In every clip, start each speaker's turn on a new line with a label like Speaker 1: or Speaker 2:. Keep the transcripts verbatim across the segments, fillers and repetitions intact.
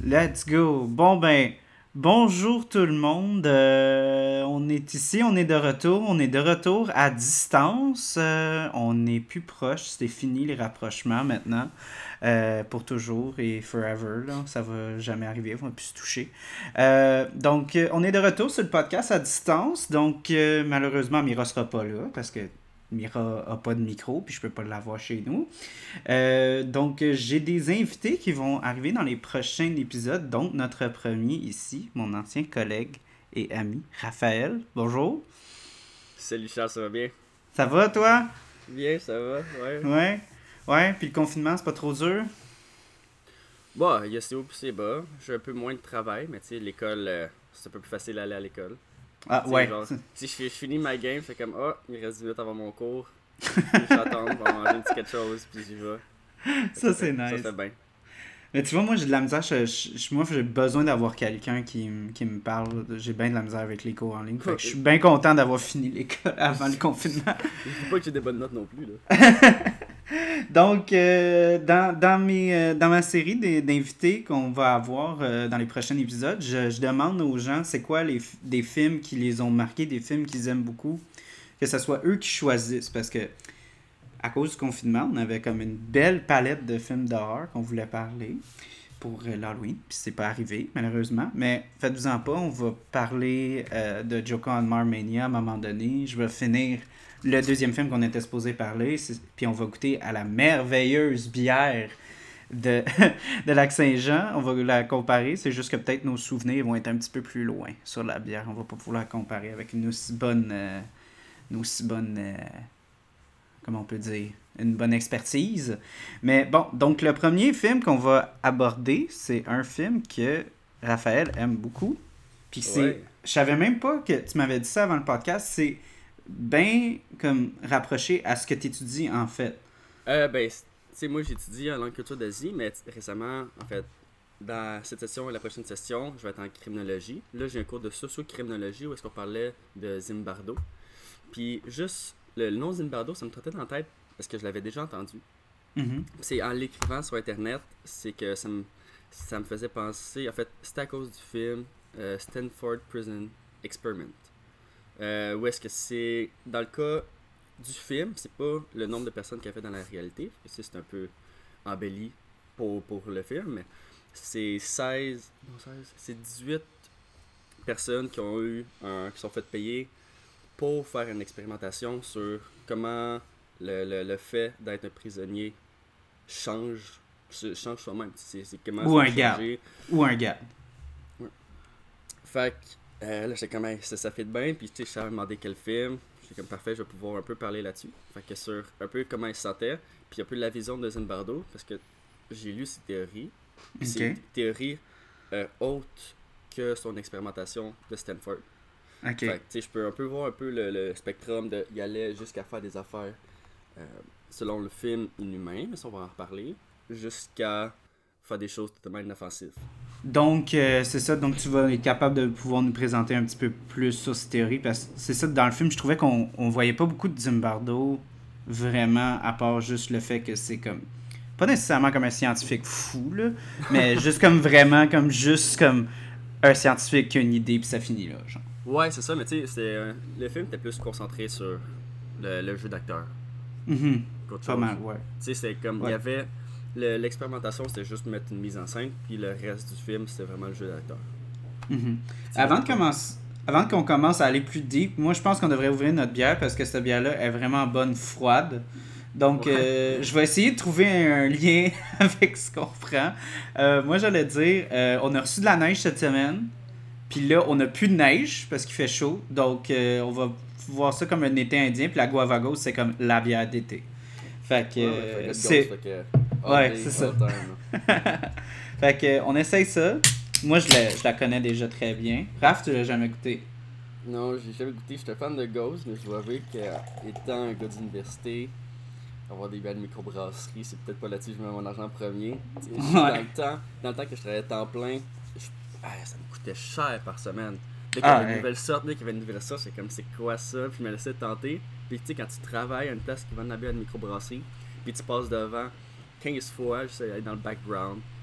Speaker 1: Let's go. Bon ben, bonjour tout le monde. Euh, on est ici, on est de retour. On est de retour à distance. Euh, on est plus proche. C'est fini les rapprochements maintenant. Euh, pour toujours et forever. Là. Ça va jamais arriver. On va plus se toucher. Euh, donc, euh, on est de retour sur le podcast à distance. Donc, euh, malheureusement, Mira sera pas là parce que Mira a pas de micro puis je peux pas l'avoir chez nous. Euh, donc, euh, j'ai des invités qui vont arriver dans les prochains épisodes. Donc, notre premier ici, mon ancien collègue et ami, Raphaël. Bonjour.
Speaker 2: Salut Charles, ça va bien?
Speaker 1: Ça va, toi?
Speaker 2: Bien, ça va, ouais.
Speaker 1: Ouais. Ouais, puis le confinement, c'est pas trop dur?
Speaker 2: Bon, il y a c'est haut puis c'est bas. J'ai un peu moins de travail, mais tu sais, l'école, euh, c'est un peu plus facile d'aller à l'école.
Speaker 1: Ah,
Speaker 2: Tu sais,
Speaker 1: ouais.
Speaker 2: genre, si je, fais- je finis ma game, c'est comme, ah, il reste dix minutes avant mon cours. J'attends, on va manger un petit quelque chose, puis j'y vais. Fait que
Speaker 1: Ça,
Speaker 2: ça
Speaker 1: c'est
Speaker 2: fait, ça
Speaker 1: nice.
Speaker 2: fait bien.
Speaker 1: Mais tu vois, moi, j'ai de la misère. je- je- moi, j'ai besoin d'avoir quelqu'un qui, m- qui me parle. J'ai bien de la misère avec les cours en ligne. Fait que je suis bien content d'avoir fini l'école avant le confinement.
Speaker 2: Je dis pas que j'ai des bonnes notes non plus, là.
Speaker 1: Donc, euh, dans, dans, mes, euh, dans ma série des- d'invités qu'on va avoir euh, dans les prochains épisodes, je, je demande aux gens c'est quoi les, f- des films qui les ont marqués, des films qu'ils aiment beaucoup, que ce soit eux qui choisissent. Parce que, à cause du confinement, on avait comme une belle palette de films d'horreur qu'on voulait parler pour euh, l'Halloween, puis c'est pas arrivé, malheureusement. Mais faites-vous-en pas, on va parler euh, de Joker and Mania à un moment donné. Je vais finir le deuxième film qu'on était supposé parler, c'est- puis on va goûter à la merveilleuse bière de, de Lac-Saint-Jean. On va la comparer, c'est juste que peut-être nos souvenirs vont être un petit peu plus loin sur la bière. On va pas pouvoir la comparer avec une aussi bonne... euh, une aussi bonne... euh, comment on peut dire, une bonne expertise. Mais bon, donc le premier film qu'on va aborder, c'est un film que Raphaël aime beaucoup. Puis c'est,
Speaker 2: Ouais.
Speaker 1: je savais même pas que tu m'avais dit ça avant le podcast, c'est bien comme rapproché à ce que tu étudies en fait.
Speaker 2: Euh, ben, c- tu sais, moi j'étudie en langue culture d'Asie, mais t- récemment, en fait, dans cette session et la prochaine session, je vais être en criminologie. Là, j'ai un cours de socio-criminologie où est-ce qu'on parlait de Zimbardo. Puis juste le, le nom Zimbardo, ça me trottait dans la tête parce que je l'avais déjà entendu.
Speaker 1: Mhm.
Speaker 2: C'est en l'écrivant sur internet, c'est que ça me, ça me faisait penser. En fait, c'était à cause du film euh, Stanford Prison Experiment. Euh, où est-ce que c'est. Dans le cas du film, c'est pas le nombre de personnes qu'il y a fait dans la réalité, parce que c'est un peu embelli pour, pour le film, mais c'est seize. Non, seize. C'est dix-huit personnes qui ont eu un, qui sont faites payer pour faire une expérimentation sur comment le, le, le fait d'être un prisonnier change, se- change soi-même. C'est, c'est comment
Speaker 1: Ou
Speaker 2: ça
Speaker 1: un
Speaker 2: va
Speaker 1: gars.
Speaker 2: changer.
Speaker 1: Ou un gars.
Speaker 2: Fait que euh, là, j'étais comme, hey, ça, ça fait de bien. Puis tu sais, je savais demander quel film. J'étais comme, parfait, je vais pouvoir un peu parler là-dessus. Fait que sur un peu comment il se sentait, puis un peu la vision de Zimbardo, parce que j'ai lu ses théories. Puis c'est
Speaker 1: Ok.
Speaker 2: une théorie euh, haute que son expérimentation de Stanford.
Speaker 1: Ok.
Speaker 2: Fait que, tu sais, je peux un peu voir un peu le, le spectrum de. Il allait jusqu'à faire des affaires euh, selon le film inhumain, mais ça on va en reparler, jusqu'à faire des choses totalement inoffensives.
Speaker 1: Donc, euh, c'est ça. Donc, tu vas être capable de pouvoir nous présenter un petit peu plus sur ces théories. Parce que c'est ça, dans le film, je trouvais qu'on on voyait pas beaucoup de Zimbardo, vraiment, à part juste le fait que c'est comme. Pas nécessairement comme un scientifique fou, là, mais juste comme vraiment, comme juste comme un scientifique qui a une idée, puis ça finit là, genre.
Speaker 2: Ouais, c'est ça, mais tu sais, c'est, euh, le film était plus concentré sur le, le jeu d'acteur
Speaker 1: Mhm.
Speaker 2: qu'autre
Speaker 1: Pas
Speaker 2: chose.
Speaker 1: mal, ouais.
Speaker 2: Tu sais, c'est comme. Il
Speaker 1: Ouais.
Speaker 2: y avait. le- l'expérimentation, c'était juste mettre une mise en scène, puis le reste du film, c'était vraiment le jeu d'acteur.
Speaker 1: Mhm.
Speaker 2: Tu
Speaker 1: Avant
Speaker 2: sais,
Speaker 1: de commencer. Avant qu'on commence à aller plus deep, moi je pense qu'on devrait ouvrir notre bière parce que cette bière-là est vraiment bonne froide. Donc
Speaker 2: Ouais.
Speaker 1: euh, je vais essayer de trouver un lien avec ce qu'on prend. Euh, moi j'allais dire, euh, on a reçu de la neige cette semaine. Puis là, on n'a plus de neige parce qu'il fait chaud. Donc euh, on va voir ça comme un été indien. Puis la guava ghost, c'est comme la bière d'été. Fait que
Speaker 2: Ouais,
Speaker 1: euh,
Speaker 2: ouais, fait que
Speaker 1: c'est.
Speaker 2: Ghost, fait que.
Speaker 1: Ouais,
Speaker 2: all day,
Speaker 1: c'est ça.
Speaker 2: all time, là.
Speaker 1: Fait que euh, on essaye ça. Moi je la, je la connais déjà très bien. Raph, tu l'as jamais goûté.
Speaker 2: Non, j'ai jamais goûté. J'étais fan de Ghost, mais je dois avouer qu'étant un gars d'université, avoir des belles microbrasseries, c'est peut-être pas là-dessus que je mets mon argent en premier. Tu sais, je- Dans
Speaker 1: Ouais.
Speaker 2: le temps, dans le temps que je travaillais à temps plein, je- ah, ça me coûtait cher par semaine. Dès qu'il y
Speaker 1: Ah,
Speaker 2: avait une
Speaker 1: ouais.
Speaker 2: nouvelle sorte, dès qu'il y avait une nouvelle sorte, c'est comme c'est quoi ça? Puis je me laissais tenter. Puis tu sais, quand tu travailles à une place qui vend de la bière de microbrasserie, puis tu passes devant quinze fois, j'essaie d'aller dans le background,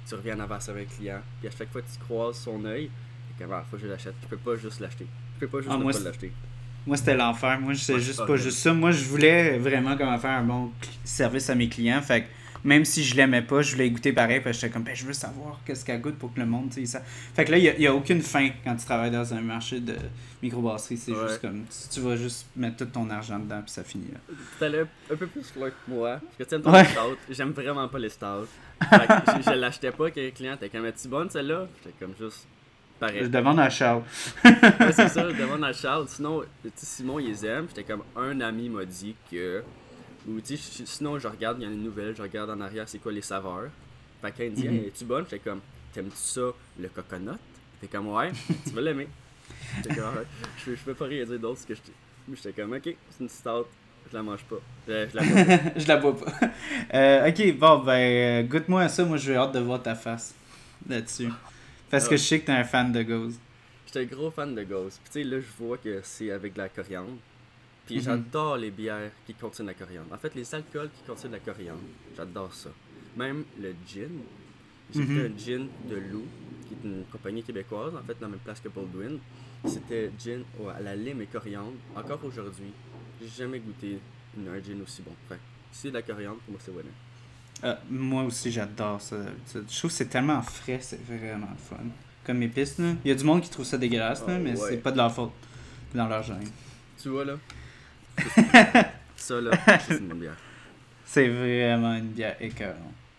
Speaker 2: tu reviens en avance avec le client, puis à chaque fois que tu croises son œil, t'es comme, ah, faut que je l'achète. Je peux pas juste l'acheter. Je peux pas juste
Speaker 1: Ah,
Speaker 2: ne
Speaker 1: moi,
Speaker 2: pas
Speaker 1: c'est-
Speaker 2: l'acheter.
Speaker 1: Moi, c'était l'enfer. Moi, c'est
Speaker 2: Ouais,
Speaker 1: juste
Speaker 2: c'est
Speaker 1: pas
Speaker 2: horrible.
Speaker 1: juste ça. Moi, je voulais vraiment comment faire un bon cl- service à mes clients. Fait que même si je l'aimais pas, je voulais goûter pareil. Parce que j'étais comme, ben, je veux savoir qu'est-ce qu'elle goûte pour que le monde, tu sais, ça. Fait que là, il y a, y a aucune fin quand tu travailles dans un marché de microbrasserie. C'est
Speaker 2: Ouais.
Speaker 1: juste comme, tu, tu vas juste mettre tout ton argent dedans, puis ça finit là.
Speaker 2: T'es allé un peu plus loin que moi. Parce que tu aimes ton
Speaker 1: Ouais.
Speaker 2: stout. J'aime vraiment pas les stouts. Fait que je, je l'achetais pas que les clients étaient comme, es-tu bonne celle-là? J'étais comme juste
Speaker 1: Je
Speaker 2: pareil.
Speaker 1: demande à Charles.
Speaker 2: Ouais, c'est ça, je demande à Charles. Sinon, tu sais, Simon, il les aime. J'étais comme, un ami m'a dit que. Ou tu sais, je- sinon, je regarde, il y a une nouvelle, je regarde en arrière, c'est quoi les saveurs. Fait que quand il me dit,
Speaker 1: Mhm.
Speaker 2: hey, es-tu bonne? J'étais comme, t'aimes-tu ça, le coconut? T'es comme, ouais, tu vas l'aimer. J'étais comme, ouais, je, je peux pas rien dire d'autre. Parce que j'étais j'étais comme, ok, c'est une stout, je la mange pas. Je, je la bois pas.
Speaker 1: Je la bois pas. Euh, ok, bon, ben, euh, goûte-moi à ça. Moi, j'ai hâte de voir ta face là-dessus. Parce que
Speaker 2: Ah.
Speaker 1: je sais que t'es un fan de Ghost.
Speaker 2: J'étais un gros fan de Ghost. Puis tu sais, là, je vois que c'est avec de la coriandre. Puis
Speaker 1: Mhm.
Speaker 2: j'adore les bières qui contiennent de la coriandre. En fait, les alcools qui contiennent de la coriandre, j'adore ça. Même le gin. J'ai
Speaker 1: Mhm.
Speaker 2: fait un gin de Loup, qui est une compagnie québécoise, en fait, dans la même place que Baldwin. C'était gin ouais, à la lime et coriandre. Encore aujourd'hui, j'ai jamais goûté une, un gin aussi bon. Fait que si c'est de la coriandre, pour moi, c'est winner.
Speaker 1: Ah, moi aussi, j'adore ça. Je trouve que c'est tellement frais, c'est vraiment le fun. Comme épice, là. Il y a du monde qui trouve ça dégueulasse, là,
Speaker 2: Ah,
Speaker 1: mais
Speaker 2: ouais.
Speaker 1: c'est pas de leur faute. C'est dans leur gène.
Speaker 2: Tu vois, là? Ça, là, c'est une bonne bière.
Speaker 1: C'est vraiment une bière écœurante.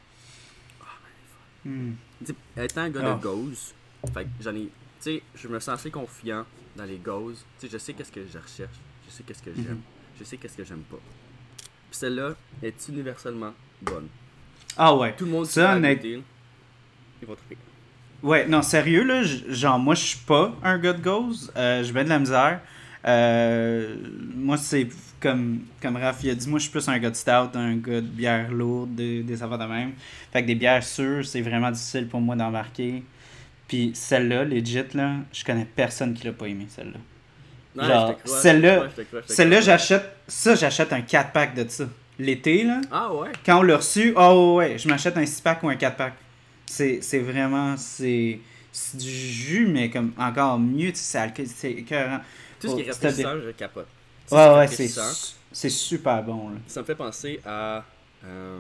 Speaker 1: Hmm.
Speaker 2: Tu sais, étant un gars
Speaker 1: Oh.
Speaker 2: de gauze, fait que j'en ai. Tu sais, je me sens assez confiant dans les gauzes. Tu sais, je sais qu'est-ce que je recherche, je sais qu'est-ce que j'aime,
Speaker 1: Mhm.
Speaker 2: je sais qu'est-ce que j'aime pas. Puis celle-là est universellement bonne.
Speaker 1: Ah ouais.
Speaker 2: Tout le monde qui
Speaker 1: Ça,
Speaker 2: va
Speaker 1: honnête-
Speaker 2: goûter, ils vont trouver.
Speaker 1: Ouais, non, sérieux, là, j- genre, moi, je suis pas un gars de gauze. Euh, je mets de la misère. Euh, moi, c'est comme, comme Raph, il a dit, moi, je suis plus un gars de stout, un gars de bière lourde, des, des affaires de même. Fait que des bières sûres, c'est vraiment difficile pour moi d'embarquer. Puis celle-là, legit, là, je connais personne qui l'a pas aimé, celle-là.
Speaker 2: Ouais,
Speaker 1: Genre,
Speaker 2: je te crois.
Speaker 1: celle-là-
Speaker 2: Ouais, je te crois, je te
Speaker 1: Celle-là,
Speaker 2: crois.
Speaker 1: j'achète, ça, j'achète un quatre pack de ça. L'été, là,
Speaker 2: Ah ouais?
Speaker 1: quand on l'a reçu, oh ouais, je m'achète un six pack ou un quatre pack. C'est, c'est vraiment, c'est, c'est du jus, mais comme encore mieux, tu sais, c'est alcool- c'est écœurant.
Speaker 2: Tout ce qui est
Speaker 1: Oh, c'était
Speaker 2: rafraîchissant, je capote. Tu sais,
Speaker 1: Ouais,
Speaker 2: c'est
Speaker 1: ouais,
Speaker 2: rafraîchissant.
Speaker 1: c'est, su- c'est super bon, là.
Speaker 2: Ça me fait penser à euh,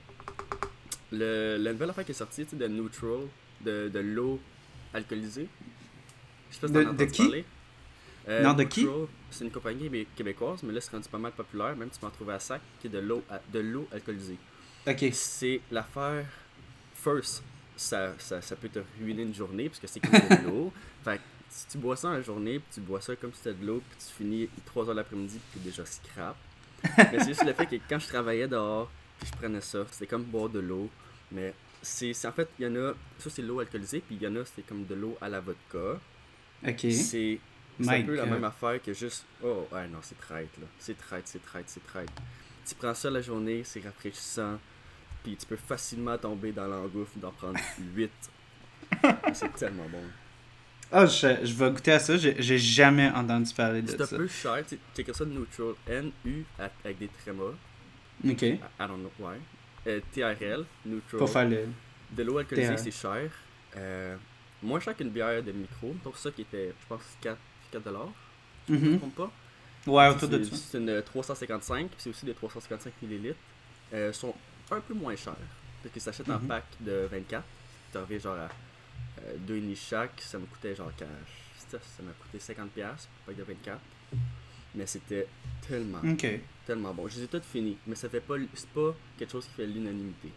Speaker 2: le, la nouvelle affaire qui est sortie, tu sais, de Neutral, de, de l'eau alcoolisée. Je sais pas si
Speaker 1: De-
Speaker 2: t'en as
Speaker 1: de
Speaker 2: entendu
Speaker 1: qui?
Speaker 2: parler. Euh,
Speaker 1: Non, de qui?
Speaker 2: Neutral, c'est une compagnie québé- québécoise, mais là c'est rendu pas mal populaire, même tu peux en trouver à sac, qui est de l'eau à- de l'eau alcoolisée.
Speaker 1: Ok.
Speaker 2: C'est l'affaire first, ça, ça, ça peut te ruiner une journée parce que c'est comme de l'eau. Fait que si tu bois ça en journée, puis tu bois ça comme si c'était de l'eau, puis tu finis trois heures l'après-midi, puis t'es déjà scrap. Mais c'est juste le fait que quand je travaillais dehors, puis je prenais ça, c'était comme boire de l'eau. Mais c'est c'est- en fait, il y en a, ça c'est de l'eau alcoolisée, puis il y en a, c'est comme de l'eau à la vodka.
Speaker 1: Ok.
Speaker 2: C'est c'est
Speaker 1: My
Speaker 2: un peu la
Speaker 1: God.
Speaker 2: même affaire que juste, oh ouais, non, c'est traite là. C'est traite, c'est traite, c'est traite. Tu prends ça la journée, c'est rafraîchissant, puis tu peux facilement tomber dans l'engouffre d'en prendre huit. C'est tellement bon.
Speaker 1: Ah, je, je vais goûter à ça. J'ai, j'ai jamais entendu parler de
Speaker 2: C'est un
Speaker 1: ça.
Speaker 2: peu cher, tu sais que ça Neutral, N U avec des trémas,
Speaker 1: Ok.
Speaker 2: I I don't know why. Euh, T R L, Neutral.
Speaker 1: Pour faire le.
Speaker 2: De l'eau alcoolisée,
Speaker 1: T R L.
Speaker 2: c'est cher. Euh, moins cher qu'une bière de micro. Donc ça qui était, je pense, quatre dollars. Je ne me
Speaker 1: Mhm.
Speaker 2: trompe pas.
Speaker 1: Ouais, autour de
Speaker 2: C'est-
Speaker 1: ça.
Speaker 2: C'est une trois cent cinquante-cinq, puis c'est aussi des trois cent cinquante-cinq millilitres. Euh, sont un peu moins chers. Parce qu'ils s'achètent en
Speaker 1: Mhm.
Speaker 2: pack de vingt-quatre. Tu reviens genre à euh, deux virgule cinq chaque. Ça me coûtait genre cash. Ça ça m'a coûté cinquante dollars pour pack de vingt-quatre. Mais c'était tellement,
Speaker 1: Ok.
Speaker 2: tellement bon. Je les ai toutes finis, mais ça fait pas, c'est pas quelque chose qui fait l'unanimité.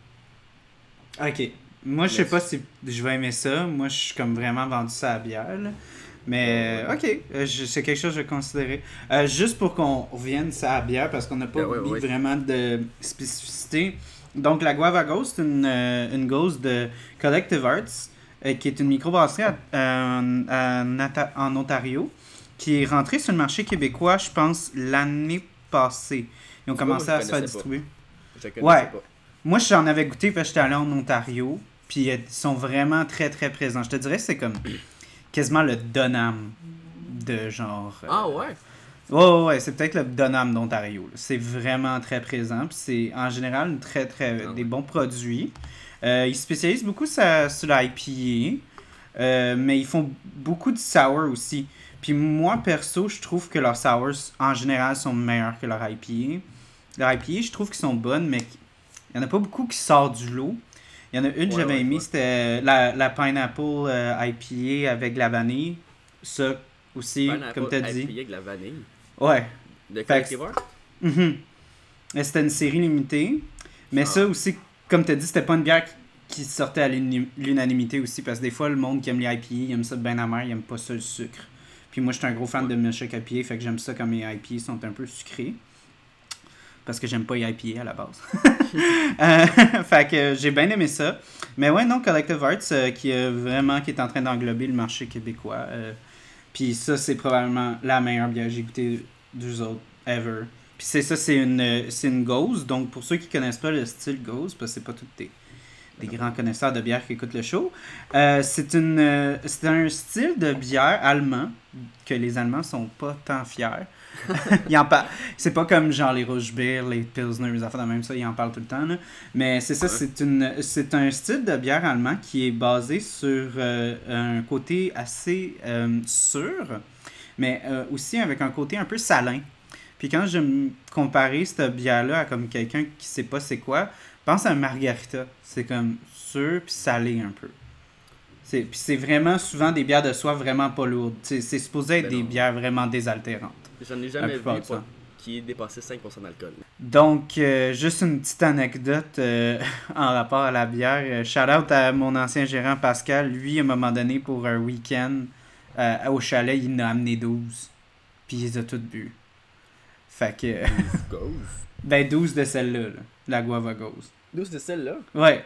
Speaker 1: Ok. Moi, je sais
Speaker 2: Mais
Speaker 1: pas si je vais aimer ça. Moi, je suis comme vraiment vendu ça à la bière, là. Mais,
Speaker 2: Ouais,
Speaker 1: ok, euh, je- c'est quelque chose que je vais considérer. Euh, juste pour qu'on revienne ça à la bière, parce qu'on n'a pas
Speaker 2: Ben ouais,
Speaker 1: mis
Speaker 2: ouais.
Speaker 1: vraiment de spécificité. Donc, la Guava Ghost, c'est une, euh, une ghost de Collective Arts, euh, qui est une microbrasserie à- euh, en, Ata- en Ontario, qui est rentrée sur le marché québécois, je pense, l'année passée. Ils ont
Speaker 2: Tu vois,
Speaker 1: commencé
Speaker 2: moi, je
Speaker 1: à se faire
Speaker 2: connaissais pas.
Speaker 1: distribuer.
Speaker 2: Je la connaissais
Speaker 1: Ouais.
Speaker 2: pas.
Speaker 1: Moi, j'en avais goûté parce que j'étais allé en Ontario. Puis euh, ils sont vraiment très très présents. Je te dirais que c'est comme quasiment le Donham de genre. euh,
Speaker 2: Ah ouais?
Speaker 1: Ouais, ouais, ouais, c'est peut-être le Donham d'Ontario. là. C'est vraiment très présent. Puis c'est en général une très, très,
Speaker 2: Ah
Speaker 1: des
Speaker 2: ouais.
Speaker 1: bons produits. Euh, ils se spécialisent beaucoup sur, sur l'I P A, euh, mais ils font beaucoup de sour aussi. Puis moi, perso, je trouve que leurs sours, en général, sont meilleurs que leur I P A. Leurs I P A, je trouve qu'ils sont bonnes, mais il n'y en a pas beaucoup qui sortent du lot. Il y en a une que
Speaker 2: Ouais,
Speaker 1: j'avais
Speaker 2: ouais,
Speaker 1: aimée,
Speaker 2: ouais.
Speaker 1: c'était la, la Pineapple euh, I P A avec la vanille. Ça aussi, comme
Speaker 2: Pineapple
Speaker 1: tu as
Speaker 2: I
Speaker 1: dit.
Speaker 2: P A avec la vanille.
Speaker 1: Ouais.
Speaker 2: De
Speaker 1: Fait que,
Speaker 2: Collective Art?
Speaker 1: mhm. Mais c'était une série limitée. Mais
Speaker 2: Ah,
Speaker 1: ça aussi, comme tu as dit, c'était pas une bière qui qui sortait à l'uni- l'unanimité aussi. Parce que des fois, le monde qui aime les I P A, il aime ça bien amer, il aime pas ça le sucre. Puis moi, je suis un gros fan
Speaker 2: ouais.
Speaker 1: de milkshake I P A, fait que j'aime ça quand mes I P A sont un peu sucrés. Parce que j'aime pas les I P A à la base. euh, fait que j'ai bien aimé ça. Mais ouais, non, Collective Arts, euh, qui, est vraiment, qui est en train d'englober le marché québécois. Euh, Puis ça, c'est probablement la meilleure bière que j'ai goûtée d'eux autres, ever. Puis c'est ça, c'est une, euh, c'est une Gose. Donc pour ceux qui connaissent pas le style Gose, parce que c'est pas tous des, des grands connaisseurs de bière qui écoutent le show, euh, c'est, une, euh, c'est un style de bière allemand que les Allemands sont pas tant fiers. Ils en par- C'est pas comme genre les rouges beer, les pilsner, les affaires de même ça, ils en parlent tout le temps. Là. Mais c'est ça,
Speaker 2: Ouais.
Speaker 1: c'est, une, c'est un style de bière allemand qui est basé sur euh, un côté assez euh, sûr, mais euh, aussi avec un côté un peu salin. Puis quand je me comparais cette bière-là à comme quelqu'un qui sait pas c'est quoi, pense à un margarita. C'est comme sûr puis salé un peu. C'est, puis c'est vraiment souvent des bières de soif vraiment pas lourdes. C'est, c'est supposé être
Speaker 2: Ben
Speaker 1: des
Speaker 2: non.
Speaker 1: bières vraiment désaltérantes.
Speaker 2: J'en ai
Speaker 1: La
Speaker 2: jamais
Speaker 1: plupart
Speaker 2: vu
Speaker 1: du
Speaker 2: pas
Speaker 1: temps.
Speaker 2: qui dépassait cinq pour cent d'alcool.
Speaker 1: Donc, euh, juste une petite anecdote euh, en rapport à la bière. Euh, shout out à mon ancien gérant Pascal. Lui, à un moment donné, pour un week-end euh, au chalet, il en a amené douze. Puis il les a toutes bu. Fait que.
Speaker 2: douze Gauze.
Speaker 1: Ben, douze de celle-là, là, la Guava Ghost.
Speaker 2: douze de celle-là.
Speaker 1: Ouais.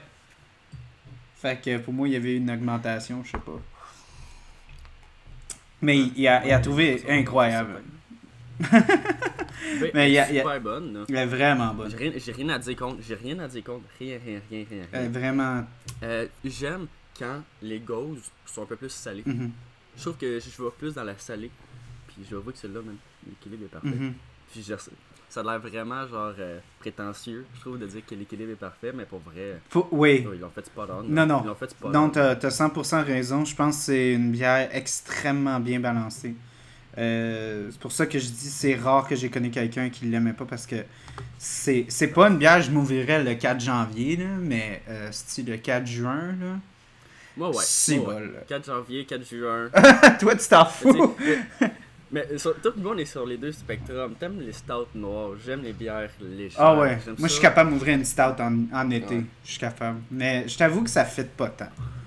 Speaker 1: Fait que pour moi, il y avait une augmentation, je sais pas. Mais il, il a, il a trouvé incroyable.
Speaker 2: Ben,
Speaker 1: Mais
Speaker 2: elle
Speaker 1: il y
Speaker 2: est
Speaker 1: a- il y a-
Speaker 2: super bonne. Là.
Speaker 1: Elle est vraiment
Speaker 2: J'ai
Speaker 1: bonne.
Speaker 2: rien, j'ai rien à dire contre. J'ai rien à dire contre. Rien, rien, rien, rien.
Speaker 1: Elle est
Speaker 2: rien.
Speaker 1: vraiment.
Speaker 2: Euh, J'aime quand les gauzes sont un peu plus salées.
Speaker 1: Mhm,
Speaker 2: Je trouve que je vais plus dans la salée. Puis je vois que celle-là, même, l'équilibre est parfait.
Speaker 1: mhm.
Speaker 2: Puis je- ça a l'air vraiment genre euh, prétentieux, je trouve, de dire que l'équilibre est parfait, mais pour vrai,
Speaker 1: Faut- Oui.
Speaker 2: oh, ils l'ont fait spot on.
Speaker 1: Non, non.
Speaker 2: Ils l'ont fait spot
Speaker 1: Non,
Speaker 2: on.
Speaker 1: t'as, t'as cent pour cent raison. Je pense que c'est une bière extrêmement bien balancée. Euh, c'est pour ça que je dis c'est rare que j'ai connu quelqu'un qui l'aimait pas parce que c'est, c'est pas une bière, je m'ouvrirais le quatre janvier, là, mais euh, c'est le quatre juin. Là.
Speaker 2: Moi, ouais.
Speaker 1: C'est
Speaker 2: moi, ouais.
Speaker 1: bol.
Speaker 2: quatre janvier, quatre juin.
Speaker 1: Toi, tu t'en
Speaker 2: Mais
Speaker 1: fous.
Speaker 2: tu sais, mais, mais sur- tout le monde est sur les deux spectrums. T'aimes les stouts noirs, j'aime les bières légères.
Speaker 1: Ah ouais.
Speaker 2: J'aime
Speaker 1: Moi, je
Speaker 2: ça.
Speaker 1: suis capable d'ouvrir une stout en, en été.
Speaker 2: Ouais.
Speaker 1: Je suis capable. Mais je t'avoue que ça fit pas tant.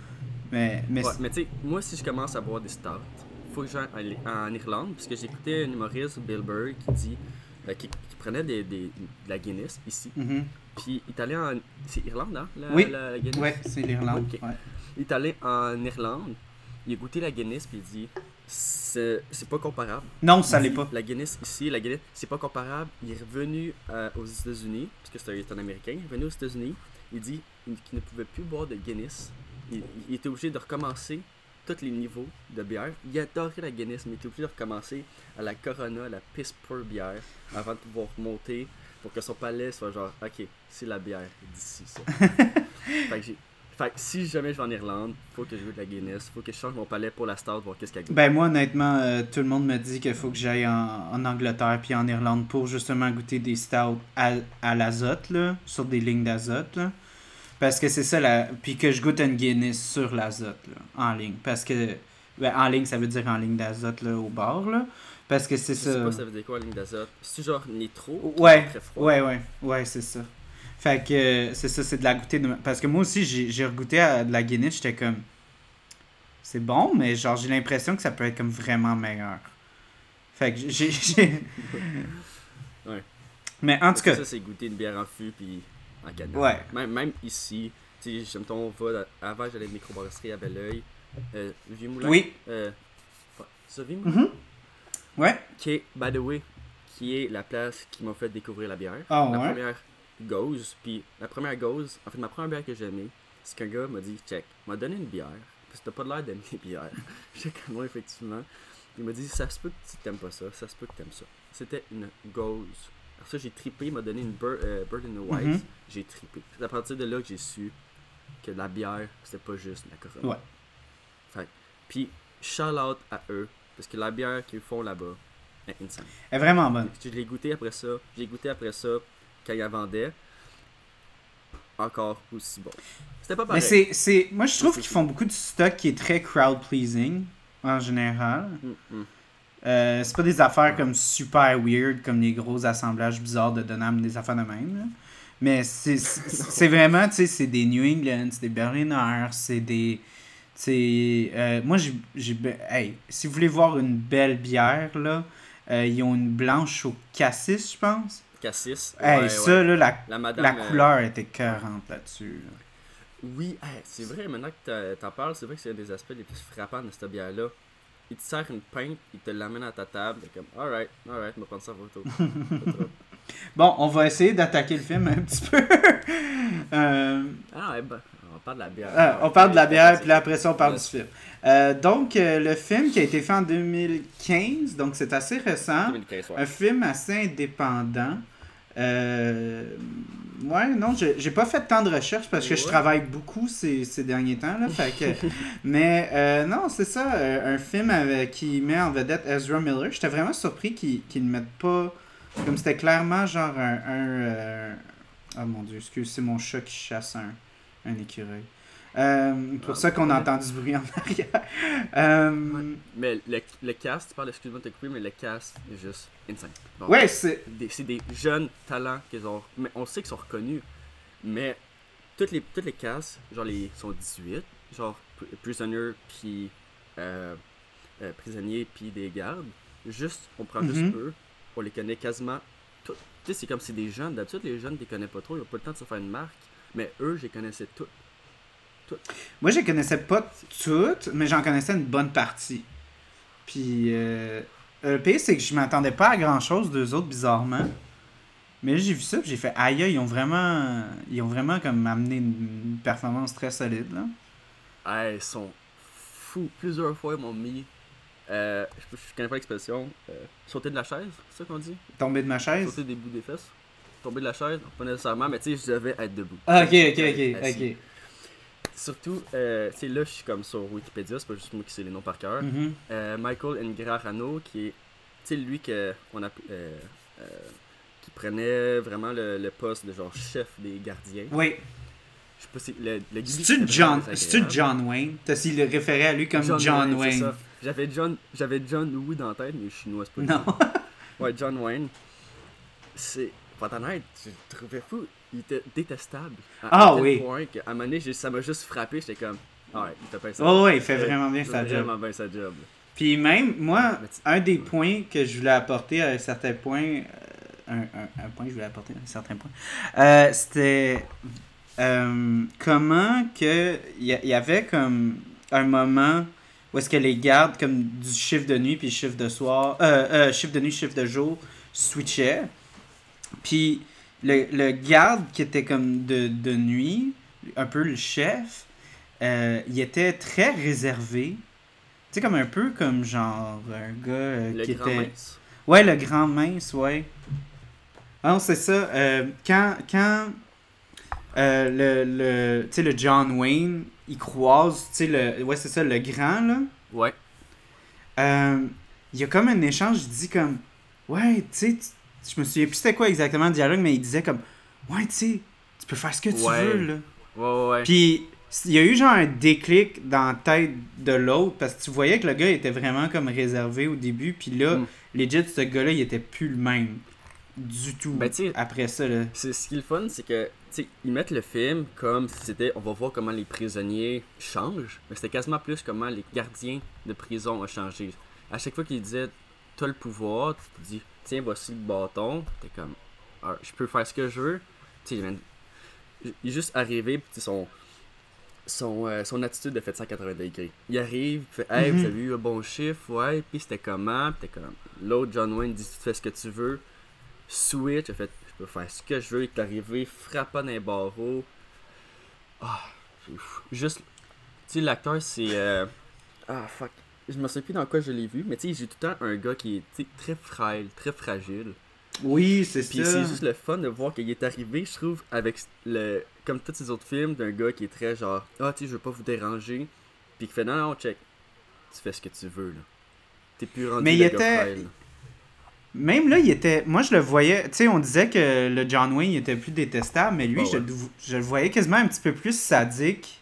Speaker 1: Mais, mais
Speaker 2: Ouais, mais tu sais, moi, si je commence à boire des stouts, faut que j'aille en, en Irlande, parce que j'écoutais un humoriste, Bill Burr, qui dit euh, qui, qui prenait des, des, de la Guinness ici.
Speaker 1: Mhm.
Speaker 2: Puis il est allé en. C'est Irlande, hein, la,
Speaker 1: Oui.
Speaker 2: la, la Guinness?
Speaker 1: Ouais, c'est l'Irlande.
Speaker 2: Ok.
Speaker 1: Ouais.
Speaker 2: Il est allé en Irlande, il a goûté la Guinness, puis il dit c'est c'est pas comparable.
Speaker 1: Non, ça
Speaker 2: Il
Speaker 1: l'est
Speaker 2: dit,
Speaker 1: pas.
Speaker 2: La Guinness ici, la Guinness, c'est pas comparable. Il est revenu euh, aux États-Unis, parce que c'est un, c'est un Américain, il est revenu aux États-Unis, il dit qu'il ne pouvait plus boire de Guinness. Il, il était obligé de recommencer tous les niveaux de bière. Il adorait la Guinness, mais il était obligé de recommencer à la Corona, la piss poor bière, avant de pouvoir monter pour que son palais soit genre, ok, c'est la bière d'ici, ça. fait, que j'ai- fait que si jamais je vais en Irlande, faut que je goûte la Guinness, faut que je change mon palais pour la stout, voir qu'est-ce qu'elle goûte.
Speaker 1: Ben moi, honnêtement, euh, tout le monde me dit qu'il faut que j'aille en, en Angleterre puis en Irlande pour justement goûter des stouts à, à l'azote, là, sur des lignes d'azote, là. Parce que c'est ça, la... puis que je goûte une Guinness sur l'azote, là, en ligne. Parce que, ben, en ligne, ça veut dire en ligne d'azote, là, au bar, là. Parce que c'est
Speaker 2: Je
Speaker 1: ça...
Speaker 2: sais pas ça veut dire quoi la ligne d'azote. C'est genre nitro, qui
Speaker 1: Ouais,
Speaker 2: est très froid.
Speaker 1: ouais, ouais, ouais, c'est ça. Fait que euh, c'est ça, c'est de la goûter. De... Parce que moi aussi, j'ai, j'ai regoûté à de la Guinness, j'étais comme. C'est bon, mais genre, j'ai l'impression que ça peut être comme vraiment meilleur. Fait que j'ai. j'ai...
Speaker 2: Ouais.
Speaker 1: Mais en
Speaker 2: Parce
Speaker 1: tout
Speaker 2: que
Speaker 1: cas,
Speaker 2: ça, c'est goûter une bière en fût puis en canette.
Speaker 1: Ouais.
Speaker 2: Même, même ici, tu sais, j'aime ton va. Avant, j'allais à une microbrasserie à Belleuil. Euh, Vieux Moulin.
Speaker 1: oui.
Speaker 2: Euh, ouais, ça, Vieux Moulin.
Speaker 1: Mhm. Ouais.
Speaker 2: Qui est, by the way, qui est la place qui m'a fait découvrir la bière.
Speaker 1: Ah
Speaker 2: La
Speaker 1: ouais.
Speaker 2: première gauze, puis la première gauze, en fait, ma première bière que j'ai aimée, c'est qu'un gars m'a dit, check, m'a donné une bière, parce que t'as pas l'air d'aimer les bières. J'étais comme moi, effectivement. Il m'a dit, ça se peut que tu t'aimes pas ça, ça se peut que t'aimes ça. C'était une gauze. Alors ça, j'ai trippé, il m'a donné une Bird, euh, Bird in the Wise,
Speaker 1: Mhm.
Speaker 2: j'ai trippé. C'est à partir de là que j'ai su que la bière, c'était pas juste la Corona.
Speaker 1: Ouais.
Speaker 2: Fait puis, shout out à eux, parce que la bière qu'ils font là-bas est insane.
Speaker 1: Elle est vraiment bonne.
Speaker 2: Je l'ai goûté après ça, j'ai goûté après ça quand ils la vendaient. Encore aussi bon. C'était pas pareil.
Speaker 1: Mais c'est, c'est... Moi, je trouve qu'ils font beaucoup de stock qui est très crowd-pleasing, en général.
Speaker 2: Mm-hmm.
Speaker 1: Euh, c'est pas des affaires comme super weird, comme les gros assemblages bizarres de Donham, des affaires de même, là. Mais c'est, c'est, c'est vraiment, tu sais, c'est des New England, c'est des Berliner, c'est des... C'est, euh, moi, j'ai, j'ai... Hey, si vous voulez voir une belle bière, là, euh, ils ont une blanche au cassis, je pense.
Speaker 2: Cassis.
Speaker 1: Hey,
Speaker 2: ouais,
Speaker 1: ça,
Speaker 2: ouais.
Speaker 1: là, la,
Speaker 2: la, madame,
Speaker 1: la
Speaker 2: euh...
Speaker 1: couleur était écœurante là-dessus. Là.
Speaker 2: Oui, hey, c'est vrai, maintenant que t'en parles, c'est vrai que c'est un des aspects les plus frappants de cette bière-là. Il te sert une pinte, il te l'amène à ta table, t'es comme, alright, alright, on va prendre ça en photo.
Speaker 1: Bon, on va essayer d'attaquer le film un petit peu. euh...
Speaker 2: Ah ouais, ben, on parle de la bière.
Speaker 1: Ah, on parle de la bière, puis là, après ça, on parle yes. du film. Euh, donc, euh, le film qui a été fait en deux mille quinze, donc c'est assez récent.
Speaker 2: deux mille quinze, ouais.
Speaker 1: Un film assez indépendant. Euh... Ouais, non, j'ai, j'ai pas fait tant de recherches parce que ouais. je travaille beaucoup ces, ces derniers temps. Là, fait que... Mais euh, non, c'est ça, euh, un film avec, qui met en vedette Ezra Miller. J'étais vraiment surpris qu'ils ne le mettent pas... Comme c'était clairement genre un... un euh... Oh mon Dieu, excuse, c'est mon chat qui chasse un, un écureuil. Euh, pour ah, ça qu'on a entendu du bruit en arrière. euh...
Speaker 2: ouais. Mais le, le cast, tu parles, excuse-moi de te couper, mais le cast est juste insane. Bon,
Speaker 1: ouais, c'est...
Speaker 2: Des, c'est des jeunes talents qu'ils ont... Mais on sait qu'ils sont reconnus, mais toutes les, toutes les casts, genre, les sont dix-huit, genre, prisonniers, puis euh, euh, prisonniers, puis des gardes. Juste, on prend mm-hmm. juste eux, on les connaît quasiment tous. Tu sais, c'est comme si des jeunes, d'habitude, les jeunes, tu les connais pas trop, ils n'ont pas le temps de se faire une marque, mais eux, je les connaissais tous. Toutes.
Speaker 1: Moi, je les connaissais pas toutes, mais j'en connaissais une bonne partie. Puis, euh, le pire, c'est que je m'attendais pas à grand-chose d'eux autres, bizarrement. Mais là, j'ai vu ça, puis j'ai fait aïe, ils ont vraiment, ils ont vraiment comme amené une performance très solide, là.
Speaker 2: Ah, ils sont fous. Plusieurs fois, ils m'ont mis, euh, je, je connais pas l'expression, euh, sauter de la chaise, c'est ça qu'on dit?
Speaker 1: Tomber de ma chaise?
Speaker 2: Sauter des bouts des fesses. Tomber de la chaise, non, pas nécessairement, mais tu sais, je devais être debout.
Speaker 1: Ah, ok, ok, ok, ok.
Speaker 2: Surtout, euh, tu sais, là, je suis comme sur Wikipédia, c'est pas juste moi qui sais les noms par cœur.
Speaker 1: Mm-hmm.
Speaker 2: Euh, Michael Ingrarano, qui est, tu sais, lui que on a, euh, euh, qui prenait vraiment le, le poste de genre chef des gardiens.
Speaker 1: Oui.
Speaker 2: Je sais pas si le, le
Speaker 1: C'est-tu John, c'est-tu John Wayne? T'as s'il le référait à lui comme John, John Wayne.
Speaker 2: Wayne. Ça. J'avais John, j'avais John Woo dans la tête, mais je suis chinois, c'est pas
Speaker 1: non.
Speaker 2: Ouais, John Wayne. C'est, pour être honnête, je le trouvais fou. Il était détestable. À,
Speaker 1: ah
Speaker 2: à tel
Speaker 1: oui.
Speaker 2: point qu'à un moment donné, ça m'a juste frappé. J'étais comme, ah ouais, il fait pas ça.
Speaker 1: Oh ouais, il fait vraiment bien sa job.
Speaker 2: Vraiment bien sa job.
Speaker 1: Puis même, moi, un des points que je voulais apporter à un certain point, euh, un, un, un point que je voulais apporter à un certain point, euh, c'était euh, comment que il y, y avait comme un moment où est-ce que les gardes comme du chiffre de nuit puis chiffre de soir, euh, euh, chiffre de nuit, chiffre de jour switchaient. Puis le, le garde qui était comme de, de nuit, un peu le chef, euh, il était très réservé. Tu sais, comme un peu comme genre un gars euh,
Speaker 2: le
Speaker 1: qui
Speaker 2: grand
Speaker 1: était...
Speaker 2: mince.
Speaker 1: Ouais, le grand mince, ouais. Ah non, c'est ça. Euh, quand quand euh, le, le, tu sais, le John Wayne, il croise, tu sais, le... Ouais, c'est ça, le grand, là.
Speaker 2: Ouais.
Speaker 1: Euh, il y a comme un échange, il dit comme... Ouais, tu sais... Je me souviens plus c'était quoi exactement le dialogue, mais il disait comme ouais, tu sais, tu peux faire ce que tu
Speaker 2: ouais.
Speaker 1: veux, là.
Speaker 2: Ouais, ouais.
Speaker 1: Puis il y a eu genre un déclic dans la tête de l'autre, parce que tu voyais que le gars était vraiment comme réservé au début, puis là, mm. legit, ce gars-là, il était plus le même du tout
Speaker 2: ben,
Speaker 1: après ça, là.
Speaker 2: C'est, ce qui est le fun, c'est que, tu sais, ils mettent le film comme si c'était, on va voir comment les prisonniers changent, mais c'était quasiment plus comment les gardiens de prison ont changé. À chaque fois qu'ils disaient, t'as le pouvoir, tu te dis, tiens, voici le bâton. T'es comme, ah, je peux faire ce que je veux. Tu sais, il est juste arrivé, puis son, son, euh, son attitude de fait cent quatre-vingts degrés. Il arrive, il fait, hey, mm-hmm. vous avez eu un bon chiffre, ouais, puis c'était comment? Puis t'es comme, l'autre John Wayne dit, tu fais ce que tu veux. Switch, il fait, je peux faire ce que je veux. Il est arrivé, frappant dans les barreaux. Ah, oh, juste, tu sais, l'acteur, c'est. Euh... Ah, fuck. Je me souviens plus dans quoi je l'ai vu, mais tu sais, j'ai tout le temps un gars qui est très frêle, très fragile.
Speaker 1: Oui, c'est
Speaker 2: Puis
Speaker 1: ça.
Speaker 2: c'est juste le fun de voir qu'il est arrivé, je trouve, avec le comme tous ces autres films, d'un gars qui est très genre « Ah, tu sais, je veux pas vous déranger. » Puis qui fait « Non, non, check. Tu fais ce que tu veux, là. T'es plus rendu
Speaker 1: Mais il
Speaker 2: le gars
Speaker 1: était...
Speaker 2: frêle. »
Speaker 1: Même là, il était... Moi, je le voyais... Tu sais, on disait que le John Wayne il était plus détestable, mais lui,
Speaker 2: Bah
Speaker 1: je,
Speaker 2: ouais.
Speaker 1: le- je le voyais quasiment un petit peu plus sadique.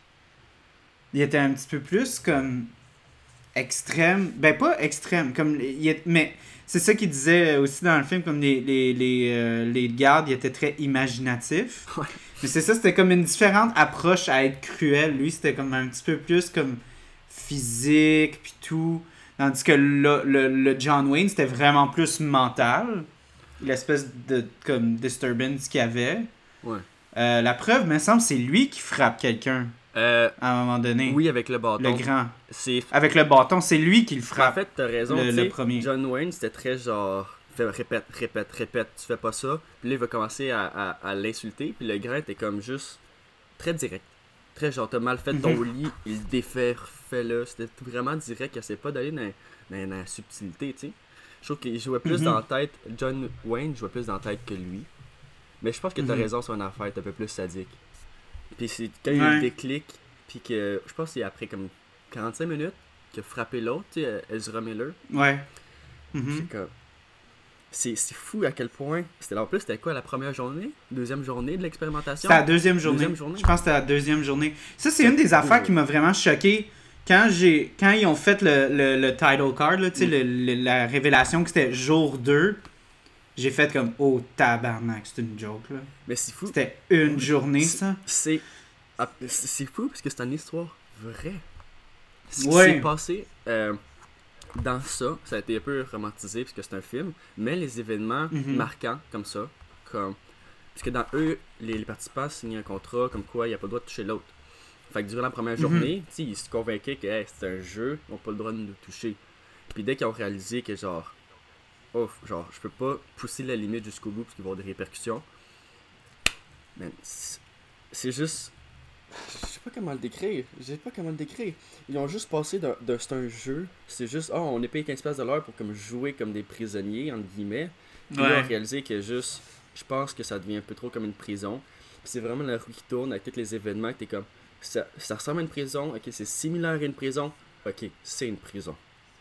Speaker 1: Il était un petit peu plus comme... extrême. Ben, pas extrême, comme... Il est... Mais c'est ça qu'il disait aussi dans le film, comme les, les, les, euh, les gardes, ils étaient très imaginatifs.
Speaker 2: Ouais.
Speaker 1: Mais c'est ça, c'était comme une différente approche à être cruel. Lui, c'était comme un petit peu plus comme physique, puis tout. Tandis que le, le, le John Wayne, c'était vraiment plus mental. L'espèce de comme disturbance qu'il y avait.
Speaker 2: Ouais.
Speaker 1: Euh, la preuve, me semble, c'est lui qui frappe quelqu'un
Speaker 2: Euh,
Speaker 1: à un moment donné.
Speaker 2: oui, avec le bâton.
Speaker 1: Le grand.
Speaker 2: C'est...
Speaker 1: Avec le bâton, c'est lui qui le
Speaker 2: En
Speaker 1: frappe.
Speaker 2: fait, t'as raison,
Speaker 1: le-
Speaker 2: tu
Speaker 1: le
Speaker 2: sais,
Speaker 1: premier.
Speaker 2: John Wayne, c'était très genre... Fait, répète, répète, répète, tu fais pas ça. Puis là, il va commencer à, à, à l'insulter. Puis le grand était comme juste très direct. Très genre, t'as mal fait ton lit, il le défait, refais-le. C'était vraiment direct, il essaie pas d'aller dans, dans, dans la subtilité, tu sais. Je trouve qu'il jouait plus
Speaker 1: Mhm.
Speaker 2: dans la tête, John Wayne jouait plus dans la tête que lui. Mais je pense que t'as
Speaker 1: Mhm.
Speaker 2: raison sur une affaire, t'es un peu plus sadique. Puis c'est quand il y a eu
Speaker 1: Ouais.
Speaker 2: le déclic, puis que je pense que c'est après comme quarante-cinq minutes qu'il a frappé l'autre, tu sais, Ezra Miller.
Speaker 1: Ouais.
Speaker 2: Puis
Speaker 1: Mhm.
Speaker 2: c'est comme. C'est, c'est fou à quel point. C'était, en plus, c'était quoi la première journée Deuxième journée de l'expérimentation
Speaker 1: C'était la deuxième journée.
Speaker 2: Deuxième journée.
Speaker 1: Je pense que c'était la deuxième journée. Ça, c'est
Speaker 2: C'est
Speaker 1: une des
Speaker 2: cool.
Speaker 1: affaires qui m'a vraiment choqué. Quand, j'ai, quand ils ont fait le, le, le title card, là, tu sais,
Speaker 2: Mm.
Speaker 1: le- le- la révélation que c'était jour deux, j'ai fait comme « Oh, tabarnak, c'est une joke. » là.
Speaker 2: Mais c'est fou.
Speaker 1: C'était une journée, ça.
Speaker 2: C'est, ah, c'est c'est fou parce que c'est une histoire vraie. Ce qui
Speaker 1: Ouais.
Speaker 2: s'est passé euh, dans ça, ça a été un peu romantisé parce que c'est un film, mais les événements
Speaker 1: Mhm.
Speaker 2: marquants comme ça, comme. Parce que dans eux, les, les participants signent un contrat comme quoi il n'y a pas le droit de toucher l'autre. Fait que durant la première
Speaker 1: Mhm.
Speaker 2: journée, tu sais, ils se convainquaient que hey, c'était un jeu, ils n'ont pas le droit de nous toucher. Puis dès qu'ils ont réalisé que genre, oh, genre, je peux pas pousser la limite jusqu'au bout parce qu'il va y avoir des répercussions, man, c'est c'est juste. Je sais pas comment le décrire. Je sais pas comment le décrire. Ils ont juste passé d'un. d'un- c'est un jeu. C'est juste, oh, on est payé quinze piastres de l'heure pour comme jouer comme des prisonniers, entre guillemets. Puis là,
Speaker 1: Ouais.
Speaker 2: on a réalisé que juste. Je pense que ça devient un peu trop comme une prison. Puis c'est vraiment la roue qui tourne avec tous les événements que t'es comme. Ça, ça ressemble à une prison. Ok, c'est similaire à une prison. Ok, c'est une prison.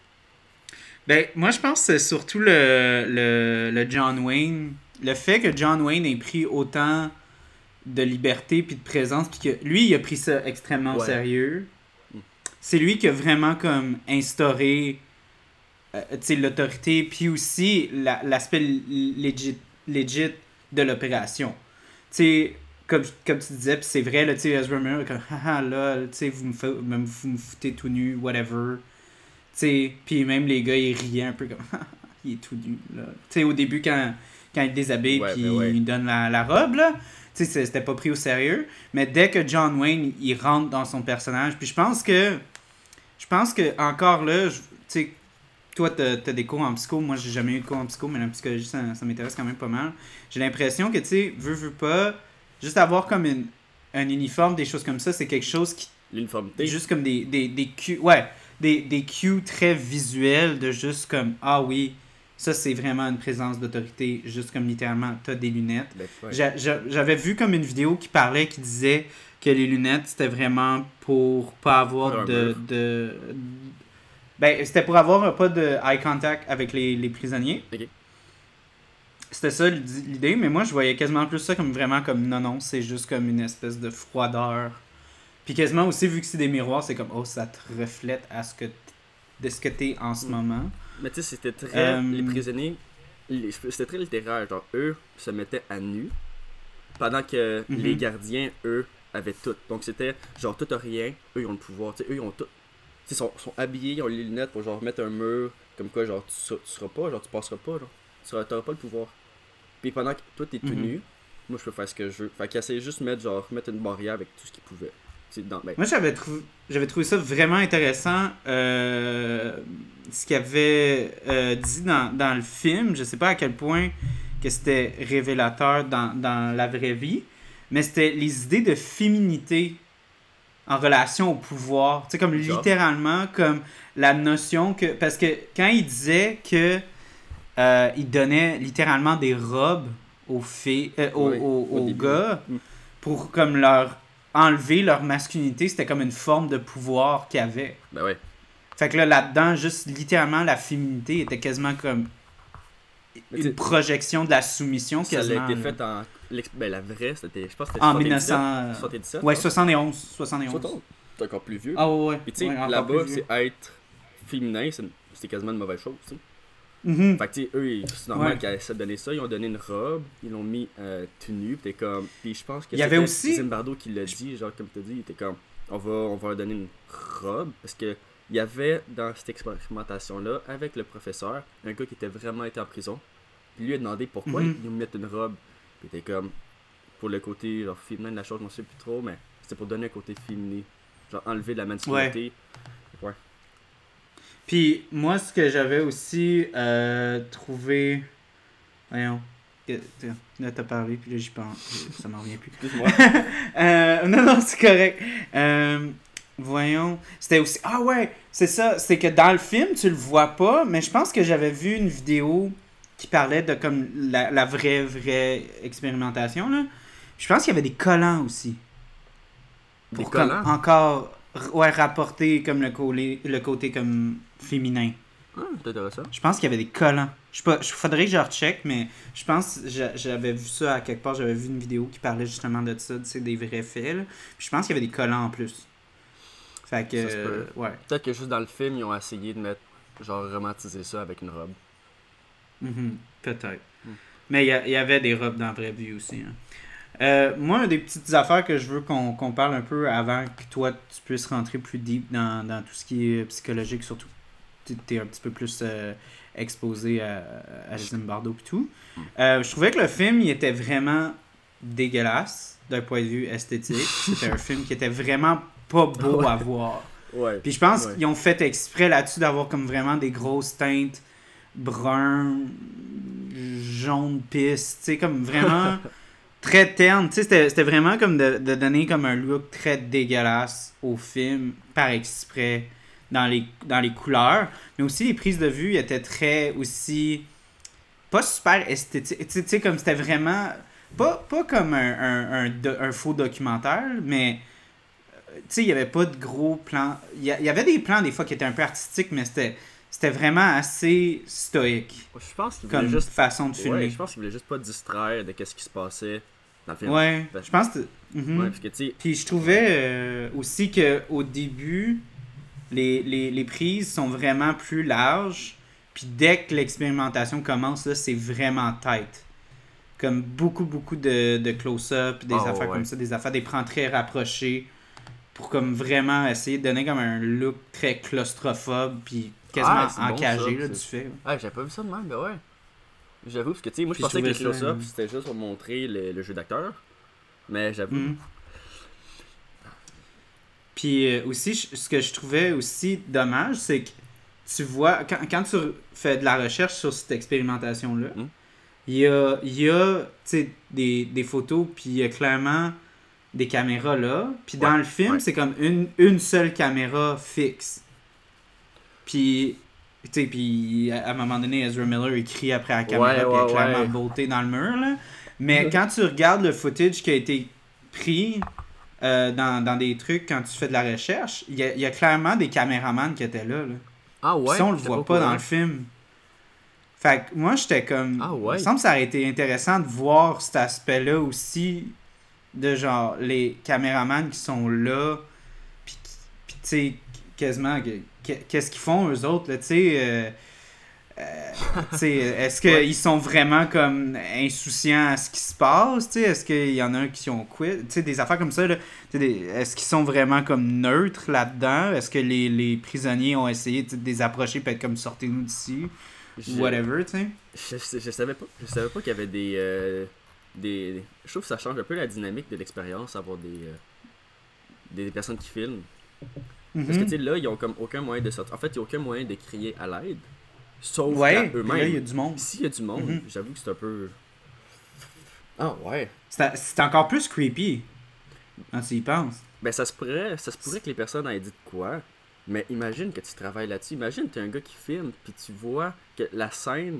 Speaker 1: Ben, moi, je pense que c'est surtout le, le, le John Wayne. Le fait que John Wayne ait pris autant de liberté puis de présence, puis que lui, il a pris ça extrêmement au
Speaker 2: Ouais.
Speaker 1: sérieux.
Speaker 2: Mm.
Speaker 1: C'est lui qui a vraiment comme instauré euh, tu sais, l'autorité, puis aussi la- l'aspect legit, legit de l'opération. Tu sais, comme, comme tu disais, puis c'est vrai, là, tu sais, Ezra Miller, comme, haha, là, tu sais, vous me, fa- me- vous me foutez tout nu, whatever. Tu sais, puis même les gars, ils riaient un peu comme, il est tout nu, là. Tu sais, au début, quand, quand il déshabille,
Speaker 2: Ouais,
Speaker 1: puis
Speaker 2: ben ouais.
Speaker 1: il donne la, la robe, là, tu sais, c'était pas pris au sérieux. Mais dès que John Wayne, il rentre dans son personnage, puis je pense que, je pense que, encore là, je- tu sais, toi, t'as, t'as des cours en psycho. Moi, j'ai jamais eu de cours en psycho, mais la psychologie, ça, ça m'intéresse quand même pas mal. J'ai l'impression que, tu sais, veux, veux pas, juste avoir comme une, un uniforme, des choses comme ça, c'est quelque chose qui,
Speaker 2: L'uniformité.
Speaker 1: juste comme des, des, des cues, ouais, des, des cues très visuels de juste comme, ah oui, ça, c'est vraiment une présence d'autorité, juste comme littéralement, t'as des lunettes.
Speaker 2: Ben, ouais.
Speaker 1: J'a- j'a- J'avais vu comme une vidéo qui parlait, qui disait que les lunettes, c'était vraiment pour pas avoir
Speaker 2: Pour un
Speaker 1: de,
Speaker 2: mur.
Speaker 1: de... Ben, c'était pour avoir pas de eye contact avec les, les prisonniers.
Speaker 2: Ok.
Speaker 1: C'était ça l'id- l'idée, mais moi, je voyais quasiment plus ça comme vraiment comme non, non, c'est juste comme une espèce de froideur. Puis quasiment aussi, vu que c'est des miroirs, c'est comme, oh, ça te reflète à ce que t- de ce que t'es en ce
Speaker 2: Mm.
Speaker 1: moment.
Speaker 2: Mais tu sais, c'était très.
Speaker 1: Euh,
Speaker 2: Les prisonniers, les- c'était très littéraire. Genre, eux se mettaient à nu. Pendant que
Speaker 1: Mhm.
Speaker 2: les gardiens, eux, avaient tout. Donc c'était genre tout ou rien. Eux, ils ont le pouvoir. Tu sais, eux, ils ont tout. Tu sais, sont, sont habillés, ils ont les lunettes pour genre mettre un mur. Comme quoi, genre, tu, ser- tu seras pas, genre, tu passeras pas, genre. Tu seras- t'auras pas le pouvoir. Puis pendant que toi, t'es tout
Speaker 1: Mhm.
Speaker 2: nu, moi, je peux faire ce que je veux. Fait qu'ils essayaient juste de mettre, genre, mettre une barrière avec tout ce qu'ils pouvaient. C'est dans, ben,
Speaker 1: Moi, j'avais trouvé, j'avais trouvé ça vraiment intéressant. euh, ce qu'il avait euh, dit dans, dans le film, je sais pas à quel point que c'était révélateur dans, dans la vraie vie, mais c'était les idées de féminité en relation au pouvoir. Tu sais, comme
Speaker 2: Genre?
Speaker 1: littéralement, comme la notion que... Parce que quand il disait que euh, il donnait littéralement des robes aux filles, euh, aux,
Speaker 2: Oui,
Speaker 1: aux,
Speaker 2: au
Speaker 1: aux
Speaker 2: début.
Speaker 1: gars
Speaker 2: Mm.
Speaker 1: pour comme leur enlever leur masculinité. C'était comme une forme de pouvoir qu'ils avaient.
Speaker 2: Ben ouais.
Speaker 1: Fait que là, là-dedans, juste littéralement, la féminité était quasiment comme
Speaker 2: Mais tu
Speaker 1: une
Speaker 2: sais,
Speaker 1: projection de la soumission
Speaker 2: ça a
Speaker 1: quasiment.
Speaker 2: été
Speaker 1: Là.
Speaker 2: fait en. l'ex- Ben la vraie, c'était. Je pense que c'était
Speaker 1: En
Speaker 2: soixante-dix-sept.
Speaker 1: mille neuf cents.
Speaker 2: soixante-dix-sept,
Speaker 1: Ouais,
Speaker 2: hein?
Speaker 1: soixante et onze. soixante et onze.
Speaker 2: Surtout, t'es encore plus vieux.
Speaker 1: Ah ouais, ouais.
Speaker 2: Puis tu sais,
Speaker 1: Ouais, encore
Speaker 2: là-bas,
Speaker 1: plus vieux.
Speaker 2: c'est être féminin, c'est c'est quasiment une mauvaise chose, tu sais.
Speaker 1: Mhm.
Speaker 2: Fait que tu sais, eux, ils- c'est normal
Speaker 1: Ouais.
Speaker 2: qu'ils essaient de donner ça. Ils ont donné une robe, ils l'ont mis euh, tout nu, pis t'es comme. Puis je pense que
Speaker 1: Il y avait
Speaker 2: c'était
Speaker 1: aussi-
Speaker 2: Zimbardo qui l'a dit, genre comme tu dit, il était comme. On va, on va leur donner une robe, parce que il y avait dans cette expérimentation-là, avec le professeur, un gars qui était vraiment été en prison. Puis lui a demandé pourquoi
Speaker 1: Mhm.
Speaker 2: ils nous mettent une robe. Puis il était comme. Pour le côté genre, féminin de la chose, je ne sais plus trop, mais c'était pour donner un côté féminin. Genre enlever de la masculinité. Ouais.
Speaker 1: Puis moi, ce que j'avais aussi euh, trouvé. Voyons. Que- tiens, Là, t'as parlé, puis là, j'y pense. Ça m'en revient plus.
Speaker 2: Excuse-moi.
Speaker 1: Euh, non, non, c'est correct. Euh, voyons. C'était aussi. Ah ouais, c'est ça. C'est que dans le film, tu le vois pas, mais je pense que j'avais vu une vidéo qui parlait de comme la, la vraie, vraie expérimentation. Là. Je pense qu'il y avait des collants aussi.
Speaker 2: Des
Speaker 1: Pour comme
Speaker 2: collants?
Speaker 1: encore r- ouais, rapporter comme le, collé, le côté comme féminin.
Speaker 2: Ah, c'est intéressant.
Speaker 1: Je pense qu'il y avait des collants. Je sais pas, je faudrait que je recheck, mais je pense que j'a- j'avais vu ça à quelque part. J'avais vu une vidéo qui parlait justement de ça, tu sais, des vrais faits. Là. Puis je pense qu'il y avait des collants en plus. Fait que,
Speaker 2: Ça se peut.
Speaker 1: euh, ouais.
Speaker 2: Peut-être que juste dans le film, ils ont essayé de mettre, genre, romantiser ça avec une robe.
Speaker 1: Mhm, peut-être.
Speaker 2: Mm.
Speaker 1: Mais il y, a- il y avait des robes dans la vraie vie aussi. Hein. Euh, moi, des petites affaires que je veux qu'on qu'on parle un peu avant que toi, tu puisses rentrer plus deep dans, dans tout ce qui est psychologique, surtout tu es un petit peu plus euh, exposé à, à Zimbardo et tout.
Speaker 2: Mm.
Speaker 1: Euh, je trouvais que le film, il était vraiment dégueulasse d'un point de vue esthétique. C'était un film qui était vraiment pas beau
Speaker 2: Ouais.
Speaker 1: à voir.
Speaker 2: Ouais.
Speaker 1: Puis je pense
Speaker 2: Ouais.
Speaker 1: qu'ils ont fait exprès là-dessus d'avoir comme vraiment des grosses teintes brun, jaune pisse, tu sais, comme vraiment très terne. Tu sais, c'était c'était vraiment comme de, de donner comme un look très dégueulasse au film par exprès dans les, dans les couleurs. Mais aussi les prises de vue étaient très aussi pas super esthétiques. Tu sais, tu sais, comme c'était vraiment pas, pas comme un, un, un, do- un faux documentaire, mais tu sais, il n'y avait pas de gros plans. Il y, a- il y avait des plans des fois qui étaient un peu artistiques, mais c'était c'était vraiment assez stoïque
Speaker 2: Je pense qu'ils voulaient
Speaker 1: comme
Speaker 2: juste.
Speaker 1: façon de filmer.
Speaker 2: Ouais, je pense qu'ils voulaient juste pas distraire de qu'est-ce qui se passait dans le film.
Speaker 1: Ouais,
Speaker 2: Ben,
Speaker 1: je pense que... Mhm.
Speaker 2: Ouais, parce que tu sais.
Speaker 1: Puis je trouvais euh, aussi qu'au début, les, les, les prises sont vraiment plus larges. Puis dès que l'expérimentation commence, là, c'est vraiment tight. Comme beaucoup, beaucoup de, de close-up, des
Speaker 2: Ah,
Speaker 1: affaires
Speaker 2: ouais.
Speaker 1: comme ça, des affaires, des plans très rapprochés. Pour comme vraiment essayer de donner comme un look très claustrophobe. Puis quasiment
Speaker 2: Ah, c'est bon,
Speaker 1: encagé
Speaker 2: ça,
Speaker 1: là, du
Speaker 2: c'est-
Speaker 1: fait.
Speaker 2: Ah, j'avais pas vu ça de même, ben ouais. J'avoue, parce que tu sais, moi je
Speaker 1: Puis
Speaker 2: pensais
Speaker 1: je
Speaker 2: que le
Speaker 1: trouvais ça,
Speaker 2: close-up
Speaker 1: euh,
Speaker 2: c'était juste pour montrer le, le jeu d'acteur. Mais j'avoue.
Speaker 1: Mhm. Puis euh, aussi, je- ce que je trouvais aussi dommage, c'est que tu vois, quand, quand tu fais de la recherche sur cette expérimentation-là,
Speaker 2: Mm.
Speaker 1: il y a, il y a tu sais, des, des photos, puis il y a clairement des caméras là. Puis dans
Speaker 2: Ouais,
Speaker 1: le film,
Speaker 2: ouais.
Speaker 1: c'est comme une, une seule caméra fixe. Puis, tu sais, puis à, à un moment donné, Ezra Miller écrit après la caméra,
Speaker 2: Ouais,
Speaker 1: puis il y a
Speaker 2: ouais,
Speaker 1: clairement
Speaker 2: ouais.
Speaker 1: bolté dans le mur, là. Mais quand tu regardes le footage qui a été pris euh, dans, dans des trucs quand tu fais de la recherche, il y a, il y a clairement des caméramans qui étaient là. là.
Speaker 2: Ah
Speaker 1: Puis
Speaker 2: ouais.
Speaker 1: ça, on le
Speaker 2: j'étais
Speaker 1: voit
Speaker 2: au
Speaker 1: pas dans
Speaker 2: courant.
Speaker 1: le film. Fait que moi, j'étais comme...
Speaker 2: Ah ouais.
Speaker 1: Il me semble que ça aurait été intéressant de voir cet aspect-là aussi, de genre, les caméramans qui sont là, puis, qui- puis tu sais, quasiment, que- que- qu'est-ce qu'ils font eux autres, là, tu sais... euh, euh, tu sais, est-ce qu'ils
Speaker 2: Ouais.
Speaker 1: sont vraiment comme insouciants à ce qui se passe, tu sais, est-ce qu'il y en a un qui ont quit, tu sais, des affaires comme ça, là, tu sais, des- est-ce qu'ils sont vraiment comme neutres là-dedans, est-ce que les, les prisonniers ont essayé tu sais, de les approcher, peut-être comme sortez-nous d'ici,
Speaker 2: Je-
Speaker 1: whatever, tu sais.
Speaker 2: Je, je, je savais pas. Je savais pas qu'il y avait des, euh, des. Je trouve que ça change un peu la dynamique de l'expérience, avoir des, euh, des, des personnes qui filment. Parce que
Speaker 1: Mhm.
Speaker 2: tu sais, là, ils ont comme aucun moyen de sortir. En fait, il n'y a aucun moyen de crier à l'aide. Sauf
Speaker 1: Ouais,
Speaker 2: qu'à
Speaker 1: puis là, il y a
Speaker 2: eux-mêmes.
Speaker 1: du monde.
Speaker 2: S'il y a du monde,
Speaker 1: Mhm.
Speaker 2: j'avoue que c'est un peu. Ah ouais.
Speaker 1: C'est c'est encore plus creepy quand tu y penses.
Speaker 2: Ben ça se pourrait, ça se pourrait que les personnes aient dit de quoi. Mais imagine que tu travailles là-dessus. Imagine que tu es un gars qui filme, puis tu vois que la scène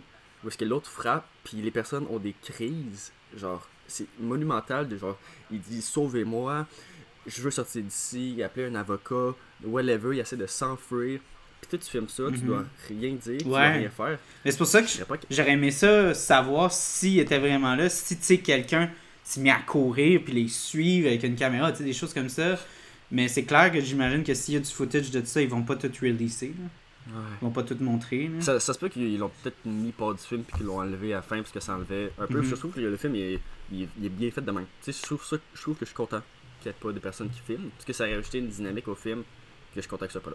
Speaker 2: où est-ce que l'autre frappe, puis les personnes ont des crises, genre, c'est monumental, de genre, il dit « Sauvez-moi, je veux sortir d'ici », il appelle un avocat, whatever, il essaie de s'enfuir. Puis toi, tu filmes ça, mm-hmm. tu dois rien dire, tu
Speaker 1: ouais.
Speaker 2: dois rien faire.
Speaker 1: Mais c'est pour ça que,
Speaker 2: je que...
Speaker 1: j'aurais aimé ça, savoir s'il était vraiment là, si, tu sais, quelqu'un s'est mis à courir, puis les suivre avec une caméra, tu sais, des choses comme ça. Mais c'est clair que j'imagine que s'il y a du footage de ça, ils vont pas tout releaser, là. Ouais. Ils vont pas tout montrer. Là.
Speaker 2: Ça, ça se peut qu'ils l'ont peut-être mis par du film puis qu'ils l'ont enlevé à la fin parce que ça enlevait un peu. Mm-hmm. Je trouve que le film il est, il est, il est bien fait de même. Tu sais, je trouve ça, je trouve que je suis content qu'il n'y ait pas de personnes qui filment parce que ça a rajouté une dynamique au film que je suis content que ça soit pas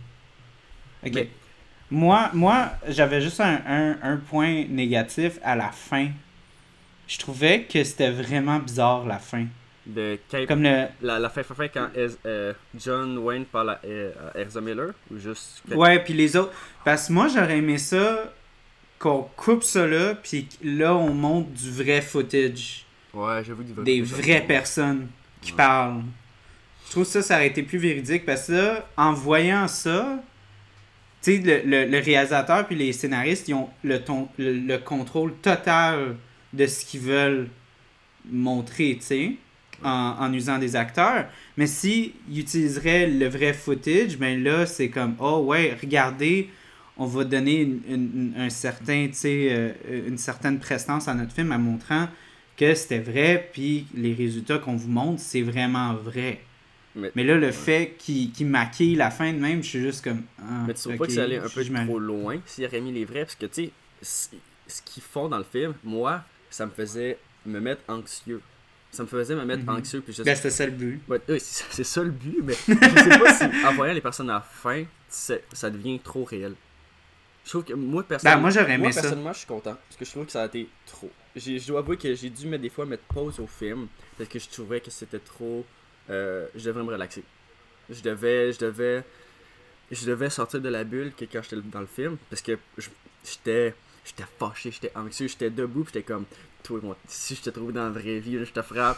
Speaker 2: là.
Speaker 1: Ok. Mais... Moi, moi, j'avais juste un, un, un point négatif à la fin. Je trouvais que c'était vraiment bizarre la fin.
Speaker 2: De Cape,
Speaker 1: comme le...
Speaker 2: la, la fin, fin, fin quand Ez, euh, John Wayne parle à, euh, à Ezra Miller ou juste
Speaker 1: ouais, puis les autres parce que moi j'aurais aimé ça qu'on coupe ça là puis là on montre du vrai footage,
Speaker 2: ouais, j'avoue du
Speaker 1: des vraies personnes qui ouais. parlent. Je trouve ça ça aurait été plus véridique parce que là, en voyant ça, tu sais, le, le, le réalisateur puis les scénaristes ils ont le, ton, le, le contrôle total de ce qu'ils veulent montrer, tu sais. En, en usant des acteurs, mais s'ils utiliseraient le vrai footage, ben là, c'est comme, oh ouais, regardez, on va donner une, une, un certain, tu sais, euh, une certaine prestance à notre film en montrant que c'était vrai, puis les résultats qu'on vous montre, c'est vraiment vrai. Mais, mais là, le ouais. fait qu'il, qu'il maquille la fin de même, je suis juste comme... Ah,
Speaker 2: mais tu trouves okay, pas que ça allait un peu trop loin s'il aurait mis les vrais? Parce que, tu sais, ce qu'ils font dans le film, moi, ça me faisait me mettre anxieux. Ça me faisait me mettre mm-hmm. anxieux. Puis je
Speaker 1: ben, c'était ça le but.
Speaker 2: Ouais, oui, c'est, c'est ça le but, mais je sais pas si en voyant les personnes à la fin, ça devient trop réel. Je trouve que moi, personnellement,
Speaker 1: ben, moi, j'aurais aimé
Speaker 2: moi,
Speaker 1: ça.
Speaker 2: personnellement, je suis content. Parce que je trouve que ça a été trop. J'ai, je dois avouer que j'ai dû mettre des fois mettre pause au film. Parce que je trouvais que c'était trop. Euh, je devrais me relaxer. Je devais. Je devais. Je devais sortir de la bulle que quand j'étais dans le film. Parce que je, j'étais. J'étais fâché, j'étais anxieux, j'étais debout, pis j'étais comme. Toi, moi, si je te trouve dans la vraie vie, je te frappe.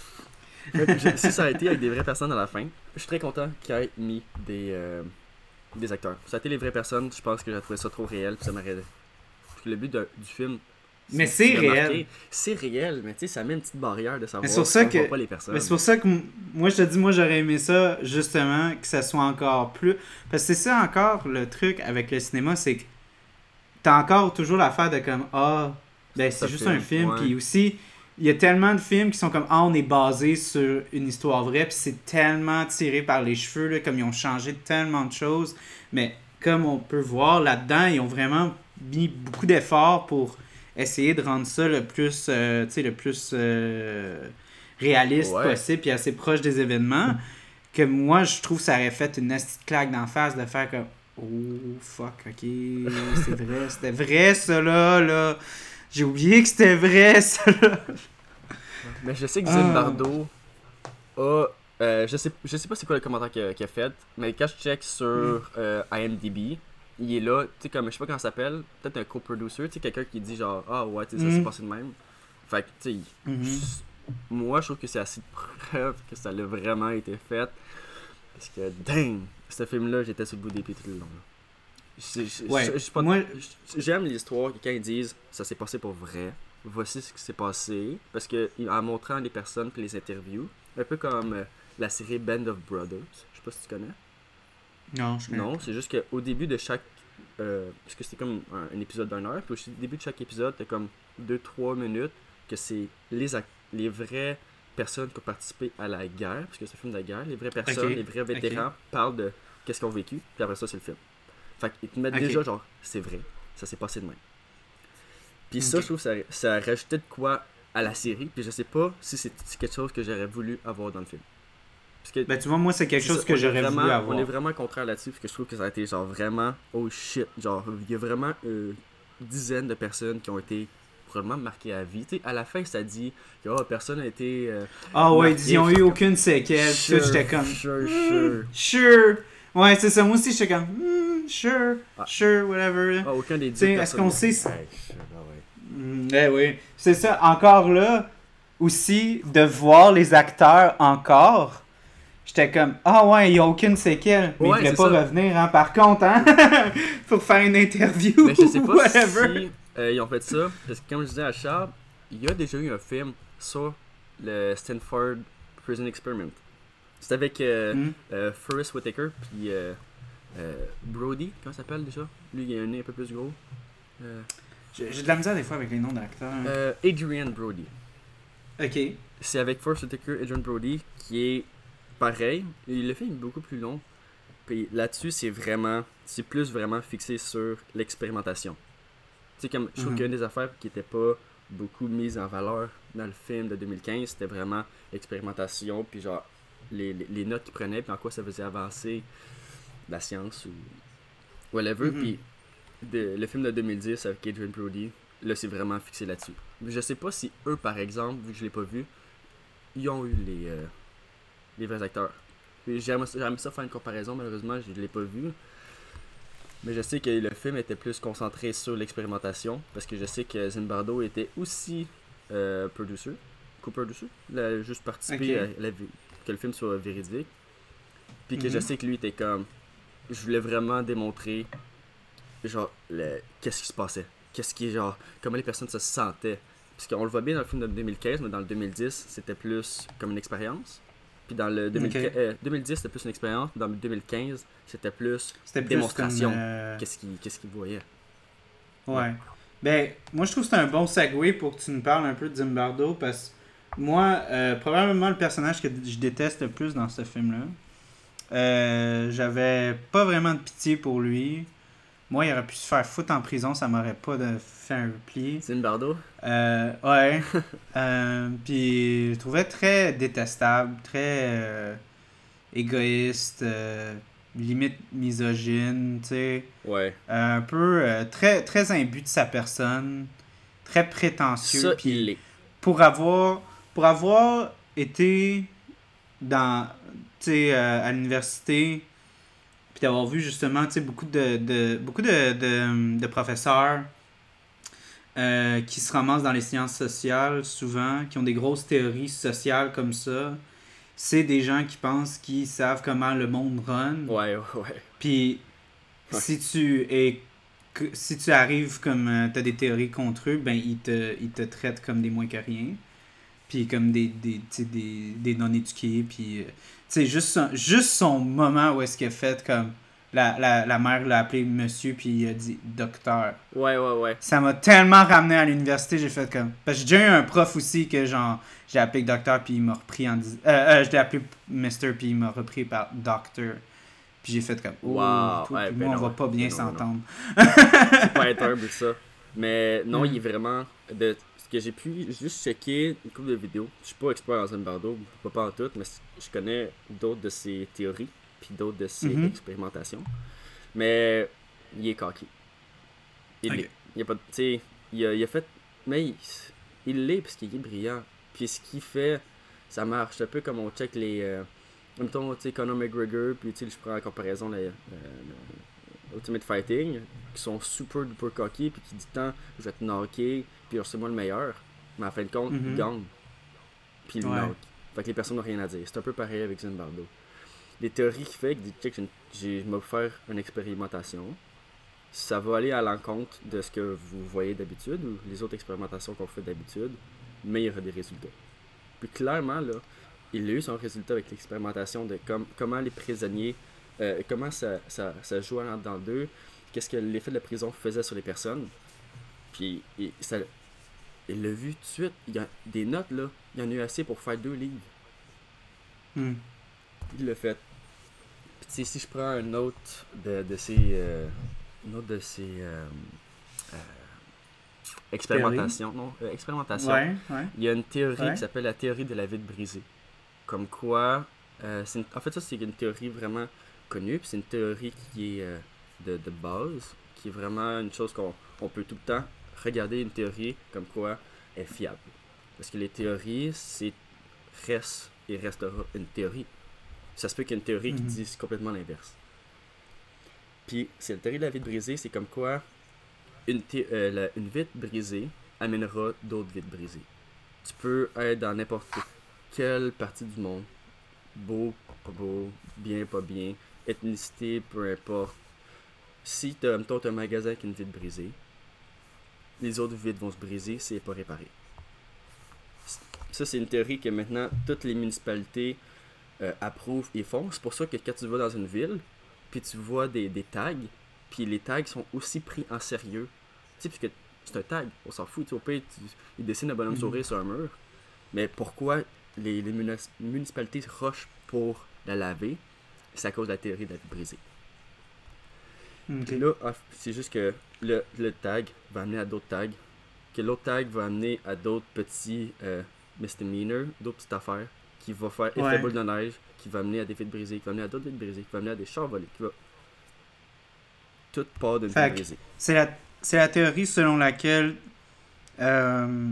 Speaker 2: je, si ça a été avec des vraies personnes à la fin, je suis très content qu'il ait mis des, euh, des acteurs. Ça a été les vraies personnes, je pense que j'ai trouvé ça trop réel, puis ça m'aurait. Parce que le but de, du film.
Speaker 1: C'est mais c'est réel.
Speaker 2: Marqué, c'est réel, mais tu sais, ça met une petite barrière de savoir
Speaker 1: mais c'est pour ça que,
Speaker 2: pas les personnes.
Speaker 1: Mais c'est pour ça que moi je te dis, moi j'aurais aimé ça, justement, que ça soit encore plus. Parce que c'est ça encore le truc avec le cinéma, c'est que t'as encore toujours l'affaire de comme ah. Ben, c'est ça juste film, un film, ouais. Puis aussi, il y a tellement de films qui sont comme, ah, on est basé sur une histoire vraie, puis c'est tellement tiré par les cheveux, là, comme ils ont changé tellement de choses, mais comme on peut voir là-dedans, ils ont vraiment mis beaucoup d'efforts pour essayer de rendre ça le plus, euh, tu sais, le plus euh, réaliste ouais. possible, puis assez proche des événements, que moi, je trouve que ça aurait fait une petite claque d'en face de faire comme, oh, fuck, ok, c'est vrai, c'était vrai, ça, là, là. J'ai oublié que c'était vrai, ça, là.
Speaker 2: Mais je sais que Zimbardo a... Euh, je, sais, je sais pas c'est quoi le commentaire qu'il a, qu'il a fait, mais quand je check sur mm. euh, IMDb, il est là, tu sais, comme, je sais pas comment ça s'appelle, peut-être un co-producer, tu sais, quelqu'un qui dit genre, ah ouais, tu sais, ça mm. s'est passé de même. Fait que, tu sais, mm-hmm. moi, je trouve que c'est assez de preuve que ça l'a vraiment été fait. Parce que, dang, ce film-là, j'étais sur le bout des pieds tout le long, là. Je, je, ouais, je, je, pas, moi... J'aime l'histoire que quand ils disent ça s'est passé pour vrai, voici ce qui s'est passé, parce que en montrant les personnes et les interviews, un peu comme euh, la série Band of Brothers, je sais pas si tu connais.
Speaker 1: Non, je
Speaker 2: Non, c'est juste qu'au début de chaque, euh, parce que c'était comme un, un épisode d'une heure, puis au début de chaque épisode, t'as comme deux trois minutes que c'est les act- les vraies personnes qui ont participé à la guerre, parce que c'est un film de la guerre, les vraies personnes, okay. les vrais vétérans okay. parlent de qu'est-ce qu'ils ont vécu, puis après ça c'est le film. Fait qu'ils te mettent okay. déjà genre, c'est vrai, ça s'est passé de même. Puis okay. ça, je trouve que ça, ça rajoutait de quoi à la série, puis je sais pas si c'est, c'est quelque chose que j'aurais voulu avoir dans le film. Parce que,
Speaker 1: ben tu vois, moi c'est quelque chose
Speaker 2: ça,
Speaker 1: que j'aurais
Speaker 2: vraiment,
Speaker 1: voulu avoir.
Speaker 2: On est vraiment contraire là-dessus, parce que je trouve que ça a été genre vraiment, oh shit, genre, il y a vraiment une dizaine de personnes qui ont été probablement marquées à vie. T'sais, à la fin, ça dit que oh, personne n'a été. Euh,
Speaker 1: ah ouais, ils n'ont eu aucune séquelle,
Speaker 2: sure,
Speaker 1: tout, j'étais comme.
Speaker 2: Sure, sure.
Speaker 1: Sure. Ouais, c'est ça, moi aussi j'étais comme. Mm, sure, ah. sure, whatever.
Speaker 2: Ah, aucun des
Speaker 1: deux. Est-ce qu'on sait.
Speaker 2: Ouais, sure, ah ouais.
Speaker 1: Mm, eh oui. C'est ça, encore là, aussi, de voir les acteurs encore. J'étais comme, ah ouais, il n'y a aucune séquelle. Mais ouais, il ne voulait pas ça. revenir, hein, par contre, hein, pour faire une interview.
Speaker 2: Mais je sais pas
Speaker 1: whatever.
Speaker 2: si euh, ils ont fait ça parce que, comme je disais à Charles, il y a déjà eu un film sur le Stanford Prison Experiment. C'est avec euh,
Speaker 1: Mm.
Speaker 2: euh, Forrest Whitaker puis euh, euh, Brody, comment ça s'appelle déjà? Lui, il a un nez un peu plus gros. Euh,
Speaker 1: J'ai j'ai de la misère des fois avec les noms d'acteurs.
Speaker 2: euh, Adrian Brody.
Speaker 1: Ok.
Speaker 2: C'est avec Forrest Whitaker, Adrian Brody, qui est pareil. Il le fait beaucoup plus long. Puis là-dessus, c'est vraiment, c'est plus vraiment fixé sur l'expérimentation. Tu sais, comme je trouve
Speaker 1: Mhm.
Speaker 2: qu'une des affaires qui n'était pas beaucoup mise en valeur dans le film de deux mille quinze, c'était vraiment l'expérimentation, puis genre les, les, les notes qu'il prenait, puis en quoi ça faisait avancer la science ou whatever.
Speaker 1: Mhm.
Speaker 2: Puis de- le film de deux mille dix avec Adrian Brody, là, c'est vraiment fixé là-dessus. Mais je sais pas si eux, par exemple, vu que je l'ai pas vu, ils ont eu les, euh, les vrais acteurs. Puis J'aimerais j'aimerais ça faire une comparaison, malheureusement, je ne l'ai pas vu. Mais je sais que le film était plus concentré sur l'expérimentation, parce que je sais que Zimbardo était aussi euh, producer, co-producer. Il a juste participé
Speaker 1: Ok.
Speaker 2: à la, vi- que le film soit véridique. Puis que je
Speaker 1: Mhm.
Speaker 2: sais que lui était comme. Je voulais vraiment démontrer, genre, le, qu'est-ce qui se passait. Qu'est-ce qui est, genre, comment les personnes se sentaient. Parce qu'on le voit bien dans le film de deux mille quinze, mais dans le deux mille dix, c'était plus comme une expérience. Puis dans le deux mille quinze,
Speaker 1: Ok.
Speaker 2: euh, deux mille dix, c'était plus une expérience. Puis dans le deux mille quinze, c'était plus
Speaker 1: C'était plus comme.
Speaker 2: démonstration.
Speaker 1: euh,
Speaker 2: Qu'est-ce qu'il qu'est-ce qu'il voyait. Ouais.
Speaker 1: Ouais. Ben, moi, je trouve que c'est un bon segue pour que tu nous parles un peu de Zimbardo parce que moi, euh, probablement le personnage que je déteste le plus dans ce film-là, euh, j'avais pas vraiment de pitié pour lui. Moi, il aurait pu se faire foutre en prison, ça m'aurait pas de fait un pli.
Speaker 2: Zimbardo.
Speaker 1: Euh, ouais. Euh, Puis, je le trouvais très détestable, très euh, égoïste, euh, limite misogyne, tu sais.
Speaker 2: Ouais.
Speaker 1: Euh, un peu euh, très, très imbu de sa personne, très prétentieux.
Speaker 2: Ça, il
Speaker 1: Puis
Speaker 2: l'est.
Speaker 1: pour avoir, pour avoir été dans, tu sais, euh, à l'université, puis d'avoir vu justement, tu sais, beaucoup de, de, beaucoup de, de, de professeurs euh, qui se ramassent dans les sciences sociales souvent, qui ont des grosses théories sociales comme ça. C'est des gens qui pensent qu'ils savent comment le monde run.
Speaker 2: Ouais, ouais, ouais.
Speaker 1: Puis
Speaker 2: Ouais.
Speaker 1: si tu es que- si tu arrives comme euh, t'as des théories contre eux, ben ils te ils te traitent comme des moins que rien. Puis comme des des tu sais, des, des non éduqués puis euh, tu sais juste son, juste son moment où est-ce qu'il a fait comme la, la, la mère l'a appelé monsieur puis il a dit docteur.
Speaker 2: Ouais, ouais, ouais.
Speaker 1: Ça m'a tellement ramené à l'université, j'ai fait comme parce que j'ai déjà eu un prof aussi que genre j'ai appelé docteur puis il m'a repris en dis... euh, euh, je l'ai appelé mister puis il m'a repris par doctor. Puis j'ai fait comme, oh,
Speaker 2: Wow.
Speaker 1: toi
Speaker 2: Ouais,
Speaker 1: puis
Speaker 2: ben
Speaker 1: moi, on
Speaker 2: non.
Speaker 1: va pas bien
Speaker 2: Ben non, ben non.
Speaker 1: s'entendre.
Speaker 2: Faut pas être humble, ça. Mais non, il est
Speaker 1: Mm.
Speaker 2: vraiment. De ce que j'ai pu juste checker une couple de vidéos. Je suis pas expert en Zimbardo, pas pas en tout, mais je connais d'autres de ses théories, puis d'autres de ses
Speaker 1: Mhm.
Speaker 2: expérimentations. Mais il est cocky. Il
Speaker 1: Ok.
Speaker 2: l'est. Il a pas de. Tu sais, il a, il a fait. Mais il il l'est parce qu'il est brillant. Puis ce qu'il fait, ça marche. C'est un peu comme on check les. Euh, mettons, tu sais, Conor McGregor, puis tu sais, je prends en comparaison les, euh, le Ultimate Fighting, qui sont super duper cocky, puis qui dit tant, je vais te knocker, puis c'est moi le meilleur. Mais en fin de compte, il
Speaker 1: Mhm.
Speaker 2: gagne. Puis il
Speaker 1: Ouais.
Speaker 2: knock. Fait que les personnes n'ont rien à dire. C'est un peu pareil avec Zimbardo. Les théories qu'il fait, qu'il dit, check, j'ai une- j'ai- je vais faire une expérimentation. Ça va aller à l'encontre de ce que vous voyez d'habitude, ou les autres expérimentations qu'on fait d'habitude, mais il y aura des résultats. Puis clairement, là, il a eu son résultat avec l'expérimentation de com- comment les prisonniers, euh, comment ça, ça, ça joue en dans d'eux, qu'est-ce que l'effet de la prison faisait sur les personnes. Puis il, ça, il l'a vu tout de suite. Il y a des notes, là, il y en a eu assez pour faire deux livres.
Speaker 1: Mm.
Speaker 2: Il l'a fait. Puis tu sais, si je prends un autre de, de ces... Euh, une autre de ces... Euh, euh, expérimentations. Non, euh, expérimentation.
Speaker 1: Ouais, ouais.
Speaker 2: Il y a une théorie
Speaker 1: Ouais.
Speaker 2: qui s'appelle la théorie de la vitre brisée. Comme quoi, euh, c'est une- en fait ça c'est une théorie vraiment connue, puis c'est une théorie qui est euh, de, de base, qui est vraiment une chose qu'on on peut tout le temps regarder une théorie comme quoi elle est fiable. Parce que les théories, c'est reste et restera une théorie. Ça se peut qu'il y ait une théorie qui
Speaker 1: Mhm.
Speaker 2: dise complètement l'inverse. Puis c'est la théorie de la vitre brisée, c'est comme quoi une, thé- euh, la- une vitre brisée amènera d'autres vitres brisées. Tu peux être dans n'importe quelle partie du monde, beau, pas beau, bien, pas bien, ethnicité, peu importe. Si tu as un magasin avec une vitre brisée, les autres vides vont se briser si elle n'est pas réparée. Ça, c'est une théorie que maintenant toutes les municipalités euh, approuvent et font. C'est pour ça que quand tu vas dans une ville, puis tu vois des, des tags, puis les tags sont aussi pris en sérieux. Tu sais, puisque c'est un tag, on s'en fout. Tu sais, au pire, tu, ils dessinent un bonhomme
Speaker 1: Mhm.
Speaker 2: sourire sur un mur. Mais pourquoi les, les munis- municipalités rushent pour la laver? C'est à cause de la théorie de la vie brisée.
Speaker 1: Ok.
Speaker 2: Puis là, ah, c'est juste que le, le tag va amener à d'autres tags, que l'autre tag va amener à d'autres petits euh, misdemeanors, d'autres petites affaires, qui va faire effet
Speaker 1: Ouais.
Speaker 2: boule de neige, qui va amener à des vitres brisées, qui va amener à d'autres vitres brisées, qui va amener à des chars volés, qui va... Tout part d'une vitre
Speaker 1: Fait que
Speaker 2: brisée.
Speaker 1: c'est la, c'est la théorie selon laquelle euh,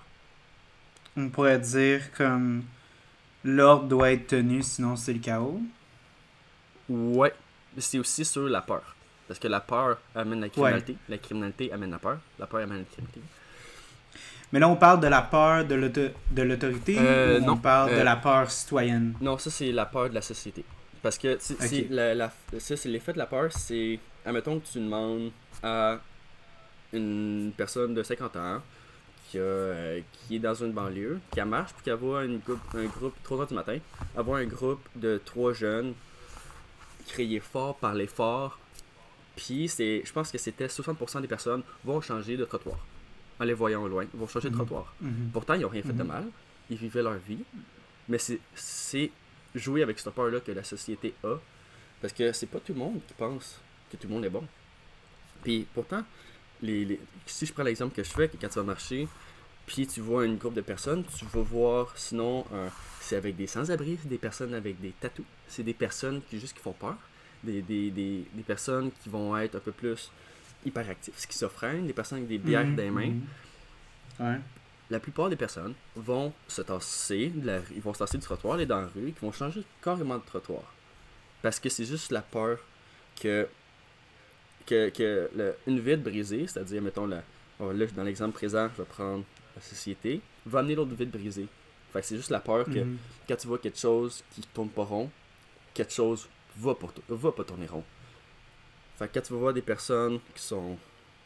Speaker 1: on pourrait dire comme l'ordre doit être tenu, sinon c'est le chaos.
Speaker 2: Ouais, mais c'est aussi sur la peur. Parce que la peur amène la
Speaker 1: Ouais.
Speaker 2: criminalité, la criminalité amène la peur, la peur amène la criminalité.
Speaker 1: Mais là, on parle de la peur de, l'auto- de l'autorité
Speaker 2: Euh,
Speaker 1: ou on
Speaker 2: non.
Speaker 1: parle de
Speaker 2: Euh,
Speaker 1: la peur citoyenne?
Speaker 2: Non, ça c'est la peur de la société. Parce que c'est,
Speaker 1: Ok.
Speaker 2: c'est la, la- ça c'est l'effet de la peur, c'est admettons que tu demandes à une personne de cinquante ans qui, a, euh, qui est dans une banlieue, qui marche puis qui voit une groupe, un groupe trois heures du matin, avoir un groupe de trois jeunes crier fort, parler fort, puis c'est, je pense que c'était soixante pour cent des personnes vont changer de trottoir. En les voyant au loin, vont changer de
Speaker 1: Mhm.
Speaker 2: trottoir.
Speaker 1: Mhm.
Speaker 2: Pourtant, ils n'ont rien fait de
Speaker 1: Mhm.
Speaker 2: mal, ils vivaient leur vie, mais c'est, c'est jouer avec cette peur-là que la société a, parce que c'est pas tout le monde qui pense que tout le monde est bon. Puis pourtant, les, les- si je prends l'exemple que je fais, que quand tu vas marcher, puis tu vois une groupe de personnes, tu vas voir sinon, un- c'est avec des sans-abri, c'est des personnes avec des tatous, c'est des personnes qui juste qui font peur, des, des, des, des personnes qui vont être un peu plus hyperactives, schizophrènes, des personnes avec des bières
Speaker 1: Mhm.
Speaker 2: dans les mains.
Speaker 1: Mhm. Ouais.
Speaker 2: La plupart des personnes vont se tasser, de la, ils vont se tasser du trottoir, aller dans la rue, qui vont changer carrément de trottoir. Parce que c'est juste la peur que, que, que le- une vitre brisée, c'est-à-dire, mettons, la, oh, là, dans l'exemple présent, je vais prendre la société, va amener l'autre vitre brisée. Fait que c'est juste la peur que
Speaker 1: Mhm.
Speaker 2: quand tu vois quelque chose qui tourne pas rond, quelque chose va pas, va pas tourner rond. Fait que quand tu vas voir des personnes qui sont...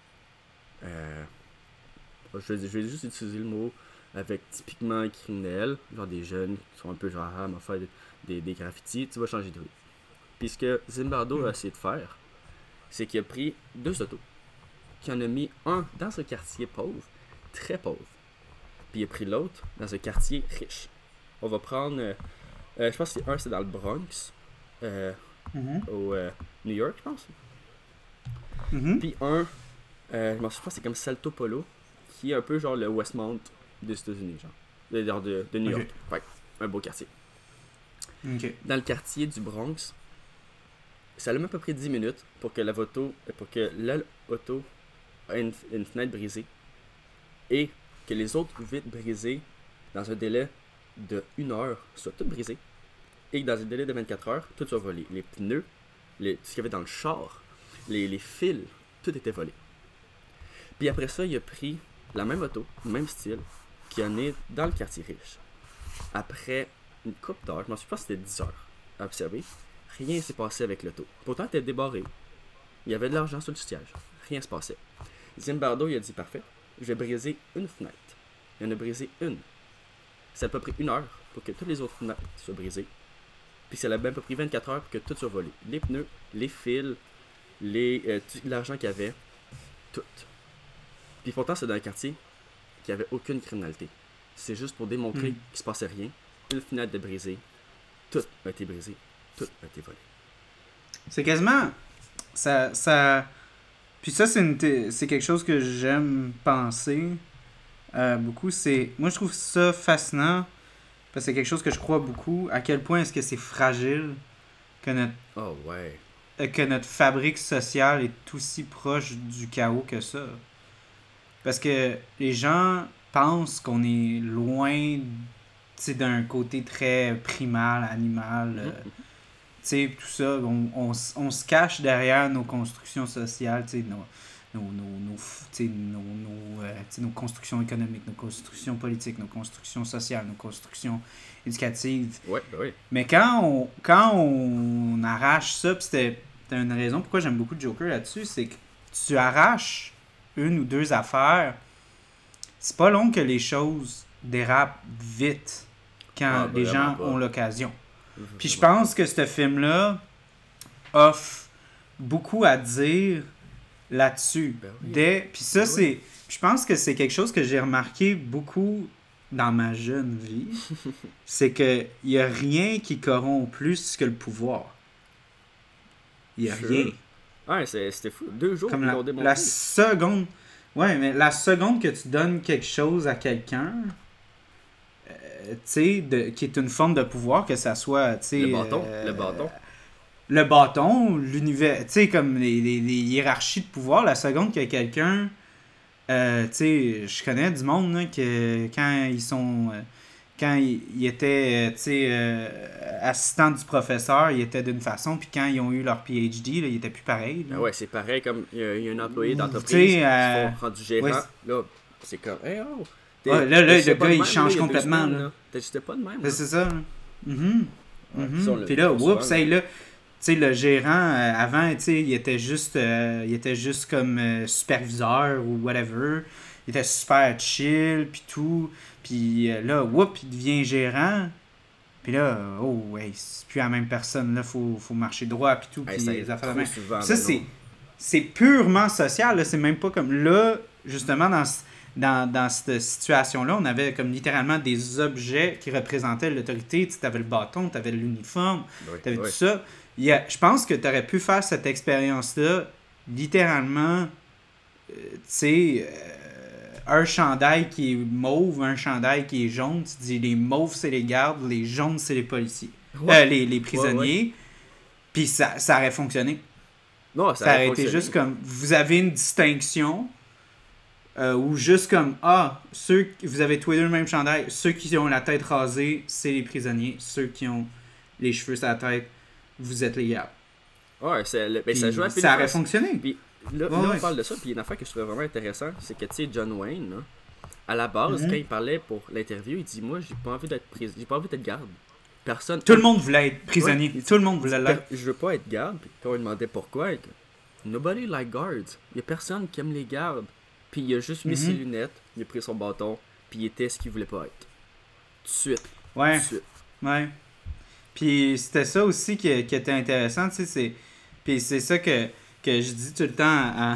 Speaker 2: Euh, je, vais, je vais juste utiliser le mot avec typiquement criminels, genre des jeunes qui sont un peu genre, ah, m'a fait des, des graffitis, tu vas changer de rue. Puis ce que Zimbardo a
Speaker 1: Mhm.
Speaker 2: essayé de faire, c'est qu'il a pris deux autos, qu'il en a mis un dans un quartier pauvre, très pauvre, puis il a pris l'autre dans un quartier riche. On va prendre, euh, euh, je pense que c'est un, c'est dans le Bronx, euh,
Speaker 1: Mhm.
Speaker 2: au euh, New York, je pense.
Speaker 1: Mhm.
Speaker 2: Puis un, euh, je m'en souviens pas, c'est comme Salto Polo, qui est un peu genre le Westmount des États-Unis, genre, de, genre de, de New
Speaker 1: Ok.
Speaker 2: York. Ouais, un beau quartier.
Speaker 1: Ok.
Speaker 2: Dans le quartier du Bronx, ça a même à peu près dix minutes pour que la auto, pour que l'auto ait une, une fenêtre brisée et que les autres vitres brisées dans un délai de une heure soient toutes brisées et que dans un délai de vingt-quatre heures, tout soit volé. Les pneus, les, tout ce qu'il y avait dans le char, les, les fils, tout était volé. Puis après ça, il a pris la même auto, le même style, qui en est dans le quartier riche. Après une couple d'heures, je m'en souviens pas si c'était dix heures à observer, rien ne s'est passé avec l'auto. Pourtant, elle était débarrée. Il y avait de l'argent sur le siège. Rien ne se passait. Zimbardo, il a dit parfait, je vais briser une fenêtre. Il en a brisé une. Ça a à peu près une heure pour que toutes les autres fenêtres soient brisées. Puis ça a même pas pris vingt-quatre heures pour que tout soit volé. Les pneus, les fils, les, euh, tout l'argent qu'il y avait, tout. Puis pourtant, c'est dans un quartier qui avait aucune criminalité. C'est juste pour démontrer
Speaker 1: Mm.
Speaker 2: qu'il se passait rien. Une fenêtre de brisée. Tout a été brisé. Tout a été volé.
Speaker 1: C'est quasiment. Ça. ça... Puis ça, c'est, une thé- c'est quelque chose que j'aime penser euh, beaucoup. C'est... Moi, je trouve ça fascinant parce que c'est quelque chose que je crois beaucoup. À quel point est-ce que c'est fragile que notre,
Speaker 2: Oh ouais.
Speaker 1: euh, que notre fabrique sociale est aussi proche du chaos que ça. Parce que les gens pensent qu'on est loin, tu sais, d'un côté très primal, animal. euh,
Speaker 2: Mhm.
Speaker 1: Tu sais, tout ça, on, on, s- on se cache derrière nos constructions sociales, tu sais, nos, nos, nos, nos, f- tu sais, nos, nos, euh, tu sais, nos constructions économiques, nos constructions politiques, nos constructions sociales, nos constructions éducatives.
Speaker 2: Ouais, ben oui.
Speaker 1: Mais quand on, quand on arrache ça, puis c'était c'était une raison pourquoi j'aime beaucoup Joker là-dessus, c'est que tu arraches une ou deux affaires, c'est pas long que les choses dérapent vite quand
Speaker 2: Ah,
Speaker 1: les gens
Speaker 2: pas.
Speaker 1: ont l'occasion. Puis je pense que ce film-là offre beaucoup à dire là-dessus.
Speaker 2: Ben oui.
Speaker 1: Dès... Puis ça,
Speaker 2: Ben
Speaker 1: c'est...
Speaker 2: oui.
Speaker 1: Je pense que c'est quelque chose que j'ai remarqué beaucoup dans ma jeune vie. C'est que il y a rien qui corrompt plus que le pouvoir. Il y a
Speaker 2: Sure.
Speaker 1: rien.
Speaker 2: Ouais, c'est, c'était fou. Deux jours,
Speaker 1: Comme
Speaker 2: ils
Speaker 1: la,
Speaker 2: l'ont démontré.
Speaker 1: la seconde... Ouais, mais la seconde que tu donnes quelque chose à quelqu'un, euh, tu sais, de- qui est une forme de pouvoir, que ça soit, tu sais...
Speaker 2: Le bâton,
Speaker 1: euh,
Speaker 2: le bâton.
Speaker 1: Le bâton, l'univers... Tu sais, comme les, les, les hiérarchies de pouvoir, la seconde que quelqu'un... Euh, tu sais, je connais du monde, là, que quand ils sont... euh, quand ils, ils étaient, euh, tu sais, euh, assistants du professeur, ils étaient d'une façon, puis quand ils ont eu leur P H D, là, ils étaient plus pareils. là.
Speaker 2: Ah ouais, c'est pareil comme il y, a- il y a un employé
Speaker 1: Tu
Speaker 2: d'entreprise
Speaker 1: sais,
Speaker 2: qui
Speaker 1: euh,
Speaker 2: se font rendu gérant.
Speaker 1: ouais,
Speaker 2: Là, c'est comme, hey oh! T'es-
Speaker 1: Ouais, là, là,
Speaker 2: t'agissais
Speaker 1: le
Speaker 2: pas
Speaker 1: gars,
Speaker 2: de
Speaker 1: il
Speaker 2: même,
Speaker 1: change
Speaker 2: là, il y a deux
Speaker 1: complètement,
Speaker 2: semaines,
Speaker 1: là.
Speaker 2: T'agissais pas de même.
Speaker 1: Ben,
Speaker 2: là.
Speaker 1: c'est ça. là. Mhm.
Speaker 2: Ouais,
Speaker 1: Mhm.
Speaker 2: ça, on l'a
Speaker 1: Puis
Speaker 2: vu
Speaker 1: là,
Speaker 2: trop souvent,
Speaker 1: oups,
Speaker 2: là.
Speaker 1: hey, là, tu sais, le gérant, euh, avant, tu sais, il était juste, euh, il était juste comme euh, superviseur ou whatever. Il était super chill, puis tout. Puis euh, là, oups, il devient gérant. Puis là, oh, ouais, c'est plus la même personne, là, faut, faut marcher droit, puis tout.
Speaker 2: Hey,
Speaker 1: Puis
Speaker 2: ça
Speaker 1: les
Speaker 2: arrive
Speaker 1: affaires de
Speaker 2: trop
Speaker 1: même.
Speaker 2: souvent,
Speaker 1: Ça,
Speaker 2: ben
Speaker 1: c'est,
Speaker 2: non.
Speaker 1: c'est purement social, là, c'est même pas comme... Là, justement, dans, ce- dans, dans cette situation-là, on avait comme littéralement des objets qui représentaient l'autorité. Tu avais le bâton, tu avais l'uniforme,
Speaker 2: Ouais,
Speaker 1: tu avais
Speaker 2: ouais.
Speaker 1: tout ça. Il y a, je pense que tu aurais pu faire cette expérience-là, littéralement, euh, tu sais, euh, un chandail qui est mauve, un chandail qui est jaune. Tu dis, les mauves, c'est les gardes, les jaunes, c'est les policiers.
Speaker 2: Ouais.
Speaker 1: Euh, les, les prisonniers. Puis ça, ça aurait fonctionné.
Speaker 2: Non, ça,
Speaker 1: Ça
Speaker 2: a
Speaker 1: aurait été
Speaker 2: fonctionné.
Speaker 1: juste comme, vous avez une distinction, euh, ou juste comme, ah, ceux, vous avez tous les deux le même chandail, ceux qui ont la tête rasée, c'est les prisonniers, ceux qui ont les cheveux sur la tête, vous êtes les gardes.
Speaker 2: Ouais, c'est, le- ben,
Speaker 1: Puis
Speaker 2: ça joue à pile
Speaker 1: ça aurait
Speaker 2: face.
Speaker 1: fonctionné.
Speaker 2: Puis là,
Speaker 1: Ouais,
Speaker 2: là,
Speaker 1: ouais.
Speaker 2: on parle de ça, puis une affaire que je trouvais vraiment intéressant, c'est que, tu sais, John Wayne, là, à la base,
Speaker 1: Mhm.
Speaker 2: quand il parlait pour l'interview, il dit, moi, j'ai pas envie d'être pris... j'ai pas envie d'être garde. Personne...
Speaker 1: Tout le monde voulait être prisonnier.
Speaker 2: Ouais, il dit-
Speaker 1: Tout le monde
Speaker 2: il dit,
Speaker 1: voulait l'être.
Speaker 2: Per- Je veux pas être garde, puis quand on lui demandait pourquoi, il dit, nobody like guards. Il y a personne qui aime les gardes. Puis il a juste mis
Speaker 1: Mhm.
Speaker 2: ses lunettes, il a pris son bâton, puis il était ce qu'il voulait pas être. Tout de suite.
Speaker 1: Ouais.
Speaker 2: Tout de suite.
Speaker 1: Ouais. Puis c'était ça aussi qui, qui était intéressant, tu sais, c'est... Puis c'est ça que, que je dis tout le temps à,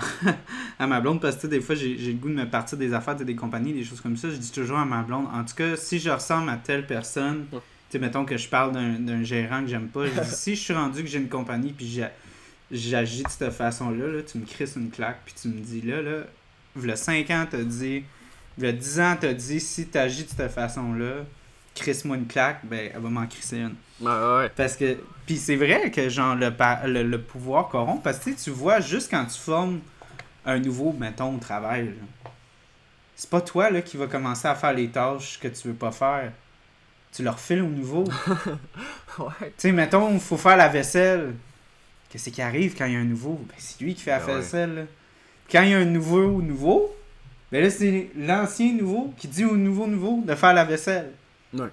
Speaker 1: à ma blonde, parce que tu sais, des fois, j'ai, j'ai le goût de me partir des affaires, tu sais, des compagnies, des choses comme ça. Je dis toujours à ma blonde, en tout cas, si je ressemble à telle personne,
Speaker 2: Ouais.
Speaker 1: tu sais, mettons que je parle d'un, d'un gérant que j'aime pas, je dis, si je suis rendu que j'ai une compagnie, puis j'a- j'agis de cette façon-là, là, tu me crisses une claque, puis tu me dis, là, là, v'là cinq ans, t'as dit, v'là dix ans, t'as dit, si t'agis de cette façon-là, crisse-moi une claque, ben, elle va m'en crisser une.
Speaker 2: Ouais, ouais, ouais.
Speaker 1: Parce que, puis c'est vrai que genre le, pa- le, le pouvoir corrompt, parce que tu sais, tu vois, juste quand tu formes un nouveau, mettons, travail, là, c'est pas toi là qui va commencer à faire les tâches que tu veux pas faire. Tu leur files au nouveau. Tu
Speaker 2: Ouais.
Speaker 1: sais, mettons, il faut faire la vaisselle. Qu'est-ce qui arrive quand il y a un nouveau? Ben, c'est lui qui fait la
Speaker 2: Ben ouais.
Speaker 1: vaisselle. Là. Quand il y a un nouveau nouveau, ben là, c'est l'ancien nouveau qui dit au nouveau nouveau de faire la vaisselle.
Speaker 2: Ouais.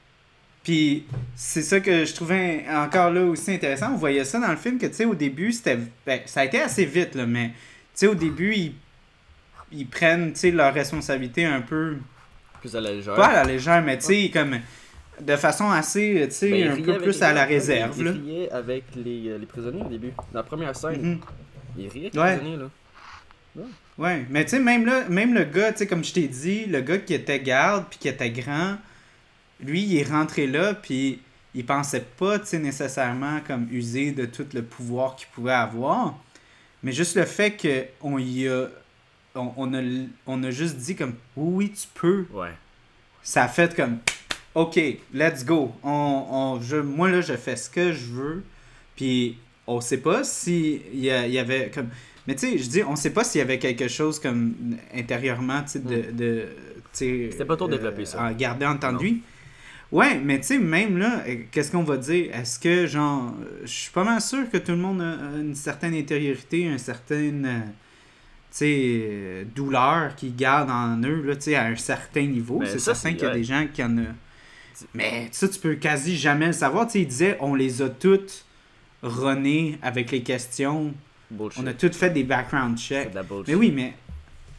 Speaker 1: Puis c'est ça que je trouvais encore là aussi intéressant. On voyait ça dans le film que, tu sais, au début, c'était... Ben, ça a été assez vite, là, mais, tu sais, au début, ils, ils prennent, tu sais, leur responsabilité un peu...
Speaker 2: Plus à la légère.
Speaker 1: Pas à la légère, mais, tu sais, comme... De façon assez, tu sais,
Speaker 2: Ben, il
Speaker 1: un
Speaker 2: riait
Speaker 1: peu
Speaker 2: avec
Speaker 1: plus
Speaker 2: les
Speaker 1: à la
Speaker 2: gars,
Speaker 1: réserve,
Speaker 2: il,
Speaker 1: là.
Speaker 2: il riait avec les, euh, les prisonniers au début. Dans la première scène,
Speaker 1: Mhm.
Speaker 2: il riait avec
Speaker 1: Ouais.
Speaker 2: les prisonniers, là.
Speaker 1: Ouais, mais tu sais, même là, même le gars, tu sais, comme je t'ai dit, le gars qui était garde puis qui était grand, lui, il est rentré là, puis il pensait pas, tu sais, nécessairement comme user de tout le pouvoir qu'il pouvait avoir. Mais juste le fait qu'on y a... On, on, a, on a juste dit comme, oui, oui, tu peux.
Speaker 2: Ouais.
Speaker 1: Ça a fait comme, OK, let's go. On, on, je, moi, là, je fais ce que je veux. Puis, on sait pas si il y, a- il y avait comme... Mais tu sais, je dis, on sait pas s'il y avait quelque chose comme intérieurement, tu sais, de...
Speaker 2: Mm.
Speaker 1: de tu sais,
Speaker 2: C'était pas trop développé, ça.
Speaker 1: En garder entendu. Ouais, mais tu sais, même là, euh, qu'est-ce qu'on va dire? Est-ce que, genre, euh, je suis pas mal sûr que tout le monde a a une certaine intériorité, une certaine, euh, tu sais, euh, douleur qu'ils gardent en eux, là, tu sais, à un certain niveau.
Speaker 2: Ben,
Speaker 1: c'est
Speaker 2: ça,
Speaker 1: certain
Speaker 2: c'est-
Speaker 1: qu'il y a
Speaker 2: ouais.
Speaker 1: des gens qui en ont... Mais ça, tu peux quasi jamais le savoir. Tu sais, il disait, on les a toutes runnées avec les questions.
Speaker 2: Bullshit.
Speaker 1: On a toutes fait des background
Speaker 2: C'est
Speaker 1: checks.
Speaker 2: de la bullshit.
Speaker 1: Mais oui, mais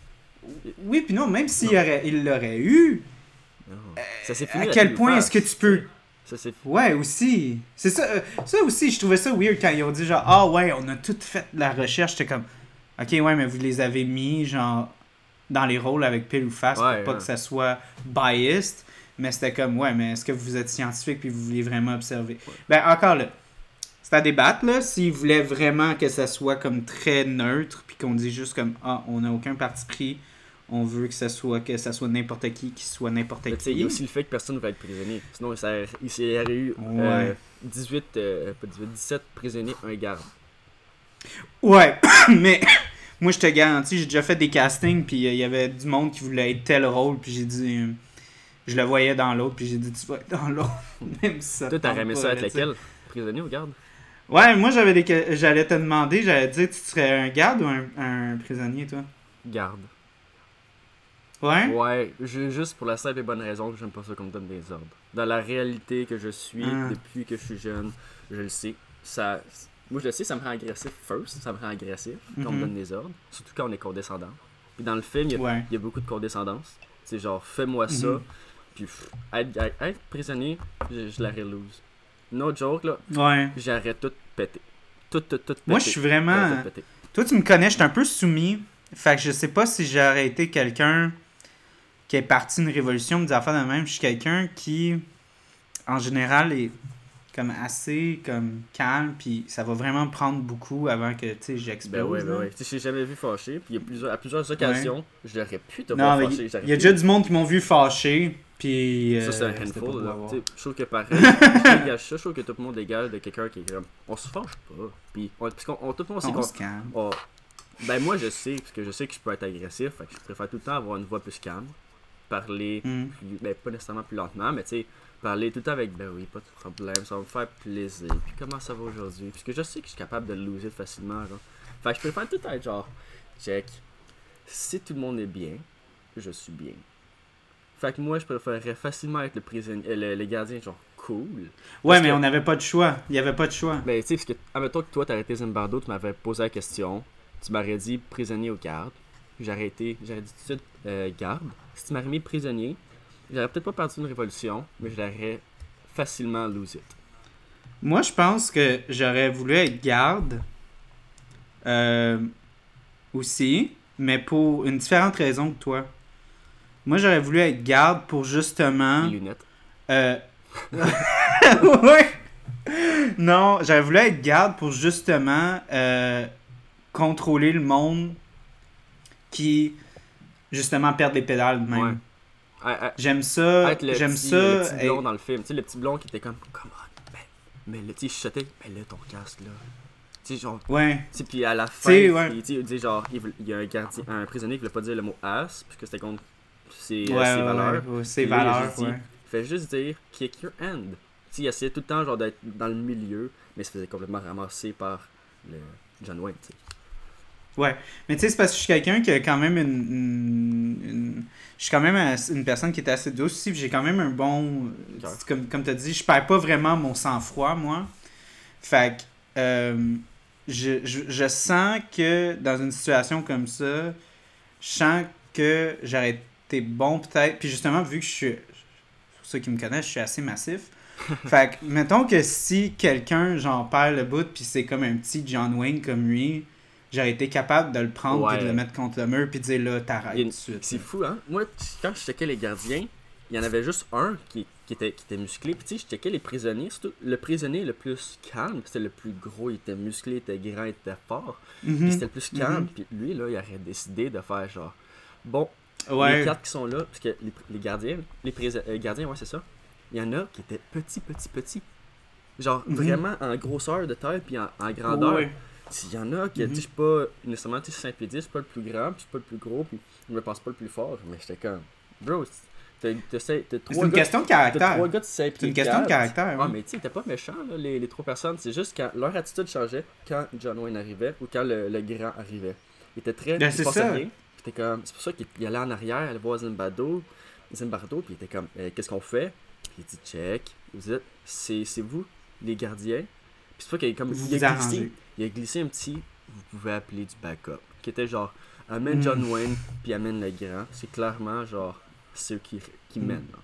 Speaker 1: Oui, puis non, même s'il aurait, il l'aurait eu,
Speaker 2: Non. Ça s'est fini
Speaker 1: à
Speaker 2: la
Speaker 1: quel
Speaker 2: pile
Speaker 1: point
Speaker 2: face,
Speaker 1: est-ce que tu peux...
Speaker 2: Ça s'est
Speaker 1: Ouais, aussi. C'est ça, euh, ça aussi, je trouvais ça weird quand ils ont dit genre, ah ouais, on a tout fait de la recherche. J'étais comme, ok, ouais, mais vous les avez mis, genre, dans les rôles avec pile ou face pour
Speaker 2: Ouais,
Speaker 1: pas
Speaker 2: ouais.
Speaker 1: que ça soit biased. Mais c'était comme, ouais, mais est-ce que vous êtes scientifique puis vous voulez vraiment observer?
Speaker 2: Ouais.
Speaker 1: Ben, encore là, c'est à débattre, là, s'ils voulaient vraiment que ça soit comme très neutre puis qu'on dit juste comme, ah, on n'a aucun parti pris, on veut que ça soit que ça soit n'importe qui, qui soit n'importe
Speaker 2: Mais tu sais, il y a
Speaker 1: qui.
Speaker 2: aussi le fait que personne ne va être prisonnier. Sinon, ça, il s'y aurait eu
Speaker 1: Ouais.
Speaker 2: euh, dix-huit, euh, pas dix-huit, dix-sept prisonniers, un garde.
Speaker 1: Ouais, mais moi je te garantis, j'ai déjà fait des castings puis il y avait du monde qui voulait être tel rôle puis j'ai dit euh, je le voyais dans l'autre puis j'ai dit tu vas être dans l'autre même si ça te
Speaker 2: Toi, t'aurais
Speaker 1: tente
Speaker 2: aimé
Speaker 1: pas,
Speaker 2: ça
Speaker 1: là,
Speaker 2: être
Speaker 1: tu sais.
Speaker 2: lequel? Prisonnier ou garde?
Speaker 1: Ouais, moi j'avais des que- j'allais te demander, j'allais te dire tu serais un garde ou un, un prisonnier toi.
Speaker 2: Garde.
Speaker 1: Ouais.
Speaker 2: Ouais, ju- juste pour la simple et bonne raison que j'aime pas ça qu'on me donne des ordres. Dans la réalité que je suis
Speaker 1: Ah.
Speaker 2: depuis que je suis jeune, je le sais. Ça, moi, je le sais, ça me rend agressif first. Ça me rend agressif quand on me
Speaker 1: Mhm.
Speaker 2: donne des ordres. Surtout quand on est condescendant. Puis dans le film, il y a,
Speaker 1: Ouais.
Speaker 2: il y a beaucoup de condescendance. C'est genre, fais-moi ça.
Speaker 1: Mhm.
Speaker 2: Puis pff, être, être- être prisonnier, je, je l'arrête lose. No joke, là,
Speaker 1: Ouais.
Speaker 2: j'arrête tout péter. Tout, tout, tout péter.
Speaker 1: Moi je suis
Speaker 2: J'arrête
Speaker 1: vraiment
Speaker 2: tout péter.
Speaker 1: toi tu me connais, je suis un peu soumis. Fait que je sais pas si j'aurais été quelqu'un qui est parti d'une révolution, des affaires de même. Je suis quelqu'un qui, en général, est comme assez comme calme, puis ça va vraiment prendre beaucoup avant que tu sais j'explose.
Speaker 2: Ben ouais, ben
Speaker 1: là.
Speaker 2: ouais. Tu sais, je t'ai jamais vu fâché. Puis il y a plusieurs, à plusieurs occasions, j'aurais pu te
Speaker 1: Non,
Speaker 2: voir
Speaker 1: mais
Speaker 2: fâché.
Speaker 1: il
Speaker 2: j'aurais
Speaker 1: y a
Speaker 2: pu-
Speaker 1: déjà du monde qui m'ont vu fâché, puis
Speaker 2: Ça, c'est un
Speaker 1: euh, c'était pas
Speaker 2: handful.
Speaker 1: pour
Speaker 2: Là.
Speaker 1: avoir.
Speaker 2: Tu sais, je trouve que pareil, je dégage ça. Je trouve que tout le monde égale de quelqu'un qui est comme. On se fâche pas. Puis, on, parce qu'on, on- tout le monde sait
Speaker 1: On
Speaker 2: qu'on.
Speaker 1: se calme.
Speaker 2: on- ben, moi, je sais, parce que je sais que je peux être agressif. Fait que je préfère tout le temps avoir une voix plus calme. Parler,
Speaker 1: Mm.
Speaker 2: plus, ben, pas nécessairement plus lentement, mais tu sais, parler tout le temps avec. Ben oui, pas de problème, ça va me faire plaisir. Puis, comment ça va aujourd'hui? Parce que je sais que je suis capable de le loser facilement. Genre. Fait que je préfère tout le temps être genre. Check. Si tout le monde est bien, je suis bien. Fait que moi, je préférerais facilement être le prisonnier, euh, le, le gardien, genre cool.
Speaker 1: Ouais,
Speaker 2: Parce
Speaker 1: mais
Speaker 2: que-
Speaker 1: on n'avait pas de choix. Il y avait pas de choix.
Speaker 2: Ben, tu sais, parce que, admettons que toi, t'aurais été Zimbardo, tu m'avais posé la question, tu m'aurais dit prisonnier ou garde. Puis j'aurais été, j'aurais dit tout de suite euh, garde. Si tu m'aurais mis prisonnier, j'aurais peut-être pas perdu une révolution, mais je l'aurais facilement lose it.
Speaker 1: Moi, je pense que j'aurais voulu être garde euh, aussi, mais pour une différente raison que toi. Moi, j'aurais voulu être garde pour justement.
Speaker 2: Les lunettes.
Speaker 1: Euh... ouais. Non, j'aurais voulu être garde pour justement euh, contrôler le monde qui justement perd des pédales de même.
Speaker 2: Ouais. Ah, ah,
Speaker 1: J'aime ça.
Speaker 2: être le
Speaker 1: J'aime
Speaker 2: petit,
Speaker 1: ça.
Speaker 2: le petit blond
Speaker 1: hey,
Speaker 2: dans le film. Tu sais, le petit blond qui était comme, come on, ben, mais le petit chuchotait, ben là, ton casque, là. Tu sais, genre,
Speaker 1: Ouais.
Speaker 2: tu sais, puis à la fin,
Speaker 1: T'sais, ouais.
Speaker 2: il, il dit genre, il, veut- il y a un gardien, un prisonnier qui voulait pas dire le mot ass, parce que c'était contre ses,
Speaker 1: Ouais,
Speaker 2: euh, ses
Speaker 1: ouais,
Speaker 2: valeurs.
Speaker 1: ouais, ouais, ses
Speaker 2: Puis là, il a
Speaker 1: valeurs,
Speaker 2: juste dit,
Speaker 1: ouais.
Speaker 2: Fait juste dire kick your hand. Tu sais, il essayait tout le temps genre d'être dans le milieu, mais il se faisait complètement ramasser par le John Wayne, tu sais.
Speaker 1: Ouais, mais tu sais, c'est parce que je suis quelqu'un qui a quand même une, une, une- Je suis quand même ass- une personne qui est assez douce aussi, puis j'ai quand même un bon...
Speaker 2: Cœur.
Speaker 1: Comme, comme tu as dit, je perds pas vraiment mon sang-froid, moi. Fait que... euh, je, je, je sens que dans une situation comme ça, je sens que j'aurais été bon peut-être, puis justement, vu que je suis... Pour ceux qui me connaissent, je suis assez massif. Fait que, mettons que si quelqu'un, j'en perd le bout, puis c'est comme un petit John Wayne comme lui, j'aurais été capable de le prendre
Speaker 2: Ouais.
Speaker 1: puis de le mettre contre le mur puis de dire là, t'arrêtes
Speaker 2: Il y a
Speaker 1: tout
Speaker 2: une-
Speaker 1: de suite.
Speaker 2: C'est fou, hein? Moi, t- quand je checkais les gardiens, il y en avait juste un qui, qui, était, qui était musclé. Puis tu sais, je checkais les prisonniers. Surtout, le prisonnier le plus calme, c'était le plus gros. Il était musclé, il était grand, il était fort.
Speaker 1: Mhm.
Speaker 2: Puis c'était le plus calme.
Speaker 1: Mhm.
Speaker 2: Puis lui, là, il aurait décidé de faire genre. Bon, les
Speaker 1: Ouais.
Speaker 2: quatre qui sont là, parce que les, pr- les gardiens, les pris- euh, gardiens, ouais, c'est ça. Il y en a qui étaient petits, petits, petits. Genre
Speaker 1: Mhm.
Speaker 2: vraiment en grosseur de taille puis en, en grandeur.
Speaker 1: Ouais.
Speaker 2: Il y en a qui,
Speaker 1: Mhm.
Speaker 2: tu sais, je suis pas nécessairement, tu sais, cinq pieds dix, je suis pas le plus grand, puis je suis pas le plus gros, puis je me pense pas le plus fort, mais j'étais comme, bro, t'as, t'as, cinq- t'as
Speaker 1: C'est
Speaker 2: trois
Speaker 1: une
Speaker 2: gars,
Speaker 1: question de
Speaker 2: t'as
Speaker 1: caractère.
Speaker 2: trois gars de cinq
Speaker 1: C'est
Speaker 2: pieds
Speaker 1: une question de
Speaker 2: quatre.
Speaker 1: caractère.
Speaker 2: Ah,
Speaker 1: hein.
Speaker 2: mais tu sais, t'es pas méchant, là, les, les trois personnes, c'est juste quand leur attitude changeait quand John Wayne arrivait ou quand le, le grand arrivait. Il était très,
Speaker 1: Ben,
Speaker 2: il se
Speaker 1: c'est
Speaker 2: passait
Speaker 1: ça.
Speaker 2: rien, puis t'es comme, c'est pour ça qu'il il allait en arrière, aller voir Zimbardo, Zimbardo, puis il était comme, Eh, qu'est-ce qu'on fait? Puis il dit, check, vous êtes, c'est, c'est vous, les gardiens. Puis c'est pas qu'il a comme,
Speaker 1: Vous
Speaker 2: il a
Speaker 1: vous
Speaker 2: glissé,
Speaker 1: arrangez.
Speaker 2: il a glissé un petit, vous pouvez appeler du backup. qui était genre amène
Speaker 1: Mm.
Speaker 2: John Wayne puis amène le grand. C'est clairement genre ceux qui, qui
Speaker 1: Mm.
Speaker 2: mènent. Là.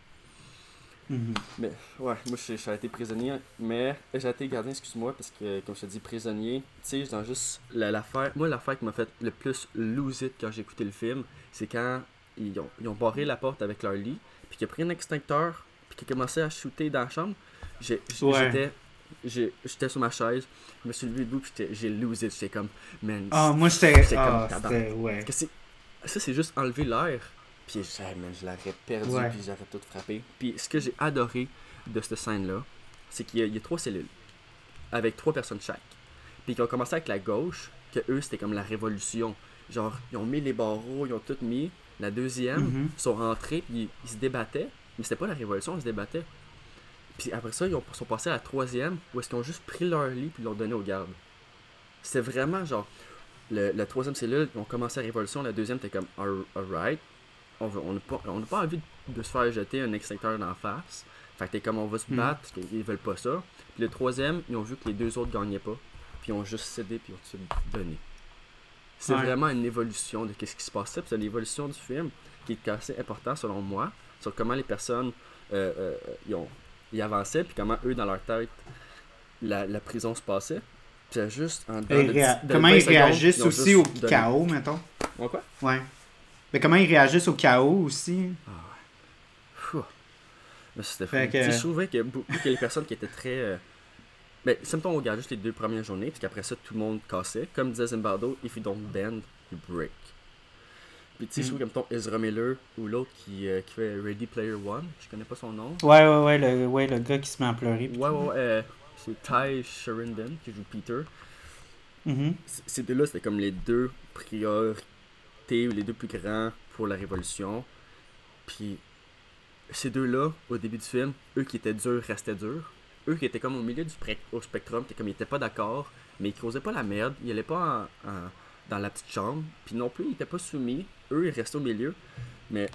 Speaker 1: Mhm.
Speaker 2: Mais ouais, moi j'ai j'ai été prisonnier, mais j'ai été gardien, excuse-moi, parce que comme je te dis prisonnier, tu sais, dans juste la- l'affaire. Moi, l'affaire qui m'a fait le plus lose it quand j'ai écouté le film, c'est quand ils ont, ils ont barré la porte avec leur lit, puis qu'ils ont pris un extincteur, puis qu'ils ont commencé à shooter dans la chambre. J'ai- j'-
Speaker 1: Ouais.
Speaker 2: J'étais. j'ai- J'étais sur ma chaise, je me suis levé debout, puis j'étais- j'ai lose it. J'étais comme, man.
Speaker 1: Ah, moi, j'étais.
Speaker 2: J'étais
Speaker 1: Ah,
Speaker 2: comme tabarnak.
Speaker 1: c'était. Ouais.
Speaker 2: Parce que c'est- ça, c'est juste enlever l'air. Puis je, hey, man, je l'aurais perdu,
Speaker 1: Ouais.
Speaker 2: puis j'aurais tout frappé. Puis ce que j'ai adoré de cette scène-là, c'est qu'il y, a- il y a trois cellules, avec trois personnes chaque. Puis ils ont commencé avec la gauche, que eux, c'était comme la révolution. Genre, ils ont mis les barreaux, ils ont tout mis. La deuxième,
Speaker 1: Mhm.
Speaker 2: ils sont rentrés, puis ils, ils se débattaient. Mais c'était pas la révolution, ils se débattaient. Puis après ça, ils ont- sont passés à la troisième, où est-ce qu'ils ont juste pris leur lit, puis ils l'ont donné aux gardes. C'était vraiment genre, le, la troisième cellule, ils ont commencé la révolution, la deuxième, était comme, All- alright. On veut- on n'a pas, on n'a pas envie de, de se faire jeter un extincteur d'en face. Fait que t'es comme, on va se
Speaker 1: Mm.
Speaker 2: battre parce qu'ils veulent pas ça. Puis le troisième, ils ont vu que les deux autres gagnaient pas. Puis ils ont juste cédé puis ils ont tout donné. C'est
Speaker 1: Ouais.
Speaker 2: vraiment une évolution de ce qui se passait. Puis c'est l'évolution du film qui est assez important selon moi. Sur comment les personnes euh, euh, ils, ont, ils avançaient. Puis comment eux, dans leur tête, la, la prison se passait. Puis c'est juste en dedans
Speaker 1: Et
Speaker 2: de
Speaker 1: réa-
Speaker 2: dix- de
Speaker 1: Comment
Speaker 2: vingt
Speaker 1: ils
Speaker 2: secondes,
Speaker 1: réagissent
Speaker 2: ils ont
Speaker 1: aussi au
Speaker 2: juste donné.
Speaker 1: chaos, mettons.
Speaker 2: Ouais, quoi?
Speaker 1: Ouais. Mais comment ils réagissent au chaos aussi.
Speaker 2: Pfff. Mais c'était fou.
Speaker 1: Fait que-
Speaker 2: Tu sais, je trouvais que beaucoup que les personnes qui étaient très. Euh... Ben, symptômes, on regarde juste les deux premières journées, puis qu'après ça, tout le monde cassait. Comme disait Zimbardo, if you don't bend, you break. Puis tu sais, je
Speaker 1: Mm.
Speaker 2: trouve comme ton Ezra Miller ou l'autre qui, euh, qui fait Ready Player One, je connais pas son nom.
Speaker 1: Ouais, ouais, ouais, le, ouais, le gars qui se met à pleurer. pis
Speaker 2: Ouais,
Speaker 1: tout.
Speaker 2: ouais, ouais. euh, c'est Ty Sheridan qui joue Peter.
Speaker 1: Mhm.
Speaker 2: C- Ces deux-là, c'était comme les deux priorités ou les deux plus grands pour la révolution. Puis ces deux-là, au début du film, eux qui étaient durs restaient durs. Eux qui étaient comme au milieu du spec- au spectrum, qui comme ils étaient pas d'accord, mais ils causaient pas la merde, ils allaient pas en- en- dans la petite chambre, puis non plus ils étaient pas soumis. Eux ils restaient au milieu, mais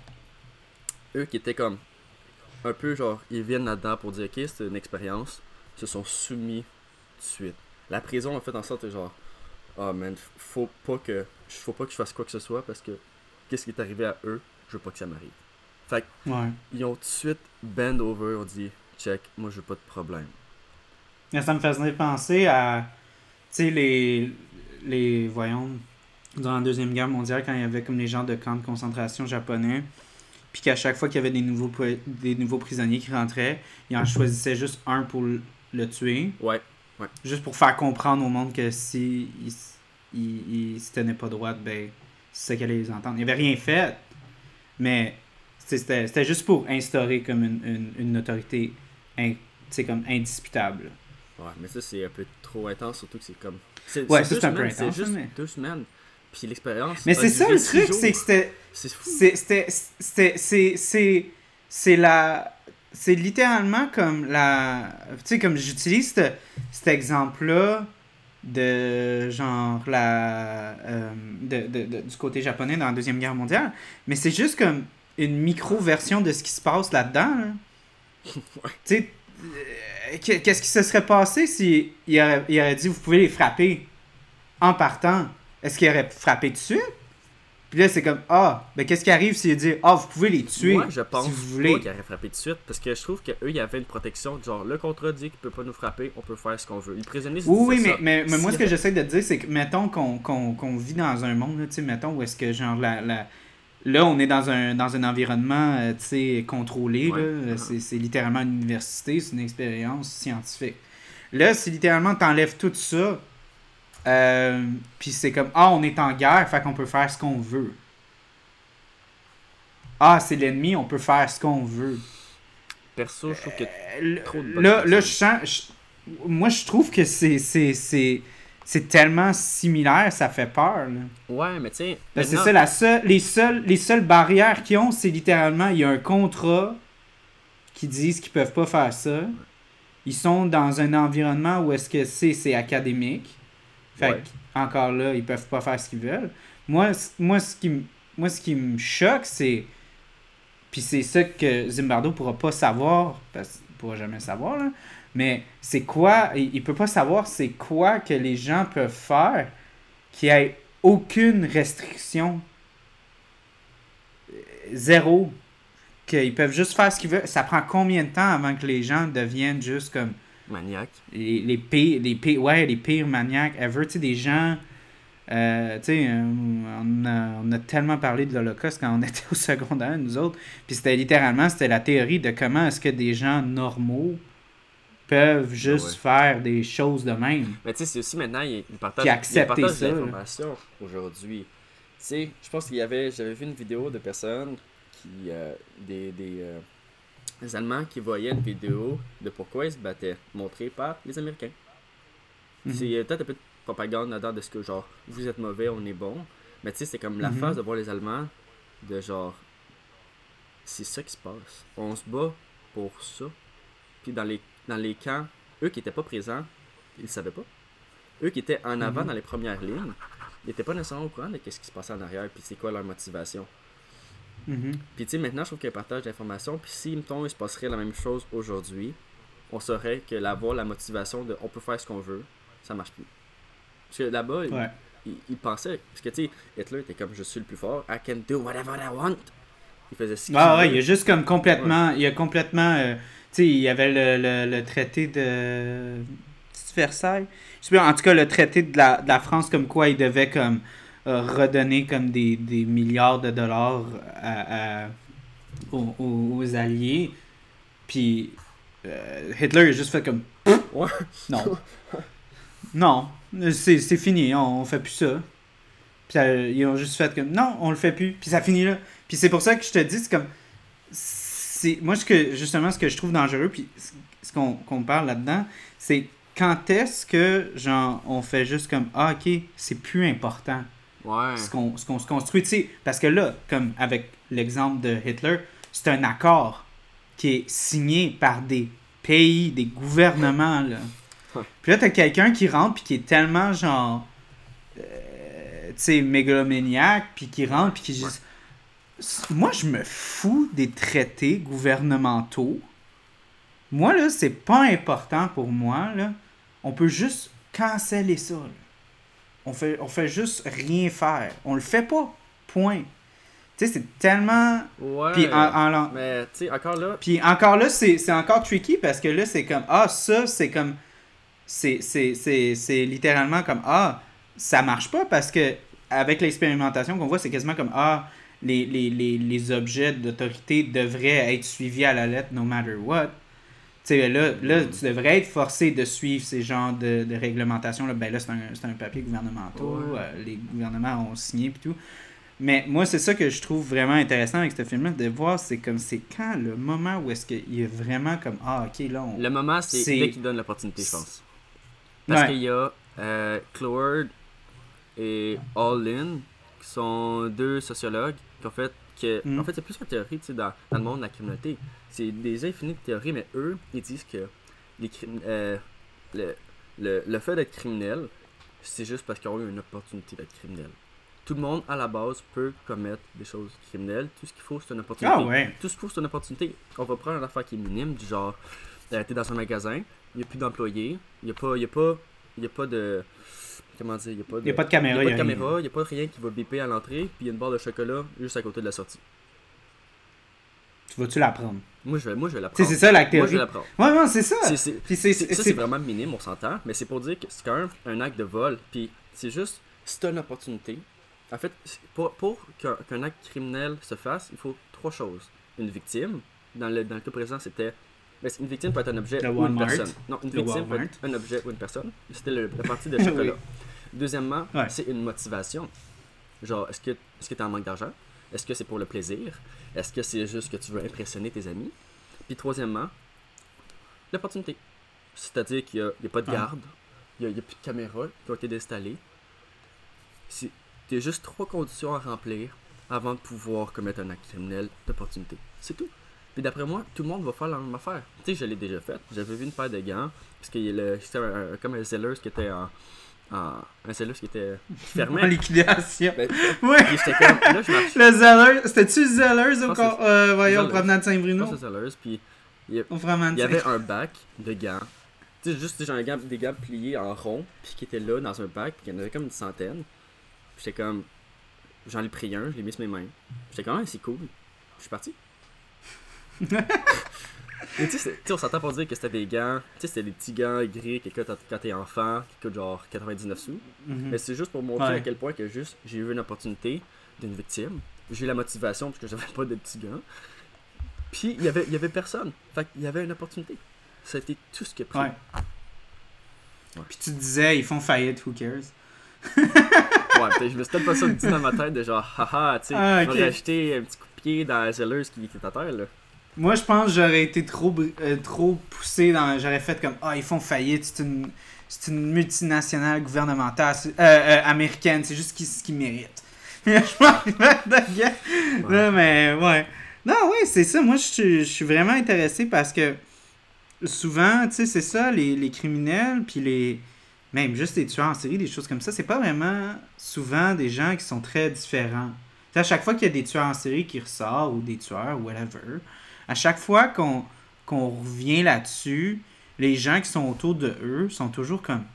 Speaker 2: eux qui étaient comme un peu genre, ils viennent là-dedans pour dire ok c'est une expérience, se sont soumis tout de suite. La prison a fait en sorte que genre, ah man, faut pas que, faut pas que je fasse quoi que ce soit parce que qu'est-ce qui est arrivé à eux, je veux pas que ça m'arrive. Fait que
Speaker 1: Ouais.
Speaker 2: ils ont tout de suite bend over, on dit check, moi je veux pas de problème.
Speaker 1: Mais ça me faisait penser à, tu sais, les, les, voyons, durant la Deuxième Guerre mondiale, quand il y avait comme les genres de camps de concentration japonais, puis qu'à chaque fois qu'il y avait des nouveaux, pri- des nouveaux prisonniers qui rentraient, ils en choisissaient juste un pour le, le tuer,
Speaker 2: Ouais,
Speaker 1: juste pour faire comprendre au monde que si ils s- ils- ils se tenaient pas droit, ben, c'est ça qu'elle allait les entendre. Ils n'avaient rien fait, mais tu sais, c'était c'était juste pour instaurer comme une, une, une autorité in- tu sais, comme indisputable.
Speaker 2: ouais, mais ça c'est un peu trop intense, surtout que c'est comme. C'est,
Speaker 1: Ouais,
Speaker 2: c'est
Speaker 1: ça,
Speaker 2: deux
Speaker 1: c'est un peu
Speaker 2: semaines,
Speaker 1: intense,
Speaker 2: C'est juste
Speaker 1: mais-
Speaker 2: deux semaines. Puis l'expérience.
Speaker 1: Mais
Speaker 2: a
Speaker 1: c'est ça
Speaker 2: duré
Speaker 1: le
Speaker 2: six
Speaker 1: truc,
Speaker 2: jours.
Speaker 1: c'est que c'était.
Speaker 2: C'est fou.
Speaker 1: C'est, c'était, c'était, c'est, c'est, c'est la, c'est littéralement comme la, tu sais, comme j'utilise ce- cet exemple-là de genre la, euh, de, de- de- du côté japonais dans la Deuxième Guerre mondiale, mais c'est juste comme une micro-version de ce qui se passe là-dedans. Là. Tu sais, euh, qu'est- qu'est-ce qui se serait passé si il aurait, il aurait dit vous pouvez les frapper en partant? Est-ce qu'il aurait frappé dessus? Puis là, c'est comme, ah, ben qu'est-ce qui arrive s'il dit, ah, vous pouvez les tuer
Speaker 2: Moi, je pense
Speaker 1: si vous
Speaker 2: pas
Speaker 1: voulez.
Speaker 2: qu'il aurait frappé tout de suite parce que je trouve qu'eux, il y avait une protection. Genre, le contrat dit qu'il peut pas nous frapper, on peut faire ce qu'on veut. Les prisonniers, ils
Speaker 1: Oui, oui,
Speaker 2: disaient
Speaker 1: mais,
Speaker 2: ça.
Speaker 1: mais, mais moi,
Speaker 2: Si-
Speaker 1: ce que j'essaie de te dire, c'est que, mettons qu'on qu'on qu'on vit dans un monde, là, tu sais, mettons, où est-ce que, genre, la, la... là, on est dans un, dans un environnement, euh, tu sais, contrôlé,
Speaker 2: Ouais.
Speaker 1: là.
Speaker 2: Uh-huh.
Speaker 1: C'est c'est littéralement une université, c'est une expérience scientifique. Là, si littéralement t'enlèves tout ça, euh, puis c'est comme, ah, on est en guerre, fait qu'on peut faire ce qu'on veut. Ah, c'est l'ennemi, on peut faire ce qu'on veut.
Speaker 2: Perso, je trouve que.
Speaker 1: Euh,
Speaker 2: Trop de bonnes
Speaker 1: là, là, je
Speaker 2: personnes.
Speaker 1: sens. je- moi, je trouve que c'est, c'est, c'est, c'est tellement similaire, ça fait peur. Là.
Speaker 2: Ouais, mais tu sais.
Speaker 1: Parce que
Speaker 2: maintenant-
Speaker 1: c'est ça, la seule, les, seules, les seules barrières qu'ils ont, c'est littéralement, il y a un contrat qui disent qu'ils peuvent pas faire ça. Ils sont dans un environnement où est-ce que c'est, c'est académique. Fait
Speaker 2: Ouais.
Speaker 1: que, encore là, ils peuvent pas faire ce qu'ils veulent. Moi, c- moi, ce qui me, moi, ce qui me choque, c'est. Puis c'est ça que Zimbardo pourra pas savoir, parce qu'il pourra jamais savoir, là. Mais c'est quoi, il, il peut pas savoir c'est quoi que les gens peuvent faire qui ait aucune restriction. Zéro. Qu'ils peuvent juste faire ce qu'ils veulent. Ça prend combien de temps avant que les gens deviennent juste comme...
Speaker 2: Maniaque.
Speaker 1: Les, les pires, les pires, ouais, les pires maniaques ever. Tu sais, des gens... Euh, tu sais, on a, on a tellement parlé de l'Holocauste quand on était au secondaire, nous autres. Puis c'était littéralement, c'était la théorie de comment est-ce que des gens normaux peuvent juste
Speaker 2: ouais.
Speaker 1: faire des choses de même.
Speaker 2: Mais tu sais, c'est aussi maintenant, ils partagent,
Speaker 1: Puis accepter
Speaker 2: ils partagent
Speaker 1: ça,
Speaker 2: l'information aujourd'hui. Tu sais, je pense qu'il y avait, j'avais vu une vidéo de personnes qui, euh, des, des, euh, des Allemands qui voyaient une vidéo de pourquoi ils se battaient, montrée par les Américains. Mm-hmm. C'est peut-être un peu de propagande là-dedans de ce que genre, vous êtes mauvais, on est bon. Mais tu sais, c'est comme la mm-hmm. phase de voir les Allemands, de genre, c'est ça qui se passe. On se bat pour ça. Puis dans les, dans les camps, eux qui n'étaient pas présents, ils ne savaient pas. Eux qui étaient en avant mm-hmm. dans les premières lignes, ils n'étaient pas nécessairement au courant de ce qui se passait en arrière, puis c'est quoi leur motivation.
Speaker 1: Mm-hmm.
Speaker 2: Puis tu sais, maintenant, je trouve qu'il y a un partage d'informations, puis si, mettons, il se passerait la même chose aujourd'hui, on saurait que l'avoir la motivation de on peut faire ce qu'on veut, ça marche plus. Parce que là-bas,
Speaker 1: ouais.
Speaker 2: il, il, il pensait, parce que tu sais, Hitler était comme je suis le plus fort, I can do whatever I want. Il faisait ce qu'il
Speaker 1: Ah
Speaker 2: voulait.
Speaker 1: ouais, il y a juste comme complètement, ouais. il y a complètement, euh, tu sais, il y avait le, le, le traité de Versailles. Je sais pas, en tout cas, le traité de la, de la France, comme quoi il devait comme euh, redonner comme des, des milliards de dollars à, à, aux, aux Alliés. Puis euh, Hitler a juste fait comme
Speaker 2: ouais.
Speaker 1: non. Non, c'est, c'est fini, on, on fait plus ça. Puis euh, ils ont juste fait comme non, on le fait plus. Puis ça finit là. Puis c'est pour ça que je te dis, c'est comme c'est moi ce que justement ce que je trouve dangereux, puis ce qu'on, qu'on parle là-dedans, c'est quand est-ce que genre on fait juste comme ah ok, c'est plus important.
Speaker 2: Ouais.
Speaker 1: Ce qu'on, ce qu'on se construit, tu sais, parce que là, comme avec l'exemple de Hitler, c'est un accord qui est signé par des pays, des gouvernements, là. Puis là, t'as quelqu'un qui rentre puis qui est tellement genre euh, tu sais, mégalomaniaque, puis qui rentre puis qui dit ouais. Moi, je me fous des traités gouvernementaux. Moi, là, c'est pas important pour moi, là. On peut juste canceller ça, là. On fait, on fait juste rien faire. On le fait pas. Point. Tu sais, c'est tellement...
Speaker 2: Ouais,
Speaker 1: puis en, en...
Speaker 2: mais tu sais, encore là...
Speaker 1: Puis encore là, c'est, c'est encore tricky parce que là, c'est comme... Ah, ça, c'est comme... C'est, c'est, c'est, c'est littéralement comme... Ah, ça marche pas parce que avec l'expérimentation qu'on voit, c'est quasiment comme... Ah, les, les, les, les objets d'autorité devraient être suivis à la lettre no matter what. Tu sais, là, là, tu devrais être forcé de suivre ces genres de, de réglementations. Là. Ben là, c'est un, c'est un papier gouvernemental. Ouais. Euh, les gouvernements ont signé et tout. Mais moi, c'est ça que je trouve vraiment intéressant avec ce film-là, de voir, c'est comme, c'est quand le moment où est-ce qu'il y a vraiment comme, ah, ok, là, on...
Speaker 2: Le moment, c'est, c'est... dès qu'il donne l'opportunité, je pense. Parce ouais. qu'il y a euh, Cloward et All-In, qui sont deux sociologues, qui ont fait que... Mm. En fait, c'est plus une théorie, tu sais, dans, dans le monde de la criminalité. C'est des infinies de théories, mais eux, ils disent que les crim... euh, le, le, le fait d'être criminel, c'est juste parce qu'ils ont eu une opportunité d'être criminel. Tout le monde, à la base, peut commettre des choses criminelles. Tout ce qu'il faut, c'est une opportunité.
Speaker 1: Ah ouais.
Speaker 2: Tout ce qu'il faut, c'est une opportunité. On va prendre une affaire qui est minime, du genre, euh, t'es dans un magasin, il n'y a plus d'employés, il n'y a pas, il y a pas, il y a pas de... Comment dire, il n'y a pas de...
Speaker 1: Il n'y a pas de caméra.
Speaker 2: Il n'y a pas de caméra, il n'y a pas rien qui va biper à l'entrée, puis il y a une barre de chocolat juste à côté de la sortie.
Speaker 1: Tu vas-tu la prendre?
Speaker 2: Moi, je vais, moi, je vais la prendre.
Speaker 1: C'est, c'est ça la théorie.
Speaker 2: Moi, je vais la prendre.
Speaker 1: Ouais, ouais, c'est ça.
Speaker 2: C'est, c'est,
Speaker 1: puis c'est, c'est,
Speaker 2: ça, c'est,
Speaker 1: c'est
Speaker 2: vraiment minime, on s'entend, mais c'est pour dire que c'est quand même un acte de vol, puis c'est juste, si t'as une opportunité, en fait, pour, pour qu'un, qu'un acte criminel se fasse, il faut trois choses. Une victime, dans le, dans le cas présent, c'était... Ben, une victime peut être un objet
Speaker 1: le
Speaker 2: ou une
Speaker 1: Walmart.
Speaker 2: personne. Non, une
Speaker 1: le
Speaker 2: victime
Speaker 1: Walmart.
Speaker 2: peut être un objet ou une personne. C'était le, la partie de chocolat. Oui. Deuxièmement, ouais. c'est une motivation. Genre, est-ce que est-ce que t'es en manque d'argent? Est-ce que c'est pour le plaisir? Est-ce que c'est juste que tu veux impressionner tes amis? Puis troisièmement, l'opportunité. C'est-à-dire qu'il n'y a, a pas de garde, il n'y a, a plus de caméras qui ont été installées. C'est, il y a juste trois conditions à remplir avant de pouvoir commettre un acte criminel d'opportunité. C'est tout. Puis d'après moi, tout le monde va faire la même affaire. Tu sais, je l'ai déjà fait. J'avais vu une paire de gants, parce qu'il y a le, c'était un, un, comme un Zellers qui était en... en un Zellers qui était fermé.
Speaker 1: En liquidation.
Speaker 2: Ben,
Speaker 1: oui.
Speaker 2: Puis j'étais comme... Là, je marche.
Speaker 1: Le Zellers. C'était-tu Zellers au corps? Euh, voyons, au promenade de Saint-Bruno?
Speaker 2: C'est Zellers, puis... Il y, a,
Speaker 1: il
Speaker 2: y avait un bac de gants. Tu sais, juste genre, un gant, des gants pliés en rond, puis qui étaient là dans un bac, puis il y en avait comme une centaine. J'étais comme, j'en ai pris un, je l'ai mis sur mes mains. J'étais comme, ah, c'est cool. Je suis parti. Mais tu sais, on s'entend pour dire que c'était des gants, tu sais, c'était des petits gants gris que quand, quand t'es enfant, qui coûtent genre quatre-vingt-dix-neuf sous. Mm-hmm. Mais c'est juste pour montrer ouais. à quel point que juste j'ai eu une opportunité d'une victime. J'ai eu la motivation parce que j'avais pas de petits gants. Puis il y avait, il y avait personne. Fait qu'il y avait une opportunité. Ça a été tout ce qui a pris.
Speaker 1: Ouais. Ouais. Puis tu te disais, ils font faillite, who cares?
Speaker 2: Ouais, peut-être je me suis peut-être pas ça dit dans ma tête de genre, haha, tu sais, ah, okay. on aurait acheté un petit coup de pied dans la zelleuse qui était à terre, là.
Speaker 1: Moi, je pense que j'aurais été trop, euh, trop poussé dans. J'aurais fait comme ah, ils font faillite, c'est une, c'est une multinationale gouvernementale euh, euh, américaine, c'est juste ce qu'ils méritent. Je pense de ouais. mais ouais. Non, oui, c'est ça. Moi, je suis vraiment intéressé parce que souvent, tu sais, c'est ça, les, les criminels, puis les. Même juste les tueurs en série, des choses comme ça, c'est pas vraiment souvent des gens qui sont très différents. T'sais, à chaque fois qu'il y a des tueurs en série qui ressortent, ou des tueurs, ou whatever. À chaque fois qu'on, qu'on revient là-dessus, les gens qui sont autour de eux sont toujours comme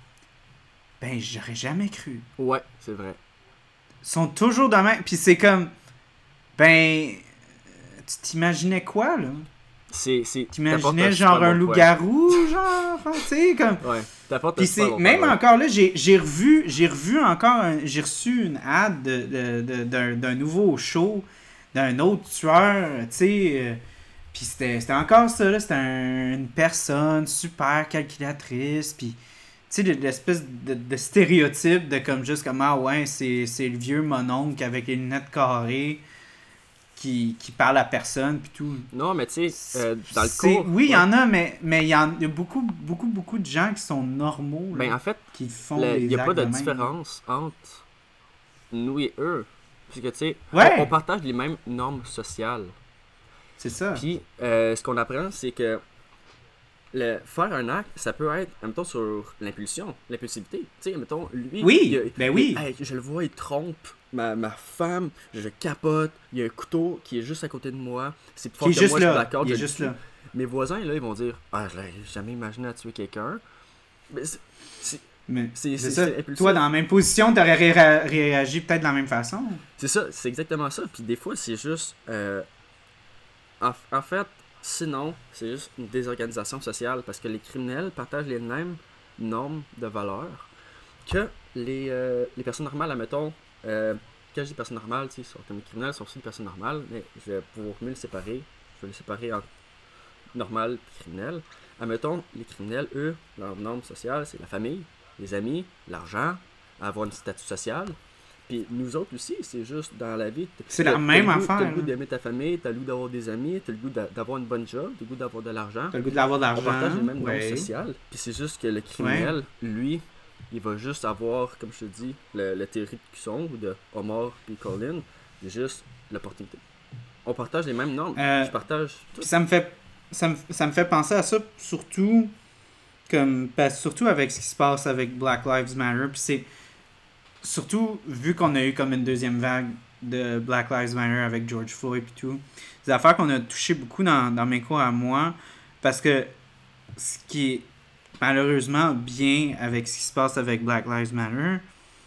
Speaker 1: « Ben, j'aurais jamais cru. »
Speaker 2: Ouais, c'est vrai.
Speaker 1: Ils sont toujours de même. Puis c'est comme « Ben, tu t'imaginais quoi, là? »
Speaker 2: C'est, c'est,
Speaker 1: T'imaginais genre un loup-garou, genre, tu sais, comme...
Speaker 2: Ouais, t'apportes
Speaker 1: Puis c'est, même ouais. encore là, j'ai, j'ai revu, j'ai revu encore, un, j'ai reçu une ad de, de, de, d'un, d'un nouveau show, d'un autre tueur, tu sais... Euh, Puis c'était, c'était encore ça, là, c'était un, une personne super calculatrice, puis tu sais, l'espèce de, de stéréotype de comme juste comme, ah ouais, c'est, c'est le vieux mononcle avec les lunettes carrées qui, qui parle à personne, puis tout.
Speaker 2: Non, mais tu sais, euh, dans le cours...
Speaker 1: Oui, il ouais. y en a, mais mais il y, en, y a beaucoup, beaucoup, beaucoup de gens qui sont normaux, là,
Speaker 2: ben, en fait,
Speaker 1: qui font
Speaker 2: le,
Speaker 1: des
Speaker 2: il n'y a pas de,
Speaker 1: de
Speaker 2: différence même. Entre nous et eux, parce que tu sais,
Speaker 1: ouais.
Speaker 2: on, on partage les mêmes normes sociales.
Speaker 1: C'est ça.
Speaker 2: Puis, euh, ce qu'on apprend, c'est que le, faire un acte, ça peut être, mettons, sur l'impulsion, l'impulsivité. Tu sais, mettons, lui...
Speaker 1: Oui,
Speaker 2: il a,
Speaker 1: ben oui.
Speaker 2: Il, hey, je le vois, il trompe ma, ma femme, je, je capote, il y a un couteau qui est juste à côté de moi, c'est plus fort que moi, je suis d'accord.
Speaker 1: Il est juste là.
Speaker 2: Mes voisins, là, ils vont dire « Ah, je n'aurais jamais imaginé à tuer quelqu'un. » Mais c'est... c'est
Speaker 1: Mais
Speaker 2: c'est,
Speaker 1: c'est,
Speaker 2: c'est,
Speaker 1: ça.
Speaker 2: c'est
Speaker 1: Toi, dans la même position, tu aurais ré- réagi peut-être de la même façon.
Speaker 2: C'est ça, c'est exactement ça. Puis des fois, c'est juste... Euh, En, en fait, sinon, c'est juste une désorganisation sociale parce que les criminels partagent les mêmes normes de valeurs que les, euh, les personnes normales. Admettons, euh, quand je dis personnes normales, tu sais, comme les criminels sont aussi des personnes normales, mais je vais pour mieux les séparer, je vais les séparer en normal et criminel. Admettons, les criminels, eux, leurs normes sociales, c'est la famille, les amis, l'argent, avoir un statut social. Puis nous autres aussi, c'est juste dans la vie.
Speaker 1: C'est la même affaire.
Speaker 2: T'as le goût d'aimer ta famille, t'as le goût d'avoir des amis, t'as le goût d'avoir une bonne job, t'as le goût d'avoir de l'argent.
Speaker 1: T'as le goût d'avoir de l'argent.
Speaker 2: On partage les mêmes normes
Speaker 1: ouais.
Speaker 2: sociales. Puis c'est juste que le criminel, ouais. lui, il va juste avoir, comme je te dis, le, le théorie de Cusson ou de Omar puis Colin, c'est juste l'opportunité. On partage les mêmes normes. Euh, je partage tout.
Speaker 1: Ça me fait, ça me, ça me fait penser à ça, surtout, comme, surtout avec ce qui se passe avec Black Lives Matter. Puis c'est. Surtout, vu qu'on a eu comme une deuxième vague de Black Lives Matter avec George Floyd et tout, des affaires qu'on a touché beaucoup dans, dans mes cours à moi, parce que ce qui est malheureusement bien avec ce qui se passe avec Black Lives Matter,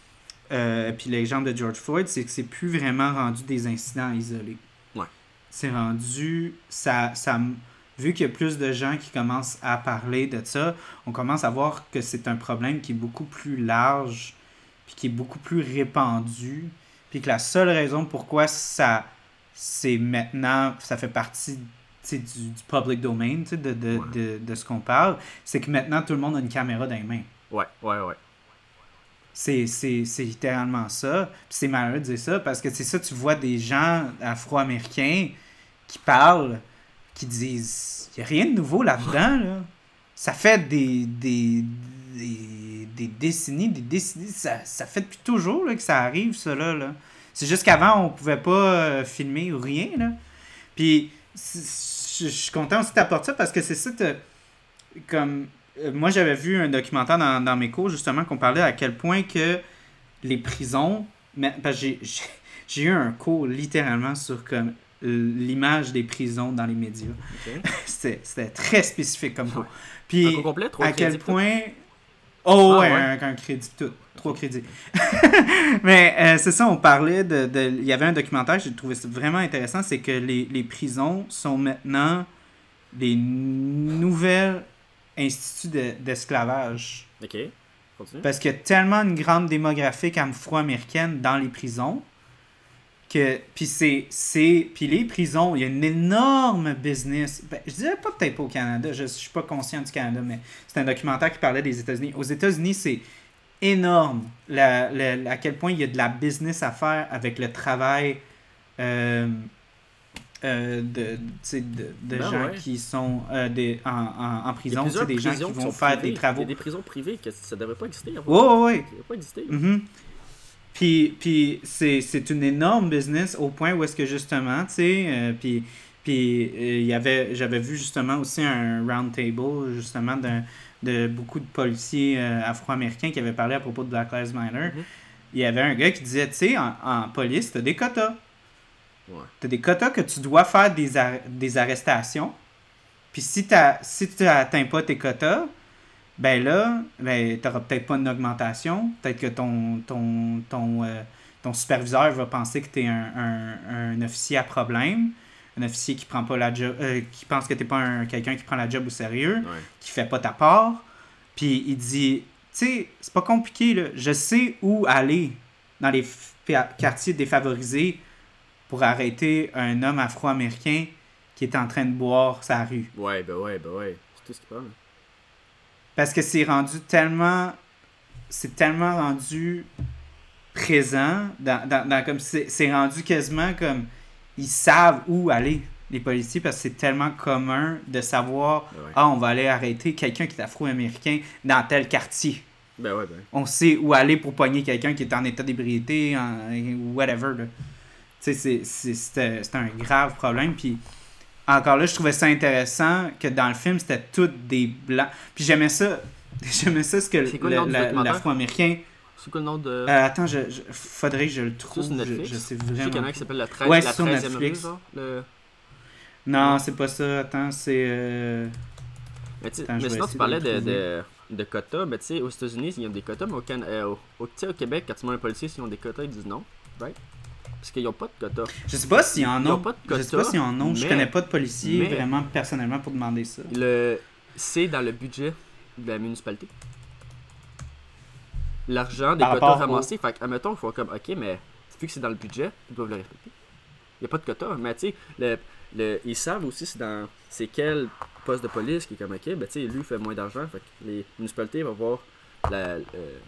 Speaker 1: euh, puis l'exemple de George Floyd, c'est que c'est plus vraiment rendu des incidents isolés.
Speaker 2: Ouais.
Speaker 1: C'est rendu... ça, ça Vu qu'il y a plus de gens qui commencent à parler de ça, on commence à voir que c'est un problème qui est beaucoup plus large puis qui est beaucoup plus répandu, puis que la seule raison pourquoi ça c'est maintenant, ça fait partie du, du public domain, de, de, ouais. de, de ce qu'on parle, c'est que maintenant tout le monde a une caméra dans les mains.
Speaker 2: Ouais, ouais, ouais.
Speaker 1: C'est, c'est, c'est littéralement ça. Puis c'est malheureux de dire ça, parce que c'est ça, tu vois des gens afro-américains qui parlent, qui disent, il n'y a rien de nouveau là-dedans, là. Ça fait des... des, des des décennies, des décennies, ça, ça fait depuis toujours là, que ça arrive, ça là, là. C'est juste qu'avant, on pouvait pas euh, filmer ou rien, là. Puis, je suis content aussi de t'apporter ça parce que c'est ça, comme, euh, moi j'avais vu un documentaire dans, dans mes cours, justement, qu'on parlait à quel point que les prisons, mais, parce que j'ai, j'ai, j'ai eu un cours littéralement sur comme l'image des prisons dans les médias. Okay. c'était, c'était très spécifique comme cours. Puis,
Speaker 2: complet,
Speaker 1: à quel point... Oh,
Speaker 2: Ah,
Speaker 1: ouais,
Speaker 2: ouais.
Speaker 1: un, un crédit, tout. Trois crédits. Mais euh, c'est ça, on parlait de, de. Il y avait un documentaire, j'ai trouvé ça vraiment intéressant, c'est que les, les prisons sont maintenant les nouvelles instituts de- d'esclavage.
Speaker 2: Ok, continue.
Speaker 1: Parce qu'il y a tellement une grande démographie afro-américaine dans les prisons que. Puis c'est. c'est puis les prisons, il y a une énorme business. Ben, je dirais pas peut-être pas au Canada, je, je suis pas conscient du Canada, mais c'est un documentaire qui parlait des États-Unis. Aux États-Unis, c'est énorme la, la- à quel point il y a de la business à faire avec le travail euh, euh, de, tu sais, de, de
Speaker 2: Ben
Speaker 1: gens
Speaker 2: ouais.
Speaker 1: qui sont euh, des, en, en, en
Speaker 2: Il y a
Speaker 1: prison, tu sais,
Speaker 2: plusieurs
Speaker 1: des gens
Speaker 2: prisons
Speaker 1: qui
Speaker 2: qui
Speaker 1: vont
Speaker 2: sont
Speaker 1: faire
Speaker 2: privées.
Speaker 1: des travaux.
Speaker 2: Il y a des prisons privées que ça devrait pas exister.
Speaker 1: Ouais, ouais, ouais.
Speaker 2: Ça devrait pas exister.
Speaker 1: Mhm. Puis, puis c'est, c'est une énorme business au point où est-ce que justement, tu sais, euh, puis, puis euh, il y avait, j'avais vu justement aussi un round table justement d'un, de beaucoup de policiers euh, afro-américains qui avaient parlé à propos de Black Lives Matter.
Speaker 2: Mhm.
Speaker 1: Il y avait un gars qui disait, tu sais, en, en police, t'as des quotas.
Speaker 2: Ouais.
Speaker 1: T'as des quotas que tu dois faire des, ar- des arrestations. Puis si t'as, si tu n'atteins pas tes quotas, ben là, ben, t'auras peut-être pas une augmentation. Peut-être que ton, ton, ton, euh, ton superviseur va penser que t'es un, un, un officier à problème. Un officier qui prend pas la job, euh, qui pense que t'es pas un, quelqu'un qui prend la job au sérieux,
Speaker 2: Ouais.
Speaker 1: qui fait pas ta part. Puis il dit, tu sais, c'est pas compliqué, là. Je sais où aller dans les f- quartiers défavorisés pour arrêter un homme afro-américain qui est en train de boire sa rue.
Speaker 2: Ouais, ben ouais, ben ouais. C'est tout ce qu'il parle.
Speaker 1: Parce que c'est rendu tellement. C'est tellement rendu présent. Dans, dans, dans comme c'est, c'est rendu quasiment comme. Ils savent où aller, les policiers, parce que c'est tellement commun de savoir.
Speaker 2: Ben ouais.
Speaker 1: Ah, on va aller arrêter quelqu'un qui est afro-américain dans tel quartier.
Speaker 2: Ben ouais, ben.
Speaker 1: On sait où aller pour pogner quelqu'un qui est en état d'ébriété, en, whatever. Là. Tu sais, c'est, c'est, c'était, c'était un grave problème. Puis encore là, je trouvais ça intéressant que dans le film, c'était tous des blancs. Puis j'aimais ça. J'aimais ça ce que
Speaker 2: C'est quoi
Speaker 1: le-
Speaker 2: le nom du
Speaker 1: la-
Speaker 2: documentaire?
Speaker 1: l'afro-américain.
Speaker 2: C'est quoi le nom de.
Speaker 1: Euh, attends, je, je- faudrait que je le trouve.
Speaker 2: sur
Speaker 1: Je,
Speaker 2: Netflix?
Speaker 1: je sais
Speaker 2: Je sais qu'il y en a
Speaker 1: vraiment.
Speaker 2: un qui s'appelle la, treize,
Speaker 1: Ouais,
Speaker 2: la
Speaker 1: c'est sur
Speaker 2: treizième rue,
Speaker 1: Netflix.
Speaker 2: genre. Le...
Speaker 1: Non, c'est pas ça. Attends, c'est. euh,
Speaker 2: Mais, tu sais-
Speaker 1: Attends, je
Speaker 2: mais
Speaker 1: vais
Speaker 2: sinon,
Speaker 1: essayer
Speaker 2: tu
Speaker 1: de
Speaker 2: parlais
Speaker 1: le
Speaker 2: de,
Speaker 1: trouver.
Speaker 2: de, de quotas. Mais tu sais, aux États-Unis, il y a des quotas, mais au, Can... euh, au, au, tu sais, au Québec, quand tu demandes à un policier s'ils ont des quotas, ils disent non. Right? Parce qu'ils n'ont pas de quotas.
Speaker 1: Je sais pas s'il y en
Speaker 2: Ils ont
Speaker 1: a.
Speaker 2: pas de
Speaker 1: Je sais pas
Speaker 2: quotas,
Speaker 1: s'il y en a. Je
Speaker 2: mais-
Speaker 1: connais pas de policiers
Speaker 2: mais-
Speaker 1: vraiment personnellement pour demander ça.
Speaker 2: Le... C'est dans le budget de la municipalité. L'argent des
Speaker 1: Par
Speaker 2: quotas
Speaker 1: rapport
Speaker 2: ramassés. Fait qu'admettons, il faut comme, ok, mais vu que c'est dans le budget, ils doivent le respecter. Il n'y a pas de quota. Mais tu sais, le, le, ils savent aussi c'est dans c'est quel poste de police qui est comme, ok, ben tu sais, lui fait moins d'argent. Fait que les municipalités vont voir la, euh,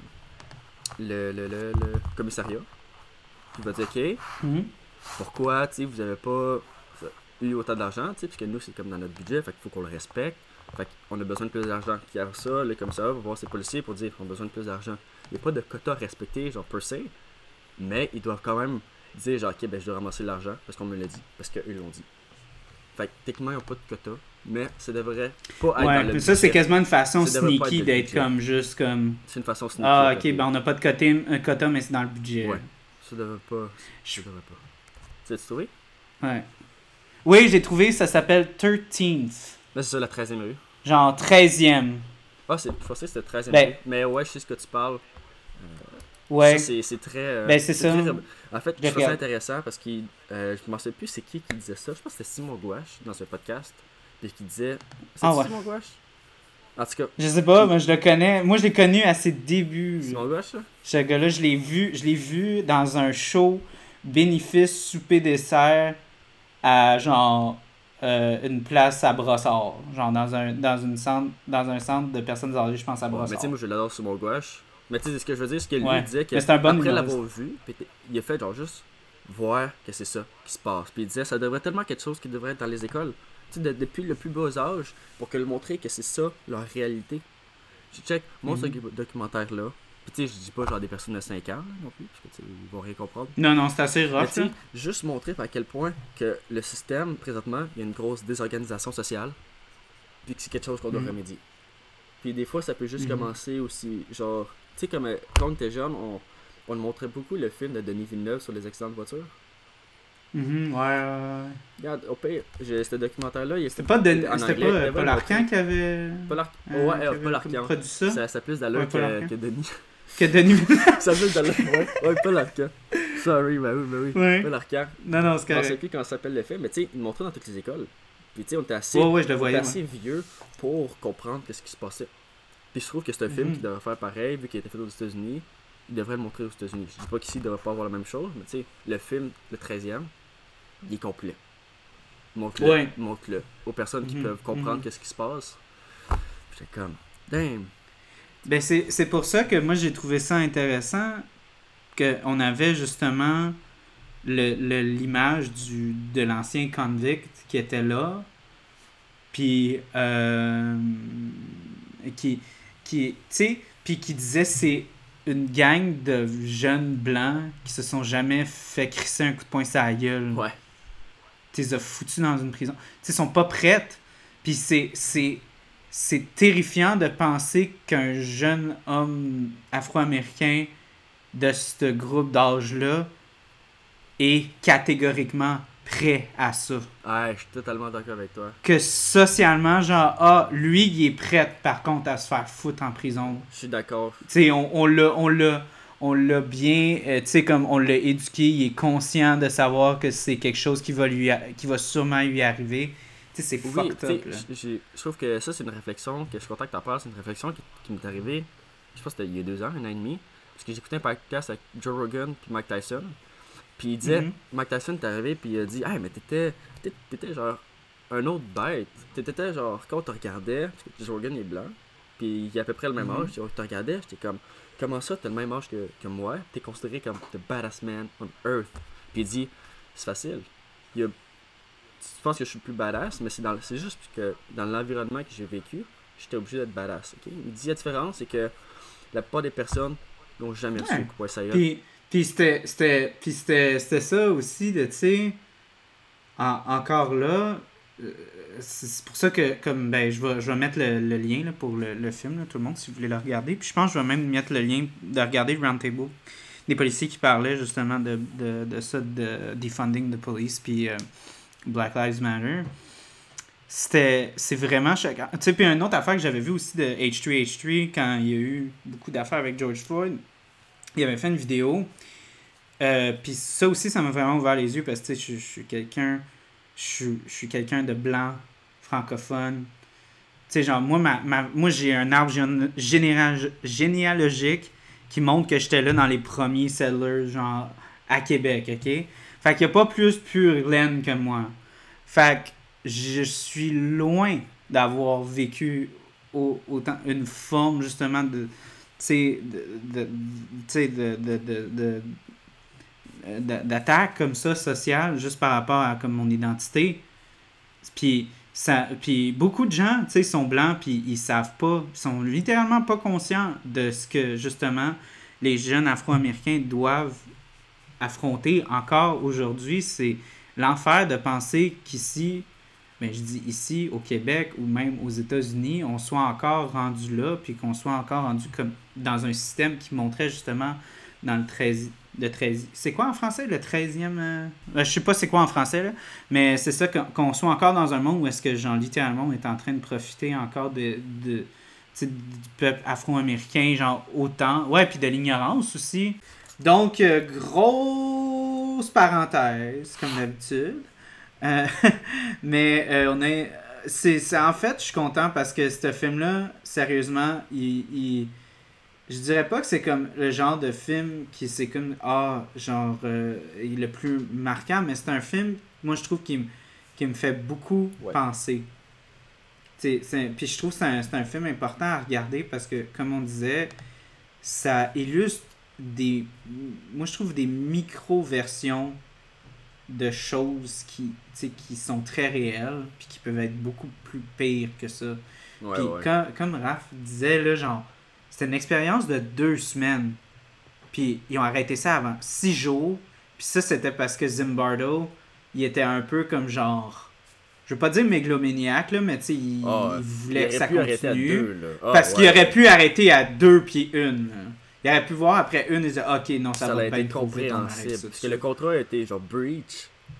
Speaker 2: le, le, le, le commissariat. Puis il va dire, ok,
Speaker 1: Mhm.
Speaker 2: pourquoi tu sais, vous avez pas eu autant d'argent, tu sais, puisque nous, c'est comme dans notre budget, fait qu'il faut qu'on le respecte. Fait qu'on a besoin de plus d'argent. Puis après ça, le commissaire va voir ses policiers pour dire qu'on a besoin de plus d'argent. Il n'y a pas de quota à respecter, genre per se, mais ils doivent quand même dire, genre, ok, ben je dois ramasser l'argent parce qu'on me l'a dit, parce qu'eux l'ont dit. Fait que techniquement, ils n'ont pas de quota, mais ça devrait pas être dans
Speaker 1: Ouais,
Speaker 2: le
Speaker 1: mais ça, c'est
Speaker 2: budget.
Speaker 1: quasiment une façon
Speaker 2: Ça devrait pas
Speaker 1: sneaky
Speaker 2: être dans le
Speaker 1: d'être
Speaker 2: budget.
Speaker 1: comme juste comme.
Speaker 2: C'est une façon sneaky.
Speaker 1: Ah,
Speaker 2: à
Speaker 1: ok,
Speaker 2: côté.
Speaker 1: ben on n'a pas de quota, un quota, mais c'est dans le budget.
Speaker 2: Ouais, ça devrait pas. Ça devrait pas. Tu l'as trouvé?
Speaker 1: Ouais. Oui, j'ai trouvé, ça s'appelle thirteenth.
Speaker 2: Là, c'est ça, la treizième rue.
Speaker 1: Genre treizième.
Speaker 2: Ah, c'est, je pensais que c'était treizième
Speaker 1: Ben-
Speaker 2: rue. Mais ouais, je sais ce que tu parles.
Speaker 1: Ouais.
Speaker 2: Ça, c'est, c'est très. euh,
Speaker 1: Ben, c'est ça.
Speaker 2: très- En fait, je
Speaker 1: Je
Speaker 2: trouve ça
Speaker 1: regarde.
Speaker 2: intéressant parce que euh, je ne sais plus c'est qui qui disait ça. Je pense que c'était Simon Gouache dans un podcast. Puis qui disait. C'est
Speaker 1: Ah ouais.
Speaker 2: Simon Gouache? En tout cas,
Speaker 1: Je sais pas, mais je le connais. Moi, je l'ai connu à ses débuts.
Speaker 2: Simon Gouache, ça?
Speaker 1: Ce gars-là, je l'ai vu, je l'ai vu dans un show bénéfice souper dessert à genre euh, une place à Brossard, genre dans un dans une centre dans un centre de personnes âgées, je pense à
Speaker 2: Ouais, mais tu
Speaker 1: Brossard.
Speaker 2: sais, moi je l'adore Simon Gouache. Mais tu sais, ce que je veux dire, c'est que lui
Speaker 1: Ouais.
Speaker 2: il disait que
Speaker 1: Mais c'est un bon
Speaker 2: après
Speaker 1: humoriste.
Speaker 2: l'avoir vu, puis t- il a fait genre juste voir que c'est ça qui se passe. Puis il disait ça devrait tellement quelque chose qui devrait être dans les écoles. Tu sais, de- depuis le plus bas âge, pour que le montrer que c'est ça leur réalité. Je check, moi ce
Speaker 1: Mhm.
Speaker 2: documentaire-là. Puis tu sais, je dis pas genre des personnes de cinq ans là, non plus, parce que tu sais, ils vont rien comprendre.
Speaker 1: Non, non, c'est assez
Speaker 2: Mais
Speaker 1: rough.
Speaker 2: tu sais,
Speaker 1: là.
Speaker 2: juste montrer à quel point que le système, présentement, il y a une grosse désorganisation sociale, puis que c'est quelque chose qu'on doit
Speaker 1: Mhm.
Speaker 2: remédier. Puis des fois, ça peut juste
Speaker 1: Mhm.
Speaker 2: commencer aussi, genre, tu sais, comme euh, quand on était jeune, on, on montrait beaucoup le film de Denis Villeneuve sur les accidents de voiture.
Speaker 1: Mhm, ouais, ouais, ouais.
Speaker 2: Regarde, au pire, j'ai- ce documentaire-là, il
Speaker 1: C'était pas, de,
Speaker 2: en
Speaker 1: c'était
Speaker 2: anglais, il
Speaker 1: pas
Speaker 2: devait
Speaker 1: Paul
Speaker 2: le
Speaker 1: Arcand
Speaker 2: montrer.
Speaker 1: qui avait,
Speaker 2: Paul Ar-
Speaker 1: euh,
Speaker 2: ouais,
Speaker 1: qui
Speaker 2: euh,
Speaker 1: avait
Speaker 2: Paul
Speaker 1: comme
Speaker 2: Arcand.
Speaker 1: produit ça.
Speaker 2: Ça, ça a plus d'allure
Speaker 1: Ouais, Paul
Speaker 2: que,
Speaker 1: Arcand.
Speaker 2: que Denis.
Speaker 1: Que Denis.
Speaker 2: Ça a plus d'allure, ouais. Ouais, Paul Arcand. Sorry, bah oui, bah oui.
Speaker 1: Ouais.
Speaker 2: Paul Arcand.
Speaker 1: Non, non, c'est
Speaker 2: Je sais
Speaker 1: correct.
Speaker 2: plus comment ça s'appelle le film, mais tu sais, il le montrait dans toutes les écoles. Puis tu sais, on était assez,
Speaker 1: Ouais, ouais, je le
Speaker 2: on
Speaker 1: voyais.
Speaker 2: était
Speaker 1: Ouais.
Speaker 2: assez vieux pour comprendre ce qui se passait. Puis je trouve que c'est un film
Speaker 1: Mhm.
Speaker 2: qui devrait faire pareil, vu qu'il a été fait aux États-Unis. Il devrait le montrer aux États-Unis. Je dis pas qu'ici, il devrait pas avoir la même chose, mais tu sais, le film, le treizième, il est complet. Montre-le,
Speaker 1: Ouais.
Speaker 2: montre-le aux personnes qui
Speaker 1: Mhm,
Speaker 2: peuvent comprendre
Speaker 1: mhm.
Speaker 2: qu'est-ce qui se passe. J'étais comme, damn.
Speaker 1: Ben, c'est, c'est pour ça que moi, j'ai trouvé ça intéressant qu'on avait justement le, le, l'image du, de l'ancien convict qui était là, puis euh, qui, qui tu sais, puis qui disait c'est une gang de jeunes blancs qui se sont jamais fait crisser un coup de poing sur la gueule.
Speaker 2: Ouais.
Speaker 1: Tu les as foutus dans une prison. Tu sais, ils sont pas prêtes. Puis c'est, c'est, c'est terrifiant de penser qu'un jeune homme afro-américain de ce groupe d'âge-là est catégoriquement prêt à ça.
Speaker 2: Ouais, je suis totalement d'accord avec toi.
Speaker 1: Que socialement, genre, ah, lui, il est prêt, par contre, à se faire foutre en prison.
Speaker 2: Je suis d'accord.
Speaker 1: Tu sais, on, on l'a, on l'a, on l'a bien, euh, tu sais, comme on l'a éduqué, il est conscient de savoir que c'est quelque chose qui va lui, a- qui va sûrement lui arriver. Tu sais, c'est
Speaker 2: Oui,
Speaker 1: fucked
Speaker 2: tu sais,
Speaker 1: up, là.
Speaker 2: j- j'ai- je trouve que ça, c'est une réflexion, que je suis content que t'en parles, c'est une réflexion qui, qui m'est arrivée, je pense que c'était il y a deux ans, un an et demi, parce que j'écoutais un podcast avec Joe Rogan puis Mike Tyson, puis il disait,
Speaker 1: Mhm.
Speaker 2: Mike Tyson est arrivé puis il a dit, hey, mais t'étais, t'étais, t'étais genre un autre bête, t'étais genre, quand on te regardait, parce que Joe Rogan il est blanc, puis il a à peu près le même
Speaker 1: Mhm.
Speaker 2: âge, puis on te regardait, j'étais comme, comment ça, t'as le même âge que, que moi, t'es considéré comme the baddest man on earth, puis il dit, c'est facile, il y a je pense que je suis le plus badass, mais c'est, dans, c'est juste que dans l'environnement que j'ai vécu, j'étais obligé d'être badass. Okay? Il dit la différence, c'est que la plupart des personnes n'ont jamais reçu
Speaker 1: Ouais.
Speaker 2: un coup de poing sur la gueule.
Speaker 1: Puis, puis c'était, c'était, puis c'était, c'était ça aussi, de, tu sais, en- encore là, euh, c'est c'est pour ça que, comme, ben, je vais, je vais mettre le, le lien là, pour le, le film, là, tout le monde, si vous voulez le regarder. Puis je pense que je vais même mettre le lien de regarder le Roundtable des policiers qui parlaient justement de, de, de ça, de defunding the police, puis euh, Black Lives Matter. C'était, c'est vraiment choquant. Tu sais, puis une autre affaire que j'avais vue aussi de H trois H trois, quand il y a eu beaucoup d'affaires avec George Floyd, il avait fait une vidéo. Euh, puis ça aussi, ça m'a vraiment ouvert les yeux parce que tu sais, je, je suis quelqu'un, je suis, je suis quelqu'un de blanc, francophone. Tu sais, genre, moi, ma, ma, moi j'ai un arbre gén- général- généalogique qui montre que j'étais là dans les premiers settlers, genre, à Québec, ok? Fait qu'il n'y a pas plus pure laine que moi. Fait que je suis loin d'avoir vécu au- autant une forme, justement, de, tu sais, de, de, tu sais, de, de, de, de, de- d'attaque comme ça, sociale, juste par rapport à comme mon identité. Puis, ça, puis beaucoup de gens, tu sais, sont blancs, puis ils savent pas, ils sont littéralement pas conscients de ce que, justement, les jeunes afro-américains doivent affronter encore aujourd'hui. C'est l'enfer de penser qu'ici, mais je dis ici, au Québec, ou même aux États-Unis, on soit encore rendu là, puis qu'on soit encore rendu comme dans un système qui montrait justement dans le treize le treize c'est quoi en français, le treizième euh... je sais pas c'est quoi en français, là, mais c'est ça, qu'on, qu'on soit encore dans un monde où est-ce que, genre, littéralement, on est en train de profiter encore de, de tu sais, du peuple afro-américain, genre, autant, ouais, puis de l'ignorance aussi. Donc, euh, grosse parenthèse, comme d'habitude. Euh, mais euh, on est, c'est, c'est, en fait, je suis content parce que ce film-là, sérieusement, il, il, je dirais pas que c'est comme le genre de film qui c'est comme, ah, genre, euh, il est le plus marquant, mais c'est un film, moi, je trouve, qui, me- qui me fait beaucoup
Speaker 2: Ouais.
Speaker 1: penser. Tu sais, c'est- puis je trouve que c'est un, c'est un film important à regarder parce que, comme on disait, ça illustre des, moi, je trouve, des micro-versions de choses qui, tu sais, qui sont très réelles puis qui peuvent être beaucoup plus pires que ça.
Speaker 2: Ouais,
Speaker 1: Puis
Speaker 2: ouais.
Speaker 1: comme, comme Raph disait, là, genre, c'était une expérience de deux semaines. Puis ils ont arrêté ça avant six jours. Puis ça, c'était parce que Zimbardo, il était un peu comme genre, je veux pas dire mégalomaniaque, là, mais tu sais, il,
Speaker 2: Ah,
Speaker 1: il
Speaker 2: il
Speaker 1: voulait
Speaker 2: aurait
Speaker 1: que ça
Speaker 2: pu arrêter à
Speaker 1: continue.
Speaker 2: deux, là. Ah,
Speaker 1: Parce
Speaker 2: ouais.
Speaker 1: qu'il aurait pu arrêter à deux puis une. là. Il aurait pu voir après une et dire, ok, non, ça,
Speaker 2: Ça
Speaker 1: va
Speaker 2: a
Speaker 1: pas
Speaker 2: été
Speaker 1: être trop vite, on arrête
Speaker 2: compréhensible.
Speaker 1: ça.
Speaker 2: Parce que le contrat a été genre breach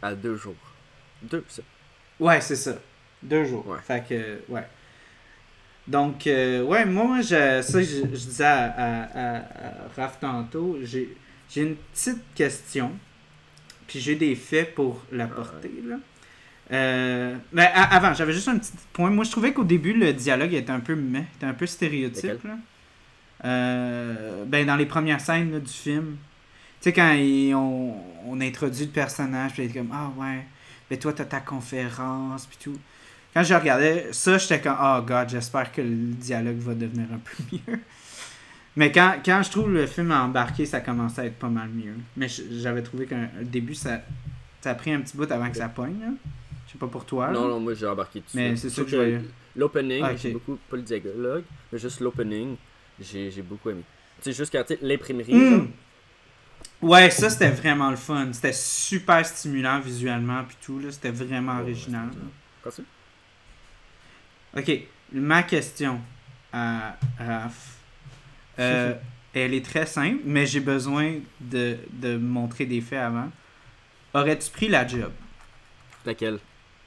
Speaker 2: à deux jours. Deux, c'est...
Speaker 1: Ouais, c'est ça. Deux jours.
Speaker 2: Ouais.
Speaker 1: Fait que, ouais. Donc, euh, ouais, moi, moi je, ça, je, je disais à, à, à, à Raph tantôt, j'ai, j'ai une petite question, puis j'ai des faits pour l'apporter,
Speaker 2: Ah, ouais.
Speaker 1: là. Euh, mais a- avant, j'avais juste un petit point. Moi, je trouvais qu'au début, le dialogue était un peu meh, était un peu stéréotype,
Speaker 2: Lequel?
Speaker 1: là. Euh, ben, dans les premières scènes là, du film. Tu sais, quand ils- on, on introduit le personnage, puis il est comme, ah ouais, mais toi, t'as ta conférence, puis tout. Quand je regardais ça, j'étais comme, oh god, j'espère que le dialogue va devenir un peu mieux. Mais quand, quand je trouve le film embarqué, ça commençait à être pas mal mieux. Mais j- j'avais trouvé qu'un un début, ça, ça a pris un petit bout avant que ça pogne, là. Je sais pas pour toi, là.
Speaker 2: Non, non, moi j'ai embarqué tout de
Speaker 1: Mais
Speaker 2: suite.
Speaker 1: c'est
Speaker 2: Je
Speaker 1: ça
Speaker 2: trouve
Speaker 1: que je voyais.
Speaker 2: l'opening,
Speaker 1: Ah, ok.
Speaker 2: j'ai beaucoup, pas le dialogue, mais juste l'opening, j'ai, j'ai beaucoup aimé. Tu sais, jusqu'à tu sais, l'imprimerie,
Speaker 1: Mm.
Speaker 2: genre.
Speaker 1: Ouais, ça c'était vraiment le fun. C'était super stimulant visuellement, puis tout, là. C'était vraiment
Speaker 2: Ouais,
Speaker 1: original.
Speaker 2: ouais, Continue.
Speaker 1: Ok, ma question à Raph. Euh, elle est très simple, mais j'ai besoin de, de montrer des faits avant. Aurais-tu pris la job?
Speaker 2: Laquelle?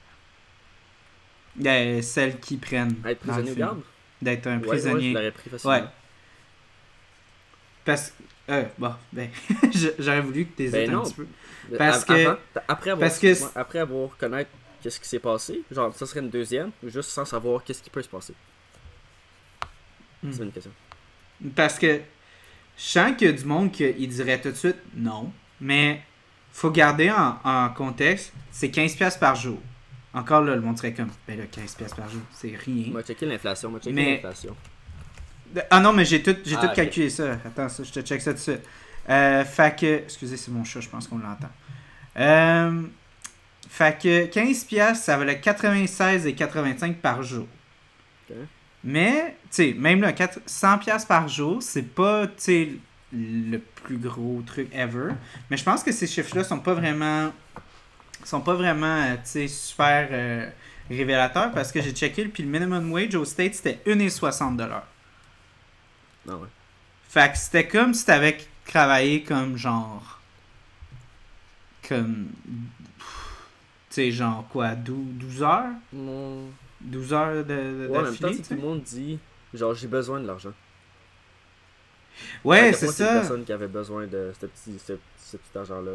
Speaker 1: Euh, celle qui prennent.
Speaker 2: Être
Speaker 1: dans le
Speaker 2: prisonnier de
Speaker 1: film.
Speaker 2: garde?
Speaker 1: D'être un
Speaker 2: Ouais, ouais,
Speaker 1: prisonnier.
Speaker 2: je l'aurais pris facilement.
Speaker 1: Ouais. Parce que. Euh, bon, ben. je- j'aurais voulu que tu
Speaker 2: Ben
Speaker 1: hésites un
Speaker 2: non.
Speaker 1: petit peu.
Speaker 2: Euh,
Speaker 1: Parce
Speaker 2: av-
Speaker 1: que-
Speaker 2: avant, t- après avoir,
Speaker 1: parce que
Speaker 2: excuse-moi, après avoir connaître qu'est-ce qui s'est passé, genre ça serait une deuxième, ou juste sans savoir qu'est-ce qui peut se passer.
Speaker 1: Hmm.
Speaker 2: C'est une question.
Speaker 1: Parce que je sens qu'il y a du monde qui il dirait tout de suite non. Mais faut garder en, en contexte, c'est quinze piastres par jour. Encore là, le monde serait comme, ben là, quinze piastres par jour, c'est rien.
Speaker 2: M'a checké l'inflation, m'a checké
Speaker 1: Mais-
Speaker 2: l'inflation.
Speaker 1: Ah non, mais j'ai tout, j'ai
Speaker 2: Ah,
Speaker 1: tout
Speaker 2: ok.
Speaker 1: calculé ça. Attends, ça, je te check ça tout de suite. Euh, fait que. Excusez, c'est mon chat, je pense qu'on l'entend. Euh, fait que quinze piastres, ça valait quatre-vingt-seize et quatre-vingt-cinq par jour.
Speaker 2: Ok.
Speaker 1: Mais, tu sais, même là, quatre- cent piastres par jour, c'est pas, tu sais, le plus gros truc ever. Mais je pense que ces chiffres-là sont pas vraiment. sont pas vraiment, euh, tu sais, super euh, révélateurs parce que j'ai checké, puis le minimum wage au States, c'était un virgule soixante dollars.
Speaker 2: Ah ouais.
Speaker 1: Fait que c'était comme si t'avais travaillé comme genre. Comme. Tu sais, genre quoi, douze, douze heures
Speaker 2: Mon...
Speaker 1: douze heures de, de,
Speaker 2: Ouais, en même temps,
Speaker 1: d'affilée,
Speaker 2: si
Speaker 1: tu
Speaker 2: tout le
Speaker 1: sais.
Speaker 2: monde dit, genre j'ai besoin de l'argent. À
Speaker 1: Ouais,
Speaker 2: quel
Speaker 1: c'est
Speaker 2: point c'est une
Speaker 1: ça.
Speaker 2: personne qui avait besoin de ce petit, ce, ce petit argent-là.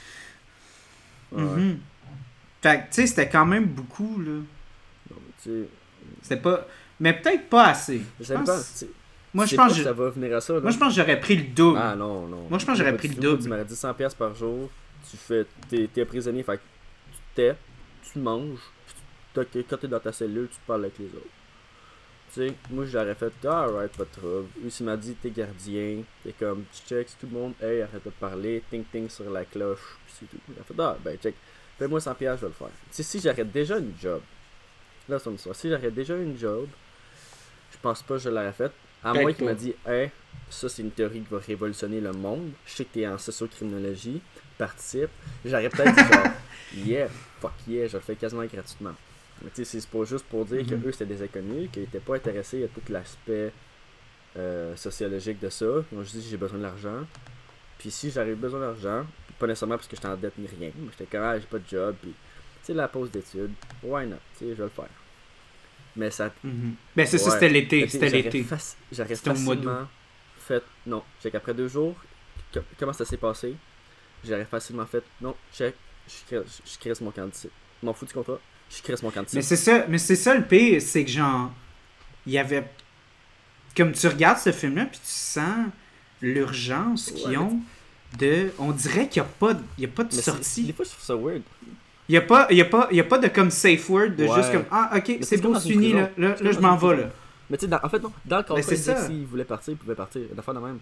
Speaker 2: Ouais.
Speaker 1: Mhm. Fait que, tu sais, c'était quand même beaucoup, là.
Speaker 2: Non, mais tu sais,
Speaker 1: C'était pas. Mais peut-être pas assez.
Speaker 2: je
Speaker 1: Je
Speaker 2: sais
Speaker 1: pense-
Speaker 2: pas. tu sais,
Speaker 1: Moi,
Speaker 2: tu
Speaker 1: je
Speaker 2: sais
Speaker 1: pense
Speaker 2: pas
Speaker 1: que
Speaker 2: que ça va venir à ça. Là.
Speaker 1: Moi, je pense que j'aurais pris le double.
Speaker 2: Ah non, non.
Speaker 1: Moi, je pense que j'aurais
Speaker 2: Pas
Speaker 1: pris
Speaker 2: du
Speaker 1: le
Speaker 2: tout.
Speaker 1: double.
Speaker 2: Tu m'aurais dit cent piastres par jour, tu fais, t'es, t'es prisonnier, fait que tu t'es, tu manges, puis tu- quand t'es dans ta cellule, tu te parles avec les autres. Tu sais, moi je l'aurais fait, ah, alright, pas de trouble. Lui, il m'a dit, t'es gardien, t'es comme, tu checks tout le monde, hey, arrête de parler, ting ting sur la cloche, puis c'est tout. Il a fait, ah, ben check, fais-moi cent piastres, je vais le faire. Tu sais, si j'aurais déjà une job, là, c'est une histoire, si j'aurais déjà une job, je pense pas que je l'aurais fait. À
Speaker 1: Peut-être
Speaker 2: moins qu'il
Speaker 1: pas.
Speaker 2: m'a dit, hey, ça c'est une théorie qui va révolutionner le monde. Je sais que t'es en sociocriminologie, participe. J'aurais peut-être dit genre, yeah, fuck yeah, je le fais quasiment gratuitement. Mais tu sais, c'est pas juste pour dire
Speaker 1: Mhm.
Speaker 2: que eux c'était des inconnus, qu'ils étaient pas intéressés à tout l'aspect euh, sociologique de ça. Ils ont juste dit, j'ai besoin de l'argent. Puis si j'avais besoin d'argent, pas nécessairement parce que j'étais en dette ni rien, mais j'étais comme, ah, j'ai pas de job, puis tu sais, la pause d'études, why not, tu sais, je vais le faire. Mais ça
Speaker 1: Mhm. Ben, c'est ça,
Speaker 2: Ouais.
Speaker 1: c'était l'été.
Speaker 2: mais tu sais,
Speaker 1: C'était
Speaker 2: j'aurais
Speaker 1: l'été.
Speaker 2: faci- J'aurais
Speaker 1: C'était au mois d'août.
Speaker 2: facilement fait. Non, check après deux jours. que- comment ça s'est passé? J'aurais facilement fait. Non, check. Je crée, je crée mon candidat. Je m'en fous du contrat. Je crée mon candidat.
Speaker 1: Mais c'est ça, mais c'est ça le pire, c'est que genre, il y avait. Comme tu regardes ce film-là, puis tu sens l'urgence
Speaker 2: Ouais,
Speaker 1: qu'ils
Speaker 2: mais
Speaker 1: ont de. On dirait qu'il n'y a, pas de- il y a pas de
Speaker 2: Mais c'est-
Speaker 1: sortie.
Speaker 2: Des fois, je trouve ça weird.
Speaker 1: Il n'y a, pas- il y a, pas- il y a pas de comme safe word, de
Speaker 2: Ouais.
Speaker 1: juste comme ah, ok,
Speaker 2: Mais
Speaker 1: c'est
Speaker 2: c'est
Speaker 1: beau,
Speaker 2: comme dans
Speaker 1: c'est
Speaker 2: une
Speaker 1: fini,
Speaker 2: prison.
Speaker 1: là, là,
Speaker 2: C'est
Speaker 1: là
Speaker 2: comme
Speaker 1: je
Speaker 2: dans
Speaker 1: m'en
Speaker 2: une
Speaker 1: vais,
Speaker 2: prison.
Speaker 1: là.
Speaker 2: Mais tu sais, dans- en fait, non. Dans le contrat,
Speaker 1: c'est
Speaker 2: il disait que
Speaker 1: ça.
Speaker 2: s'il voulait partir, il pouvait partir. Une affaire de même.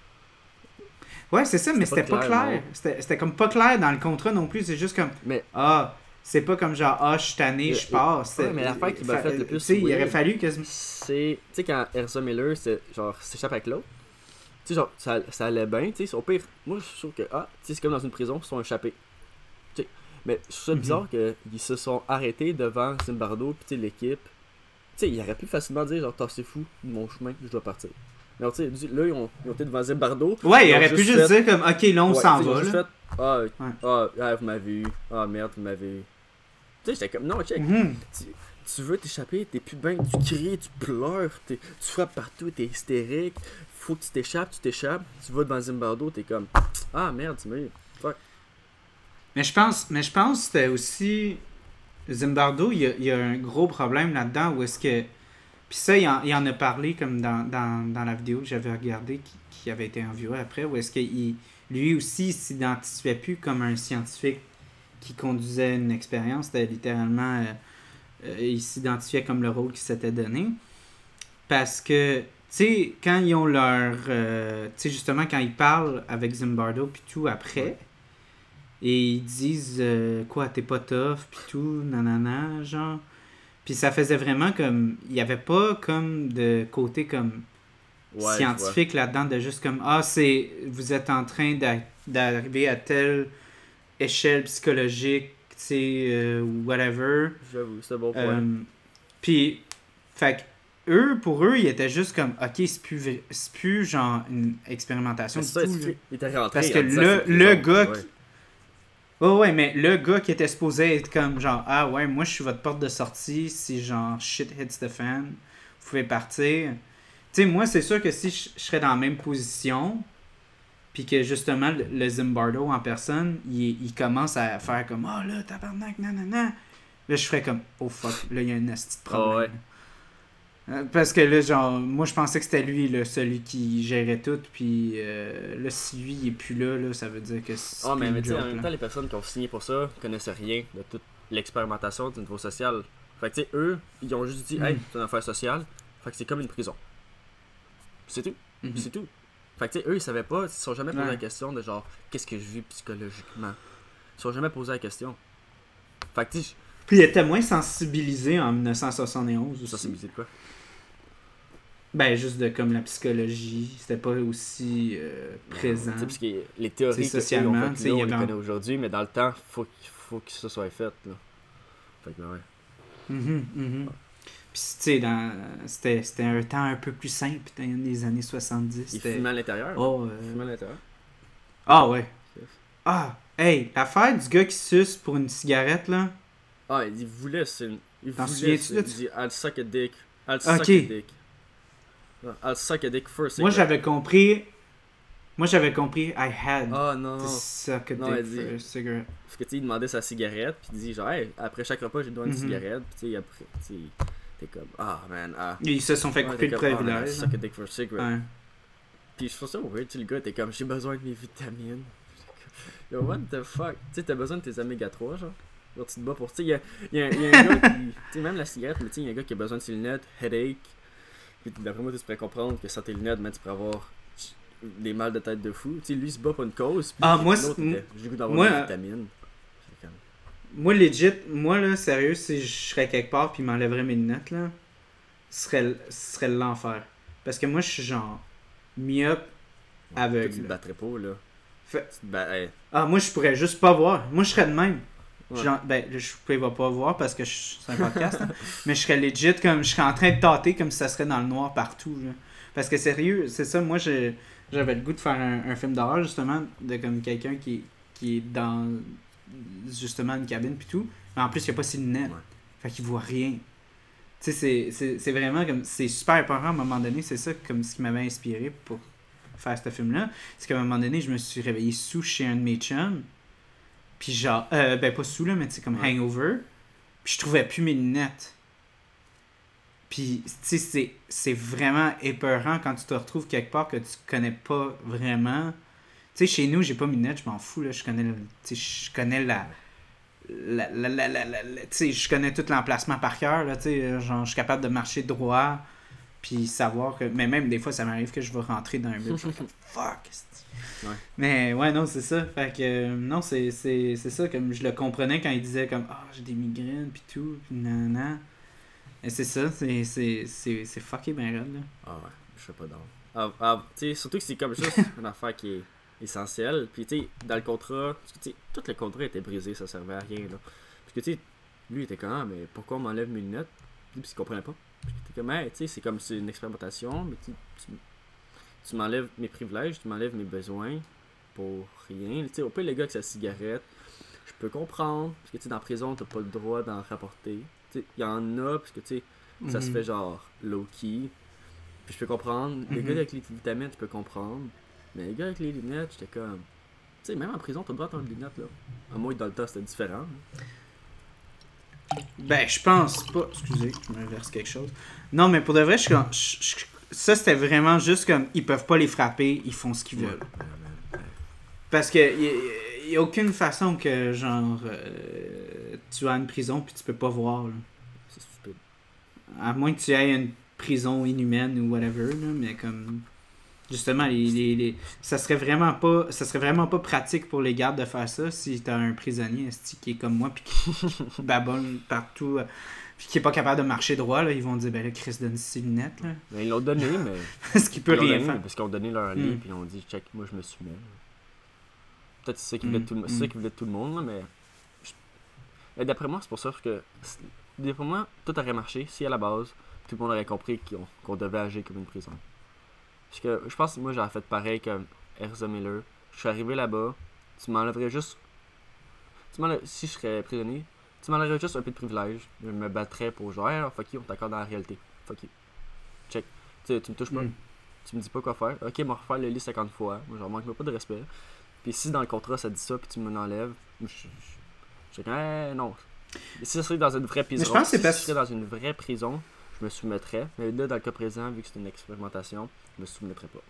Speaker 1: Ouais, c'est ça, mais
Speaker 2: C'était
Speaker 1: c'était
Speaker 2: pas
Speaker 1: pas
Speaker 2: clair,
Speaker 1: clair.
Speaker 2: non.
Speaker 1: C'était c'était comme pas clair dans le contrat non plus, c'est juste comme
Speaker 2: Mais
Speaker 1: ah, c'est pas comme genre ah, je suis tanné,
Speaker 2: Et-
Speaker 1: je
Speaker 2: et-
Speaker 1: passe.
Speaker 2: ouais, mais l'affaire qui m'a
Speaker 1: Fa-
Speaker 2: fait le plus
Speaker 1: Tu sais, il aurait
Speaker 2: weird,
Speaker 1: fallu quasiment.
Speaker 2: c'est. Tu sais, quand Erza Miller c'est, genre, s'échappe avec l'autre, tu sais, genre, ça, ça allait bien, tu sais, au pire, moi, je trouve que, ah, tu sais, c'est comme dans une prison, ils sont échappés. Tu sais, mais je trouve ça
Speaker 1: Mhm.
Speaker 2: bizarre qu'ils se sont arrêtés devant Zimbardo, puis tu sais, l'équipe. Tu sais, il aurait pu facilement dire, genre, c'est fou de mon chemin, je dois partir. Mais tu sais, là, ils ont, ils ont été devant Zimbardo.
Speaker 1: Ouais, il
Speaker 2: ils ont
Speaker 1: aurait pu juste
Speaker 2: fait-
Speaker 1: dire comme ok, là on
Speaker 2: Ouais,
Speaker 1: s'en
Speaker 2: tu sais, ils ont
Speaker 1: va.
Speaker 2: juste
Speaker 1: Là.
Speaker 2: fait, Ah,
Speaker 1: Ouais.
Speaker 2: ah, ah, vous m'avez eu. Ah, merde, vous m'avez eu. Tu sais, j'étais comme, non, check.
Speaker 1: Mhm.
Speaker 2: Tu, tu veux t'échapper, t'es plus bien, tu cries, tu pleures, t'es- tu frappes partout, t'es hystérique. Faut que tu t'échappes, tu t'échappes. Tu vas devant Zimbardo, t'es comme, ah, merde, tu m'as eu. Fuck.
Speaker 1: Mais je pense, mais je pense que c'était aussi. Zimbardo, il y, a, il y a un gros problème là-dedans où est-ce que. Puis ça, il en, il en a parlé comme dans, dans, dans la vidéo que j'avais regardée qui, qui avait été enviée après, où est-ce que il, lui aussi il s'identifiait plus comme un scientifique qui conduisait une expérience. C'était littéralement. euh, euh, il s'identifiait comme le rôle qu'il s'était donné. Parce que, tu sais, quand ils ont leur. euh, tu sais, justement, quand ils parlent avec Zimbardo, puis tout après, et ils disent euh, quoi, t'es pas tough, puis tout, nanana, genre. Puis ça faisait vraiment comme. Il y avait pas comme de côté comme
Speaker 2: Ouais, je vois.
Speaker 1: scientifique là-dedans, de juste comme ah, c'est. Vous êtes en train d'a- d'arriver à telle échelle psychologique, tu sais, euh, whatever.
Speaker 2: J'avoue, c'est un bon point.
Speaker 1: Euh, Puis, fait que eux, pour eux, ils étaient juste comme ok, c'est plus, v- c'est plus genre une expérimentation
Speaker 2: Mais
Speaker 1: du
Speaker 2: c'est ça,
Speaker 1: tout, là.
Speaker 2: c'est- il était rentré
Speaker 1: Parce que
Speaker 2: en disant que
Speaker 1: le,
Speaker 2: c'est
Speaker 1: le
Speaker 2: prison.
Speaker 1: gars
Speaker 2: Ouais.
Speaker 1: qui. Ouais, ouais, mais le gars qui était supposé être comme genre, ah ouais, moi je suis votre porte de sortie, si genre shit hits the fan, vous pouvez partir. Tu sais, moi c'est sûr que si je, je serais dans la même position, puis que justement le, le Zimbardo en personne, il, il commence à faire comme, oh là, tabarnak, nanana. Là je ferais comme, oh fuck, là il y a un esti de
Speaker 2: Ah
Speaker 1: problème.
Speaker 2: ouais.
Speaker 1: là. Euh, Parce que là, genre, moi je pensais que c'était lui, là, celui qui gérait tout, puis euh, là, si lui il est plus là, là, ça veut dire que c'est
Speaker 2: Ah,
Speaker 1: plus
Speaker 2: mais, mais
Speaker 1: une
Speaker 2: tu sais, en
Speaker 1: joke,
Speaker 2: même
Speaker 1: là.
Speaker 2: temps, les personnes qui ont signé pour ça connaissaient rien de toute l'expérimentation du niveau social. Fait que, tu sais, eux, ils ont juste dit, hey,
Speaker 1: Mm.
Speaker 2: c'est une affaire sociale. Fait que c'est comme une prison. C'est tout.
Speaker 1: Mhm.
Speaker 2: C'est tout. Fait que, tu sais, eux, ils savaient pas, ils se sont jamais posé
Speaker 1: Ouais.
Speaker 2: la question de genre, qu'est-ce que je vis psychologiquement. Ils se sont jamais posé la question. Fait que, tu sais,
Speaker 1: Puis il était moins sensibilisé en dix-neuf cent soixante et onze
Speaker 2: ça, c'est
Speaker 1: aussi.
Speaker 2: musée de quoi?
Speaker 1: Ben, juste de comme la psychologie, c'était pas aussi euh, présent.
Speaker 2: Tu sais, parce que les théories
Speaker 1: T'sais,
Speaker 2: que eux ont
Speaker 1: socialement,
Speaker 2: faites
Speaker 1: t'sais,
Speaker 2: là,
Speaker 1: il y
Speaker 2: on les
Speaker 1: avait un-
Speaker 2: connaît aujourd'hui, mais dans le temps, faut qu'il faut que ça soit fait, là. Fait que, ouais.
Speaker 1: Mhm, mhm. Puis, tu sais, dans... c'était, c'était un temps un peu plus simple dans les années soixante-dix.
Speaker 2: Il
Speaker 1: C'était...
Speaker 2: fumait à l'intérieur.
Speaker 1: Oh,
Speaker 2: Il
Speaker 1: euh,
Speaker 2: fumait à l'intérieur.
Speaker 1: Ah, ouais.
Speaker 2: Yes.
Speaker 1: Ah, hey, l'affaire du gars qui suce pour une cigarette, là.
Speaker 2: Ah, il voulait, c'est une. Il
Speaker 1: T'en
Speaker 2: voulait,
Speaker 1: souviens-tu
Speaker 2: c'est.
Speaker 1: de
Speaker 2: Il
Speaker 1: ça?
Speaker 2: dit, I'll suck a dick. I'll
Speaker 1: Ok.
Speaker 2: suck a dick. Non, I'll suck a dick first.
Speaker 1: Moi, j'avais compris... Moi, j'avais compris I had
Speaker 2: Ah
Speaker 1: to
Speaker 2: non.
Speaker 1: suck a
Speaker 2: Non,
Speaker 1: dick
Speaker 2: elle dit-
Speaker 1: for a cigarette.
Speaker 2: Parce que tu sais, il demandait sa cigarette, puis il dit genre, hey, après chaque repas, j'ai besoin d'une
Speaker 1: Mhm.
Speaker 2: cigarette. Puis tu sais, après, tu sais, t'es comme, ah man, ah.
Speaker 1: Ils se sont fait
Speaker 2: Ouais,
Speaker 1: couper
Speaker 2: t'es
Speaker 1: le
Speaker 2: comme, Ah, man, I'll
Speaker 1: privilège.
Speaker 2: suck a dick for a cigarette.
Speaker 1: Ouais.
Speaker 2: Puis je trouve ça weird, tu sais, le gars, t'es comme, j'ai besoin de mes vitamines. Yo, what the fuck? Tu sais, t'as besoin de tes oméga trois, genre. Genre, tu te bats pour. Tu sais, il y a, y a- y a un gars qui. Tu sais, même la cigarette, mais tu sais, il y a un gars qui a besoin de ses lunettes, headache. Puis d'après moi, tu pourrais comprendre que sans tes lunettes, ben, tu pourrais avoir des mal de tête de fou. Tu sais, lui, il se bat pour une cause. Puis
Speaker 1: Ah, moi,
Speaker 2: l'autre,
Speaker 1: c'est-
Speaker 2: était, j'ai le goût d'avoir
Speaker 1: moi,
Speaker 2: des
Speaker 1: euh,
Speaker 2: vitamines. C'est comme,
Speaker 1: Moi, legit, moi, là, sérieux, si je serais quelque part puis il m'enlèverait mes lunettes, là, ce serait, ce serait l'enfer. Parce que moi, je suis genre myope,
Speaker 2: ouais,
Speaker 1: aveugle.
Speaker 2: toi, tu te battrais pas, là.
Speaker 1: Fait-
Speaker 2: Tu te bats. Hey,
Speaker 1: Ah, moi, je pourrais juste pas voir. Moi, je serais de même.
Speaker 2: ouais.
Speaker 1: Genre, ben, là, je ne vais pas voir parce que je- c'est un podcast, hein, mais je serais legit comme, je serais en train de tâter comme si ça serait dans le noir partout, là. Parce que sérieux, c'est ça, moi, j'ai- j'avais le goût de faire un, un film d'horreur, justement, de comme quelqu'un qui, qui est dans, justement, une cabine puis tout, mais en plus, il n'y a pas ses lunettes.
Speaker 2: Ouais.
Speaker 1: Fait qu'il voit rien. Tu sais, c'est- c'est c'est vraiment comme, c'est super épeurant à un moment donné, c'est ça comme ce qui m'avait inspiré pour faire ce film-là. C'est qu'à un moment donné, je me suis réveillé sous chez un de mes chums, puis genre, euh, ben pas sous là, mais tu sais, comme
Speaker 2: Ouais.
Speaker 1: hangover, puis je trouvais plus mes lunettes. Puis, tu sais, c'est- c'est vraiment épeurant quand tu te retrouves quelque part que tu connais pas vraiment. Tu sais, chez nous, j'ai pas mes lunettes, je m'en fous, là, je connais, le- tu sais, je connais la... la, la, la, la, la- la- tu sais, je connais tout l'emplacement par cœur, là, tu sais, genre, je suis capable de marcher droit, puis savoir que... Mais même, des fois, ça m'arrive que je vais rentrer dans un but, je suis comme, fuck, c'est-
Speaker 2: Ouais.
Speaker 1: Mais, ouais, non, c'est ça, fait que, euh, non, c'est c'est- c'est ça, comme je le comprenais quand il disait, comme, ah, j'ai des migraines, puis tout, puis nanana. Et c'est ça, c'est c'est- c'est- c'est fucké ben raide, là.
Speaker 2: Ah ouais, je sais pas d'ordre. Ah, ah, tu sais, surtout que c'est comme juste une affaire qui est essentielle. Puis tu sais, dans le contrat, parce que tu sais, tout le contrat était brisé, ça servait à rien là. Parce que tu sais, lui il était comme, ah, mais pourquoi on m'enlève mes lunettes? Puis il comprenait pas. Puis il était comme, hey, tu sais, c'est comme c'est une expérimentation, mais tu, tu, tu m'enlèves mes privilèges, tu m'enlèves mes besoins. pour rien. Tu sais, au pire, le gars avec sa cigarette, je peux comprendre, parce que tu sais, dans la prison, t'as pas le droit d'en rapporter. Tu sais, il y en a, parce que tu sais, mm-hmm. ça se fait genre low-key. Puis je peux comprendre. Mm-hmm. Les gars avec les vitamines, je peux comprendre. Mais les gars avec les lunettes, j'étais comme. Tu sais, même en prison, t'as le droit d'avoir des lunettes, là. À moi, dans le temps, c'était différent.
Speaker 1: Ben, je pense pas. Excusez, je m'inverse quelque chose. Non, mais pour de vrai, je suis. Je, je, ça, c'était vraiment juste comme. Ils peuvent pas les frapper, ils font ce qu'ils veulent. Ouais. Parce que. Il n'y a aucune façon que, genre. Euh, tu as une prison puis tu peux pas voir, là.
Speaker 2: C'est stupide.
Speaker 1: À moins que tu aies une prison inhumaine ou whatever, là, mais comme. Justement, les, les, les, ça serait vraiment pas ça serait vraiment pas pratique pour les gardes de faire ça si t'as un prisonnier esti, qui est comme moi puis qui babonne partout euh, puis qui est pas capable de marcher droit, là, ils vont dire ben là Chris donne ses lunettes là.
Speaker 2: Ben, ils l'ont donné mais
Speaker 1: parce qu'il peut rien
Speaker 2: donné,
Speaker 1: faire
Speaker 2: parce qu'ils ont donné leur lit mm. puis ils ont dit check moi je me suis mis. Peut-être c'est ça qu'ils voulaient mm. tout, mm. c'est ça qu'ils voulaient tout le monde là, mais je... et d'après moi c'est pour ça que d'après moi tout aurait marché si à la base tout le monde aurait compris qu'on, qu'on devait agir comme une prison. Parce que je pense que moi j'aurais fait pareil comme Ezra Miller. Je suis arrivé là-bas, tu m'enlèverais juste. Tu m'enlèverais... Si je serais prisonnier, tu m'enlèverais juste un peu de privilège. Je me battrais pour genre, hey, fuck you, on t'accorde dans la réalité. Fuck you. Check. Tu sais, tu me touches pas. Mm. Tu me dis pas quoi faire. Ok, moi refaire le lit cinquante fois. Moi, genre, manque-moi pas de respect. Puis si dans le contrat ça dit ça, puis tu me l'enlèves, je suis je... comme, hey, non. Si ça serait dans une vraie prison,
Speaker 1: je pense
Speaker 2: si
Speaker 1: que c'est
Speaker 2: ça serait dans une vraie prison, je me soumettrais. Mais là, dans le cas présent, vu que c'est une expérimentation, je me soumettrais pas.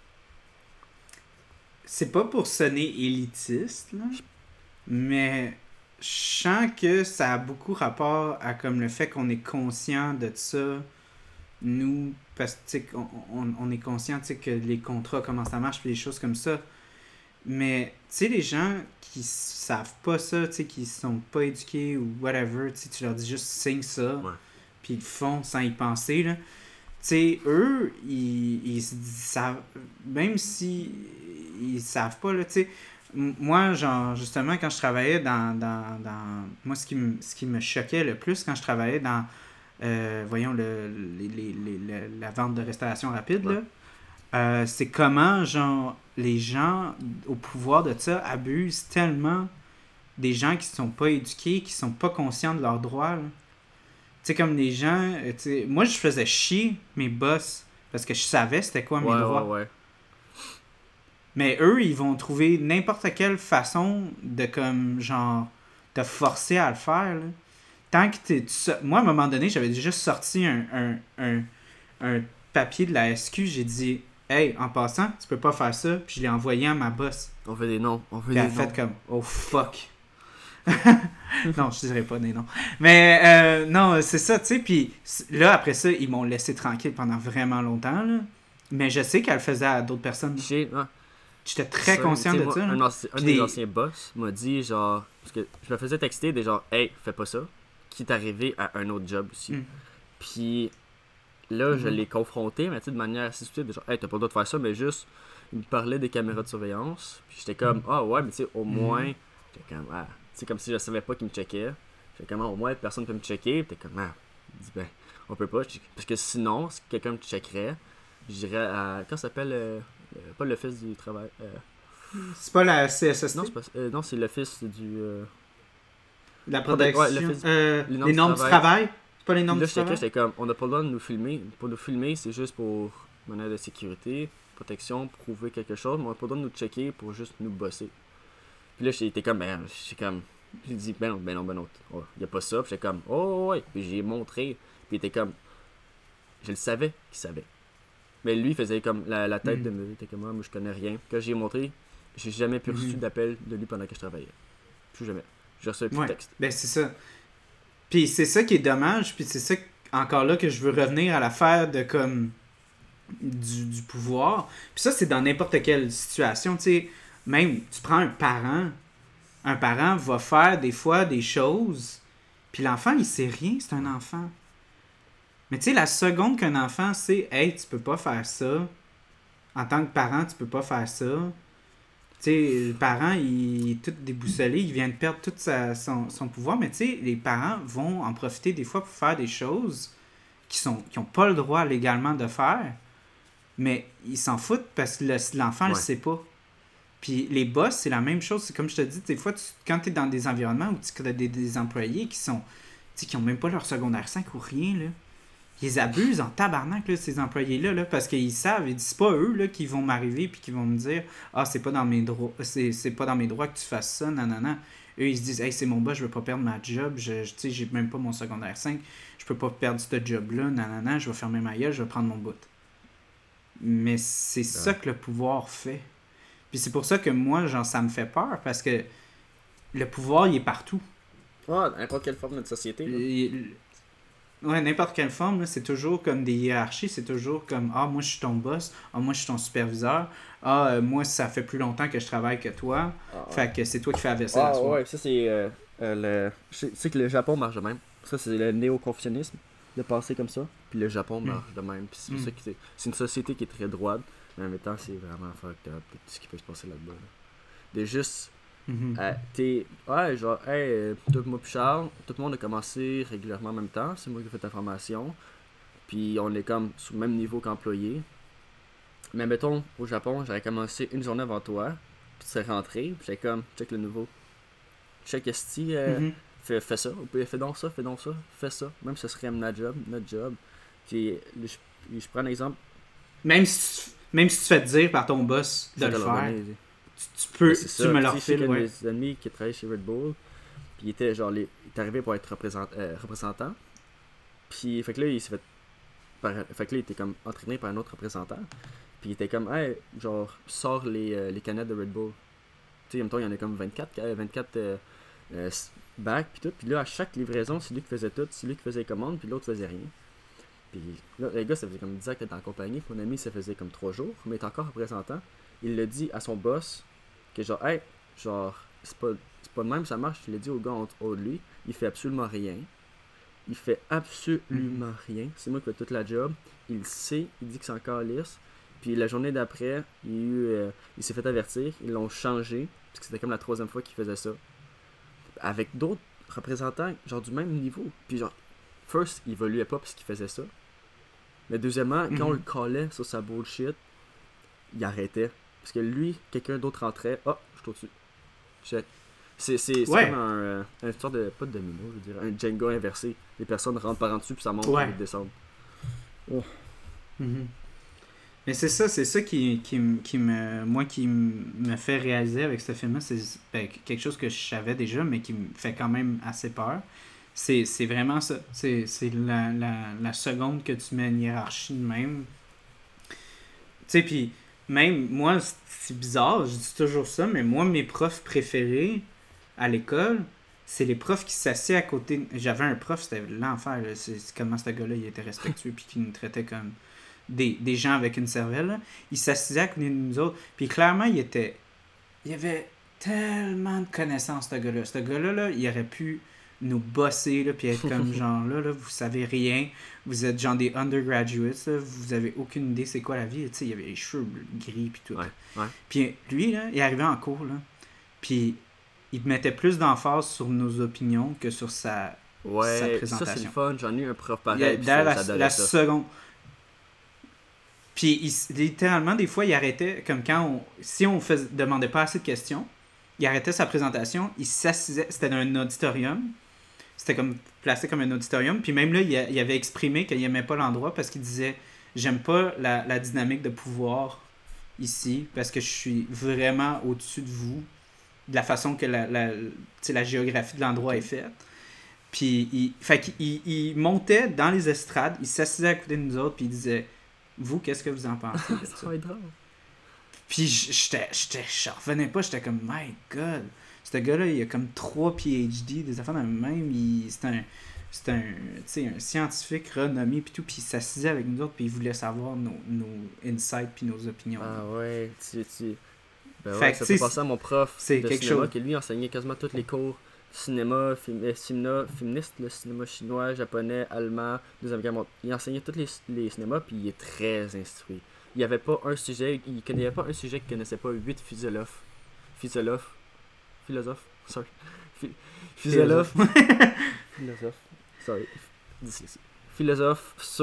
Speaker 1: C'est pas pour sonner élitiste, là, mais je sens que ça a beaucoup rapport à comme le fait qu'on est conscient de ça, nous, parce que on, on, on est conscient que les contrats, comment ça marche, puis des choses comme ça. Mais, tu sais, les gens qui savent pas ça, tu sais, qui sont pas éduqués ou whatever, tu sais, tu leur dis juste signe ça, ouais. Puis ils le font sans y penser, là. Tu sais, eux, ils, ils savent, même si ils savent pas, là, tu sais, moi, genre, justement, quand je travaillais dans, dans, dans moi, ce qui, me, ce qui me choquait le plus quand je travaillais dans, euh, voyons, le, les, les, les, la vente de restauration rapide, ouais. Là, euh, c'est comment, genre, les gens au pouvoir de ça abusent tellement des gens qui sont pas éduqués, qui sont pas conscients de leurs droits, là. Tu sais, comme les gens... T'sais, moi, je faisais chier mes boss parce que je savais c'était quoi mes
Speaker 2: ouais,
Speaker 1: droits.
Speaker 2: Ouais, ouais.
Speaker 1: Mais eux, ils vont trouver n'importe quelle façon de, comme, genre, te forcer à le faire, là. Tant que t'es... Tu, moi, à un moment donné, j'avais déjà sorti un, un, un, un papier de la S Q. J'ai dit, hey, en passant, tu peux pas faire ça. Puis je l'ai envoyé à ma boss.
Speaker 2: On fait des noms. On fait
Speaker 1: Puis
Speaker 2: des
Speaker 1: elle
Speaker 2: noms.
Speaker 1: a fait comme, oh fuck. Non, je dirais pas des noms. Mais euh, non, c'est ça, tu sais. Puis là, après ça, ils m'ont laissé tranquille pendant vraiment longtemps, là. Mais je sais qu'elle le faisait à d'autres personnes.
Speaker 2: J'ai, ouais.
Speaker 1: J'étais très ça, conscient de
Speaker 2: moi,
Speaker 1: ça.
Speaker 2: Un, ancien, un des anciens boss m'a dit, genre, parce que je me faisais texter des genre, hey, fais pas ça, qui est arrivé à un autre job aussi. Mm. Puis là, mm-hmm. je l'ai confronté, mais tu sais, de manière assez subtile, genre, hey, t'as pas le droit de faire ça, mais juste, il me parlait des caméras de surveillance. Puis j'étais comme, ah ouais, mais tu sais, au moins, mm. j'étais comme, ah. C'est comme si je savais pas qu'il me checkait. J'étais comme, au moins, personne peut me checker. Puis t'es comme, ah, je dis, ben, on peut pas. Parce que sinon, si quelqu'un me checkerait, je dirais à. Comment ça s'appelle euh, pas l'Office du travail. Euh...
Speaker 1: C'est pas la C S S T?
Speaker 2: Non, c'est, pas, euh, non, c'est l'Office du. Euh...
Speaker 1: La protection. Ouais,
Speaker 2: l'office,
Speaker 1: euh, les normes, les normes du travail. travail. C'est pas les normes
Speaker 2: là,
Speaker 1: du travail?
Speaker 2: Là, j'étais comme, on n'a pas le droit de nous filmer. Pour nous filmer, c'est juste pour manière de sécurité, protection, prouver quelque chose. Mais on n'a pas le droit de nous checker pour juste nous bosser. Puis là, j'étais comme, ben, j'étais comme. J'ai dit, ben non, ben non, ben non, il oh, n'y a pas ça. Puis j'étais comme, oh, ouais. Puis j'ai montré. Puis il était comme, je le savais qu'il savait. Mais lui, il faisait comme la, la tête mm. de me. Il était comme, ah, moi, je connais rien. Quand j'ai montré, j'ai jamais pu reçu mm. d'appel de lui pendant que je travaillais. Plus jamais. J'ai reçu un petit
Speaker 1: ouais.
Speaker 2: texte.
Speaker 1: Ben, c'est ça. Puis c'est ça qui est dommage. Puis c'est ça, encore là, que je veux revenir à l'affaire de comme. Du, du pouvoir. Puis ça, c'est dans n'importe quelle situation. Tu sais, même, tu prends un parent. Un parent va faire des fois des choses, puis l'enfant, il sait rien, c'est un enfant. Mais tu sais, la seconde qu'un enfant sait, hey, tu peux pas faire ça, en tant que parent, tu peux pas faire ça. Tu sais, le parent, il est tout déboussolé, il vient de perdre tout sa, son, son pouvoir, mais tu sais, les parents vont en profiter des fois pour faire des choses qui sont qui ont pas le droit légalement de faire, mais ils s'en foutent parce que le, l'enfant, ouais. le sait pas. Puis les boss, c'est la même chose. C'est comme je te dis, des fois, tu, quand tu es dans des environnements où tu as des, des employés qui sont, tu sais, qui ont même pas leur secondaire cinq ou rien, là. Ils abusent en tabarnak, là, ces employés-là, là, parce qu'ils savent, ils disent pas eux là, qui vont m'arriver puis qui vont me dire ah, c'est pas dans mes droits, c'est, c'est pas dans mes droits que tu fasses ça, nanana. Eux, ils se disent hey, c'est mon boss, je veux pas perdre ma job, je, je, tu sais, j'ai même pas mon secondaire cinq, je peux pas perdre ce job-là, nanana, je vais fermer ma gueule, je vais prendre mon bout. Mais c'est ça que le pouvoir fait. Puis c'est pour ça que moi, genre, ça me fait peur, parce que le pouvoir, il est partout.
Speaker 2: Ah, n'importe quelle forme de société.
Speaker 1: Il, Ouais, n'importe quelle forme, là, c'est toujours comme des hiérarchies, c'est toujours comme ah, moi je suis ton boss, ah, moi je suis ton superviseur, ah, euh, moi ça fait plus longtemps que je travaille que toi,
Speaker 2: Ah, ouais.
Speaker 1: fait que c'est toi qui fais la vaisselle à
Speaker 2: Ah
Speaker 1: soir.
Speaker 2: ouais, ça c'est euh, euh, le. Je sais que le Japon marche de même. Ça c'est le néo-confucianisme, de penser comme ça. Puis le Japon marche de même. Puis c'est pour
Speaker 1: Mm.
Speaker 2: ça que c'est, c'est une société qui est très droite, mais en même temps c'est vraiment fucked up tout ce qui peut se passer là-bas. Là. De juste.
Speaker 1: Mhm.
Speaker 2: Euh, t'es. Ouais, genre, hey, euh, tout moi puis Charles, tout le monde a commencé régulièrement en même temps. C'est moi qui ai fait la formation. Puis on est comme sur le même niveau qu'employé. Mais mettons, au Japon, j'aurais commencé une journée avant toi. Puis tu serais rentré. Puis j'étais comme, check le nouveau. Check esti, euh,
Speaker 1: Mhm.
Speaker 2: fais, fais ça. Ou puis fais donc ça, fais donc ça, fais ça. Même si ce serait notre job, notre job. Puis je, je prends un exemple.
Speaker 1: Même si tu, même si tu fais te dire par ton boss de
Speaker 2: Je
Speaker 1: le
Speaker 2: vais te leur
Speaker 1: faire,
Speaker 2: donner.
Speaker 1: tu, tu peux,
Speaker 2: Mais c'est
Speaker 1: tu
Speaker 2: ça.
Speaker 1: me
Speaker 2: Puis
Speaker 1: le
Speaker 2: tu sais, je sais
Speaker 1: refiles,
Speaker 2: qu'il y a
Speaker 1: ouais.
Speaker 2: des amis qui travaillaient chez Red Bull. Puis il était genre, les, il est arrivé pour être représent, euh, représentant. Puis fait que là, il s'est fait. Par, fait que là, il était comme entraîné par un autre représentant. Puis il était comme, hey, genre, sors les, euh, les canettes de Red Bull. Tu sais, en même temps, il y en a comme vingt-quatre, euh, vingt-quatre euh, euh, bacs, puis tout. Puis là, à chaque livraison, c'est lui qui faisait tout, c'est lui qui faisait les commandes, puis l'autre faisait rien. Puis là, les gars, ça faisait comme dix ans qu'il était en compagnie. Mon ami, ça faisait comme trois jours, mais il est encore représentant. Il l'a dit à son boss, que genre, hey, genre, c'est pas, c'est pas de même, ça marche. Il l'a dit au gars en haut de lui, il fait absolument rien. Il fait absolument rien. C'est moi qui fais toute la job. Il le sait, il dit que c'est encore lisse. Puis la journée d'après, il, a eu, euh, il s'est fait avertir, ils l'ont changé, parce que c'était comme la troisième fois qu'il faisait ça. Avec d'autres représentants, genre du même niveau. Puis genre, first, il évoluait pas parce qu'il faisait ça. Mais deuxièmement, quand on le collait sur sa bullshit, il arrêtait. Parce que lui, quelqu'un d'autre rentrait, ah, oh, je suis au-dessus. Check. C'est, c'est, c'est
Speaker 1: Ouais.
Speaker 2: comme un, euh, une sorte de, pas de domino, je veux dire, un Jenga inversé. Les personnes rentrent par en dessus, puis ça monte,
Speaker 1: Ouais.
Speaker 2: puis descendent.
Speaker 1: Mhm. Mais c'est ça, c'est ça qui, qui, m- qui me, moi, qui m- me fait réaliser avec ce film-là. C'est ben, quelque chose que je savais déjà, mais qui me fait quand même assez peur. C'est, c'est vraiment ça. C'est, c'est la, la, la seconde que tu mets une hiérarchie de même. Tu sais, puis même, moi, c'est- c'est bizarre, je dis toujours ça, mais moi, mes profs préférés à l'école, c'est les profs qui s'assiedent à côté. J'avais un prof, c'était l'enfer. Là. C'est, c'est comment ce gars-là, il était respectueux, puis qui nous traitait comme des, des gens avec une cervelle. Là. Il s'assisait à côté de nous autres, puis clairement, il était. Il avait tellement de connaissances, ce gars-là. Ce gars-là, là, il aurait pu nous bosser, là, puis être comme genre là, là, vous savez rien, vous êtes genre des undergraduates, là, vous avez aucune idée c'est quoi la vie. Tu sais, il avait les cheveux gris, puis tout.
Speaker 2: Ouais, ouais.
Speaker 1: Puis lui, là, il arrivait en cours, là, puis il mettait plus d'emphase sur nos opinions que sur sa, sa
Speaker 2: Ouais, ça c'est
Speaker 1: présentation.
Speaker 2: le fun, j'en ai eu un prof
Speaker 1: Il y a-
Speaker 2: pareil, puis
Speaker 1: dans
Speaker 2: ça,
Speaker 1: la,
Speaker 2: j'adorais
Speaker 1: la
Speaker 2: ça.
Speaker 1: seconde. Puis il- littéralement, des fois, il arrêtait, comme quand on. Si on ne demandait pas assez de questions, il arrêtait sa présentation, il s'assisait. C'était dans un auditorium. C'était comme placé comme un auditorium. Puis même là, il, a- il avait exprimé qu'il n'aimait pas l'endroit parce qu'il disait j'aime pas la, la dynamique de pouvoir ici parce que je suis vraiment au-dessus de vous, de la façon que la, la, tu sais, la géographie de l'endroit est faite. Puis il, fait qu'il il, il montait dans les estrades, il s'assisait à côté de nous autres, puis il disait vous, qu'est-ce que vous en pensez de
Speaker 2: Ça
Speaker 1: ça?
Speaker 2: va être drôle.
Speaker 1: Puis j- j'étais, j'étais, je revenais pas, j'étais comme, my god, ce gars-là, il a comme trois P H D, des affaires de même, il, c'est un, c'est un, tu sais, un scientifique renommé, puis tout, puis il s'assisait avec nous autres, puis il voulait savoir nos, nos insights, puis nos opinions.
Speaker 2: Ah ouais, tu, tu... Ben
Speaker 1: Fait
Speaker 2: ouais,
Speaker 1: que,
Speaker 2: ça
Speaker 1: tu
Speaker 2: fait
Speaker 1: sais,
Speaker 2: passer à mon prof
Speaker 1: c'est
Speaker 2: de
Speaker 1: quelque
Speaker 2: cinéma
Speaker 1: chose.
Speaker 2: qui lui enseignait quasiment tous les cours cinéma, film, euh, cinéma féministe, le cinéma chinois, japonais, allemand, deuxième guerre mondiale. Il enseignait tous les, les cinémas, puis il est très instruit. Il n'y avait pas un sujet, il connaissait pas un sujet qu'il connaissait pas huit philosophes. Philosophes. Philosophes. Sorry. Phi- Philosophes. Philosophes. Sorry. Dyslexie. Philosophes sur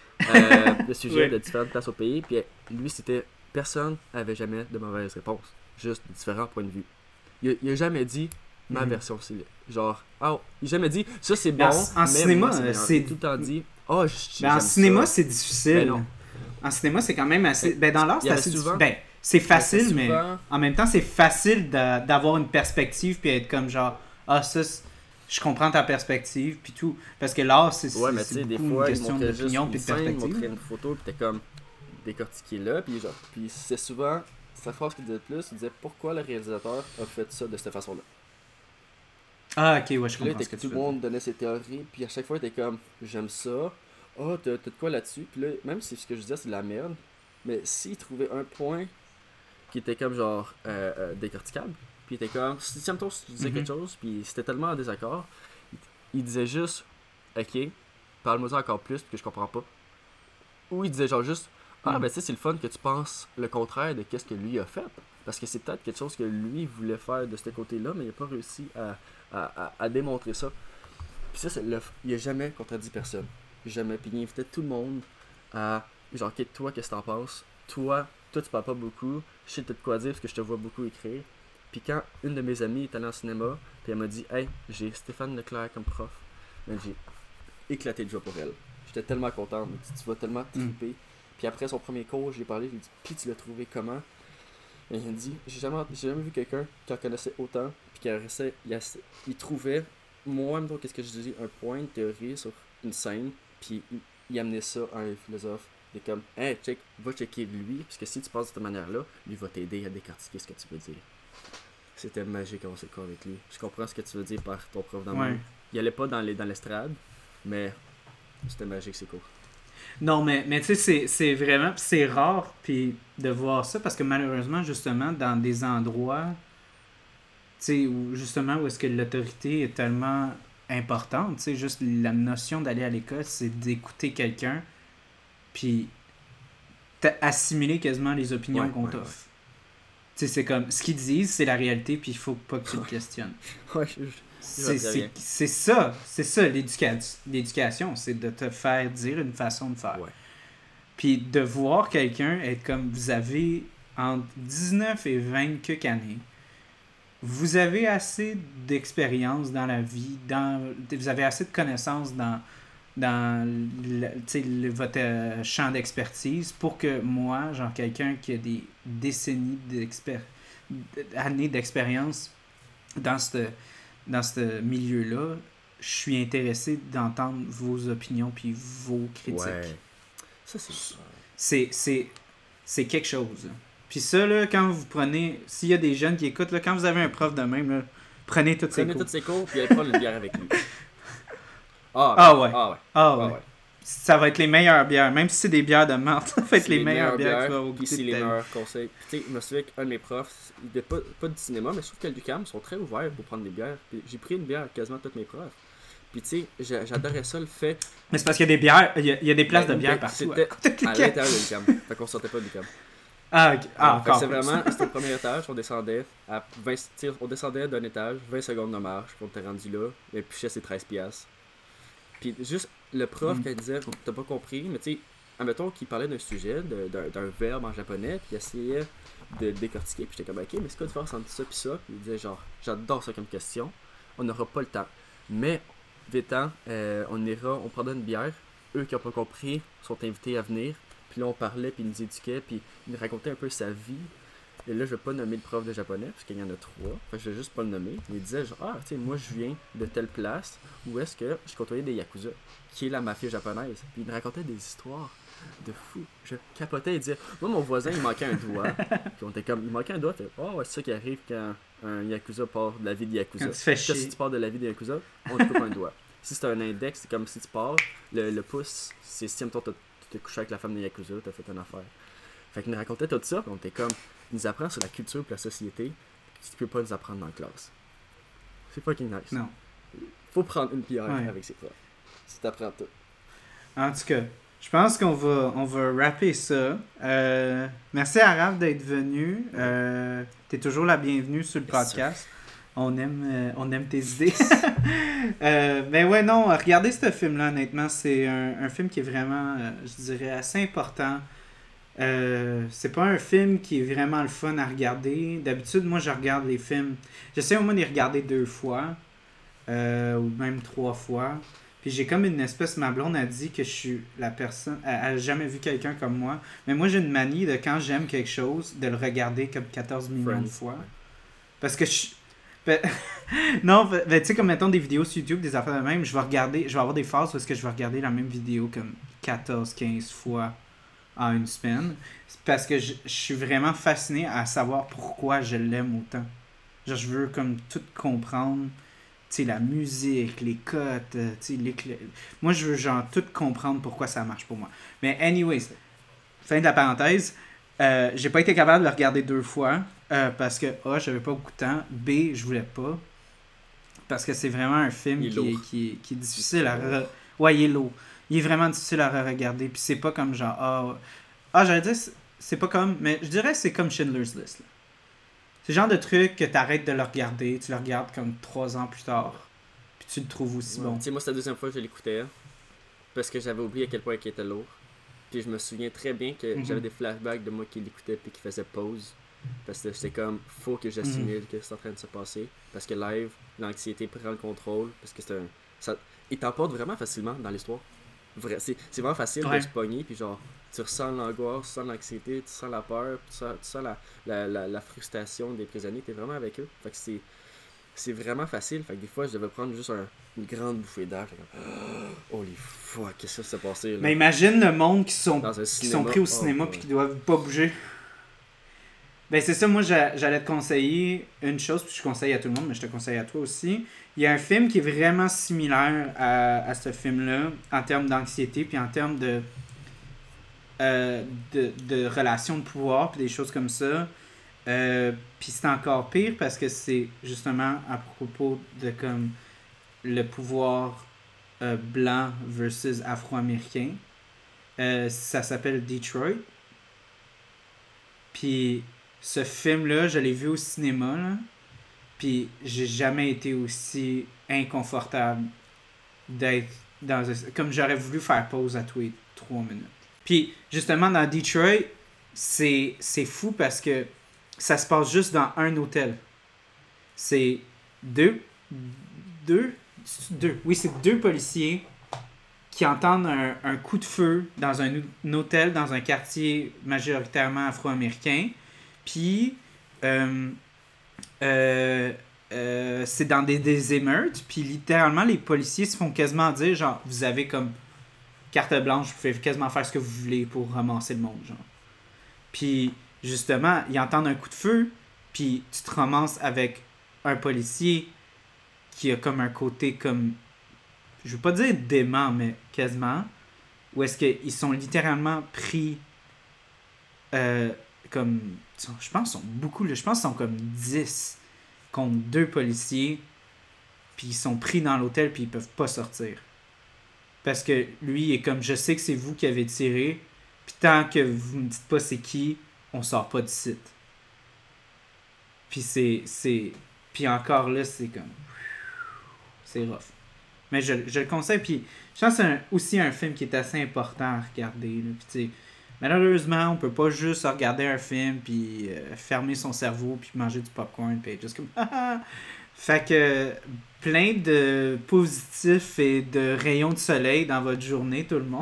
Speaker 2: euh, le sujet
Speaker 1: Ouais.
Speaker 2: de différentes places au pays. Puis lui, c'était personne n'avait jamais de mauvaise réponse. juste différents points de vue. Il a, il a jamais dit ma mm-hmm. version, c'est genre, oh, il a jamais dit ça c'est bon,
Speaker 1: en, en
Speaker 2: mais
Speaker 1: cinéma,
Speaker 2: moi, c'est,
Speaker 1: c'est
Speaker 2: tout le temps dit, oh, je,
Speaker 1: ben, en cinéma,
Speaker 2: ça.
Speaker 1: c'est difficile.
Speaker 2: Ben non.
Speaker 1: En cinéma, c'est quand même assez. Ben, dans l'art, c'est assez
Speaker 2: souvent...
Speaker 1: difficile. Ben, c'est facile, mais
Speaker 2: souvent...
Speaker 1: en même temps, c'est facile de, d'avoir une perspective puis être comme genre, ah, ça, je comprends ta perspective, puis tout. Parce que l'art, c'est,
Speaker 2: ouais, mais
Speaker 1: c'est
Speaker 2: des
Speaker 1: beaucoup
Speaker 2: fois,
Speaker 1: une question d'opinion puis de
Speaker 2: scène,
Speaker 1: perspective.
Speaker 2: Il montrait une photo, puis t'es comme décortiqué là, puis genre, puis c'est souvent sa phrase qu'il disait le plus, il disait pourquoi le réalisateur a fait ça de cette façon-là.
Speaker 1: Ah, ok, ouais, je comprends.
Speaker 2: Là, ce que, que tout le monde donnait ses théories, puis à chaque fois, t'es comme, j'aime ça, oh, t'as, t'as de quoi là-dessus, puis là, même si ce que je disais, c'est de la merde, mais s'il trouvait un point qui était comme genre euh, euh, décorticable, puis il était comme, si tu disais mm-hmm. quelque chose, puis c'était tellement en désaccord, il, il disait juste, ok, parle-moi ça encore plus, puis que je comprends pas. Ou il disait genre juste, ah, mm. ben tu sais, c'est le fun que tu penses le contraire de qu'est-ce que lui a fait. Parce que c'est peut-être quelque chose que lui voulait faire de ce côté-là, mais il n'a pas réussi à, à, à, à démontrer ça. Puis ça, c'est le, il n'a jamais contredit personne. Jamais. Puis il invitait tout le monde à, genre, ok, toi, qu'est-ce que t'en penses? Toi, toi, tu parles pas beaucoup. Je sais peut-être quoi dire parce que je te vois beaucoup écrire. Puis quand une de mes amies est allée en cinéma, puis elle m'a dit, hey, j'ai Stéphane Leclerc comme prof, ben, j'ai éclaté de joie pour elle. J'étais tellement content. Tu, tu vas tellement triper. Mm. Puis après son premier cours, je lui ai parlé, je lui ai dit, puis tu l'as trouvé comment? Et il m'a dit, j'ai jamais, j'ai jamais vu quelqu'un qui en connaissait autant, puis qui restait, il, il trouvait, moi, même qu'est-ce que je dis, un point de théorie sur une scène, puis il, il amenait ça à un philosophe. Il est comme, hey, check, va checker lui, parce que si tu penses de cette manière-là, lui va t'aider à décortiquer ce que tu veux dire. C'était magique quand on s'est quoi avec lui. Je comprends ce que tu veux dire par ton prof d'amour. Ouais. Il allait pas dans, les, dans l'estrade, mais c'était magique, c'est cool.
Speaker 1: Non, mais, mais tu sais, c'est, c'est vraiment... C'est rare puis de voir ça, parce que malheureusement, justement, dans des endroits, tu sais, où justement, où est-ce que l'autorité est tellement importante, tu sais, juste la notion d'aller à l'école, c'est d'écouter quelqu'un, puis assimiler quasiment les opinions ouais, qu'on ouais, t'offre. Ouais. Tu sais, c'est comme, ce qu'ils disent, c'est la réalité, puis il faut pas que tu le questionnes.
Speaker 2: ouais, je...
Speaker 1: C'est, c'est, c'est ça, c'est ça l'éducation, l'éducation, c'est de te faire dire une façon de faire. Ouais. Puis de voir quelqu'un être comme, vous avez entre dix-neuf et vingt quelques années, vous avez assez d'expérience dans la vie, dans, vous avez assez de connaissances dans, dans le, le, votre euh, champ d'expertise pour que moi, genre quelqu'un qui a des décennies d'expér- d'années d'expérience dans cette dans ce milieu-là, je suis intéressé d'entendre vos opinions puis vos critiques.
Speaker 2: Ouais. Ça, c'est...
Speaker 1: C'est, c'est, c'est quelque chose. Puis ça, là, quand vous prenez... S'il y a des jeunes qui écoutent, là, quand vous avez un prof de même, là, prenez toutes ses cours.
Speaker 2: Prenez toutes ses cours, puis allez prendre une bière avec lui. Ah,
Speaker 1: ah ouais.
Speaker 2: Ah ouais.
Speaker 1: Ah ouais. Ah ouais. Ça va être les meilleures bières. Même si c'est des bières de menthe, ça va être les, les meilleures bières, bières que tu vas goûter.
Speaker 2: Puis c'est les meilleurs conseils. Tu sais, je me souviens qu'un de mes profs, il n'était pas, pas de cinéma, mais je trouve qu'à l'U Q A M, ils sont très ouverts pour prendre des bières. Puis j'ai pris une bière à quasiment tous mes profs. Puis tu sais, j'adorais ça le fait.
Speaker 1: Mais c'est parce qu'il y a des bières, il y a, il y a des places ben, de bières partout.
Speaker 2: C'était à, à l'intérieur de l'U Q A M. Fait qu'on sortait pas de l'U Q A M.
Speaker 1: Ah, ok. Ah,
Speaker 2: fait c'est vraiment, c'était le premier étage, on descendait à vingt, on descendait d'un étage, vingt secondes de marche, puis on était rendu là, et puis c'est treize piastres. Puis juste le prof, mm. quand il disait, t'as pas compris, mais tu sais, admettons qu'il parlait d'un sujet, de, d'un, d'un verbe en japonais, puis il essayait de décortiquer, puis j'étais comme, ok, mais c'est quoi la différence entre ça puis ça? Puis il disait genre, j'adore ça comme question, on n'aura pas le temps. Mais, vêtant, euh, on ira, on prendra une bière, eux qui n'ont pas compris sont invités à venir, puis là on parlait, puis ils nous éduquaient, puis ils nous racontaient un peu sa vie. Et là, je vais pas nommer le prof de japonais, parce qu'il y en a trois. Fait que je vais juste pas le nommer. Il disait genre, ah, tu sais, moi je viens de telle place où est-ce que je côtoyais des yakuza, qui est la mafia japonaise. Puis il me racontait des histoires de fou. Je capotais et disait, moi mon voisin il manquait un doigt. Puis on était comme, il manquait un doigt. Fait, oh, ouais, c'est ça qui arrive quand un yakuza part de la vie de yakuza. Si tu pars de la vie de yakuza, on te coupe un doigt. Si c'est un index, c'est comme si tu pars, le, le pouce, c'est si toi tu t'es couché avec la femme de yakuza, t'as fait une affaire. Fait qu'il nous racontait tout ça, puis on était comme, il nous apprend sur la culture et la société, que tu peux pas nous apprendre dans la classe. C'est fucking nice.
Speaker 1: Non.
Speaker 2: Faut prendre une bière
Speaker 1: ouais.
Speaker 2: avec ses profs. Si t'apprends tout.
Speaker 1: En tout cas, je pense qu'on va, on va rapper ça. Euh, merci à Raph d'être venu. Euh, t'es toujours la bienvenue sur le podcast. On aime, euh, on aime tes idées. euh, ben ouais, non, regardez ce film-là, honnêtement. C'est un, un film qui est vraiment, euh, je dirais, assez important. Euh, c'est pas un film qui est vraiment le fun à regarder. D'habitude, moi, je regarde les films. J'essaie au moins de les regarder deux fois. Euh, ou même trois fois. Puis j'ai comme une espèce... Ma blonde a dit que je suis la personne... Elle a jamais vu quelqu'un comme moi. Mais moi, j'ai une manie de quand j'aime quelque chose, de le regarder comme quatorze millions
Speaker 2: Friends.
Speaker 1: de fois.
Speaker 2: Ouais.
Speaker 1: Parce que je... Ben, non, ben, ben, tu sais, comme mettons des vidéos sur YouTube, des affaires de même, je vais regarder... Je vais avoir des phases parce que je vais regarder la même vidéo comme quatorze quinze fois en une semaine. C'est parce que je, je suis vraiment fasciné à savoir pourquoi je l'aime autant. Genre, je veux comme tout comprendre. Tu sais, la musique, les cotes, euh, tu sais, l'éclat... Moi, je veux genre tout comprendre pourquoi ça marche pour moi. Mais anyways, fin de la parenthèse, euh, j'ai pas été capable de le regarder deux fois euh, parce que A, j'avais pas beaucoup de temps, B, je voulais pas. Parce que c'est vraiment un film
Speaker 2: Il est
Speaker 1: qui est,
Speaker 2: lourd.
Speaker 1: qui, est, qui est difficile à... Re... Ouais, il est lourd. Il est vraiment difficile à re-regarder. Puis c'est pas comme genre... Ah, ah j'allais dire, c'est- c'est pas comme... Mais je dirais que c'est comme Schindler's List. Là. C'est le genre de truc que t'arrêtes de le regarder, tu le regardes comme trois ans plus tard, puis tu le trouves aussi
Speaker 2: Ouais.
Speaker 1: bon.
Speaker 2: Tu sais, moi, c'est la deuxième fois que je l'écoutais. Parce que j'avais oublié à quel point il était lourd. Puis je me souviens très bien que
Speaker 1: Mhm.
Speaker 2: j'avais des flashbacks de moi qui l'écoutait puis qui faisait pause. Parce que j'étais comme, faut que j'assimile que c'est en train de se passer. Parce que live, l'anxiété prend le contrôle. Parce que c'est un. Ça, il t'emporte vraiment facilement dans l'histoire. Vrai, c'est, c'est vraiment facile
Speaker 1: Ouais.
Speaker 2: de se pogner. Puis genre, tu ressens l'angoisse, tu sens l'anxiété, tu sens la peur, tu sens, tu sens la, la, la, la frustration des prisonniers. T'es vraiment avec eux. Fait que c'est. C'est vraiment facile. Fait que des fois, je devais prendre juste un, une grande bouffée d'air. Fait comme, oh, holy fuck, qu'est-ce que ça s'est passé là?
Speaker 1: Mais imagine le monde qui sont,
Speaker 2: Dans un
Speaker 1: qui
Speaker 2: cinéma.
Speaker 1: sont pris au
Speaker 2: Oh,
Speaker 1: cinéma
Speaker 2: ouais.
Speaker 1: puis qui doivent pas bouger. Ben c'est ça, moi j'a- j'allais te conseiller une chose, puis je conseille à tout le monde, mais je te conseille à toi aussi. Il y a un film qui est vraiment similaire à, à ce film-là, en termes d'anxiété, puis en termes de, euh, de, de relations de pouvoir, puis des choses comme ça. Euh, puis c'est encore pire parce que c'est justement à propos de comme le pouvoir euh, blanc versus afro-américain. Euh, ça s'appelle Detroit. Puis ce film-là, je l'ai vu au cinéma, là. Puis j'ai jamais été aussi inconfortable d'être dans un... Comme j'aurais voulu faire pause à tous les trois minutes. Puis justement, dans Detroit, c'est, c'est fou parce que ça se passe juste dans un hôtel. C'est deux... Deux... Deux. Oui, c'est deux policiers qui entendent un, un coup de feu dans un, un hôtel, dans un quartier majoritairement afro-américain. Puis... Euh, euh, euh, c'est dans des, des émeutes, puis littéralement, les policiers se font quasiment dire, genre, vous avez comme carte blanche, vous pouvez quasiment faire ce que vous voulez pour ramasser le monde, genre. Puis, justement, ils entendent un coup de feu, puis tu te ramasses avec un policier qui a comme un côté comme, je veux pas dire dément, mais quasiment, où est-ce qu'ils sont littéralement pris euh, comme, je pense qu'ils sont beaucoup, là, je pense qu'ils sont comme dix contre deux policiers, puis ils sont pris dans l'hôtel, puis ils peuvent pas sortir. Parce que lui, il est comme, je sais que c'est vous qui avez tiré, puis tant que vous me dites pas c'est qui, on sort pas du site. Puis c'est, c'est... Puis encore là, c'est comme... C'est rough. Mais je, je le conseille, puis je pense que c'est un- aussi un film qui est assez important à regarder, là. Puis tu sais, malheureusement, on peut pas juste regarder un film, puis euh, fermer son cerveau, puis manger du popcorn, puis être juste comme... Fait que plein de positifs et de rayons de soleil dans votre journée, tout le monde.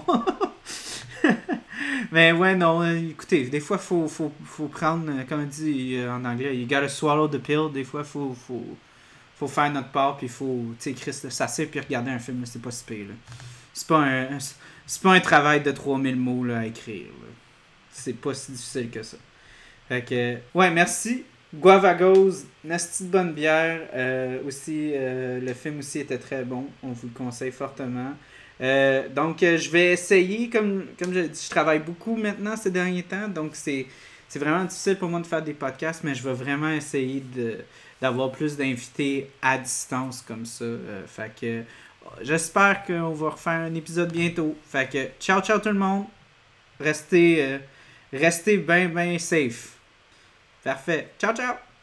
Speaker 1: Mais ouais, non, euh, écoutez, des fois, faut, faut, faut prendre, euh, comme on dit euh, en anglais, you gotta swallow the pill. Des fois, faut, faut, faut faire notre part, puis faut, tu sais, Chris, là, s'asseoir puis regarder un film, là, c'est pas si pire, là. C'est pas un, c'est pas un travail de trois mille mots là, à écrire, là. C'est pas si difficile que ça. Fait que, ouais, merci. Guavagos, nasty de bonne bière. Euh, aussi, euh, le film aussi était très bon. On vous le conseille fortement. Euh, donc, euh, je vais essayer, comme, comme je dis, je travaille beaucoup maintenant ces derniers temps. Donc, c'est, c'est vraiment difficile pour moi de faire des podcasts, mais je vais vraiment essayer de, d'avoir plus d'invités à distance comme ça. Euh, fait que, j'espère qu'on va refaire un épisode bientôt. Fait que, ciao, ciao tout le monde. Restez, euh, restez bien, bien safe. Parfait. Ciao, ciao!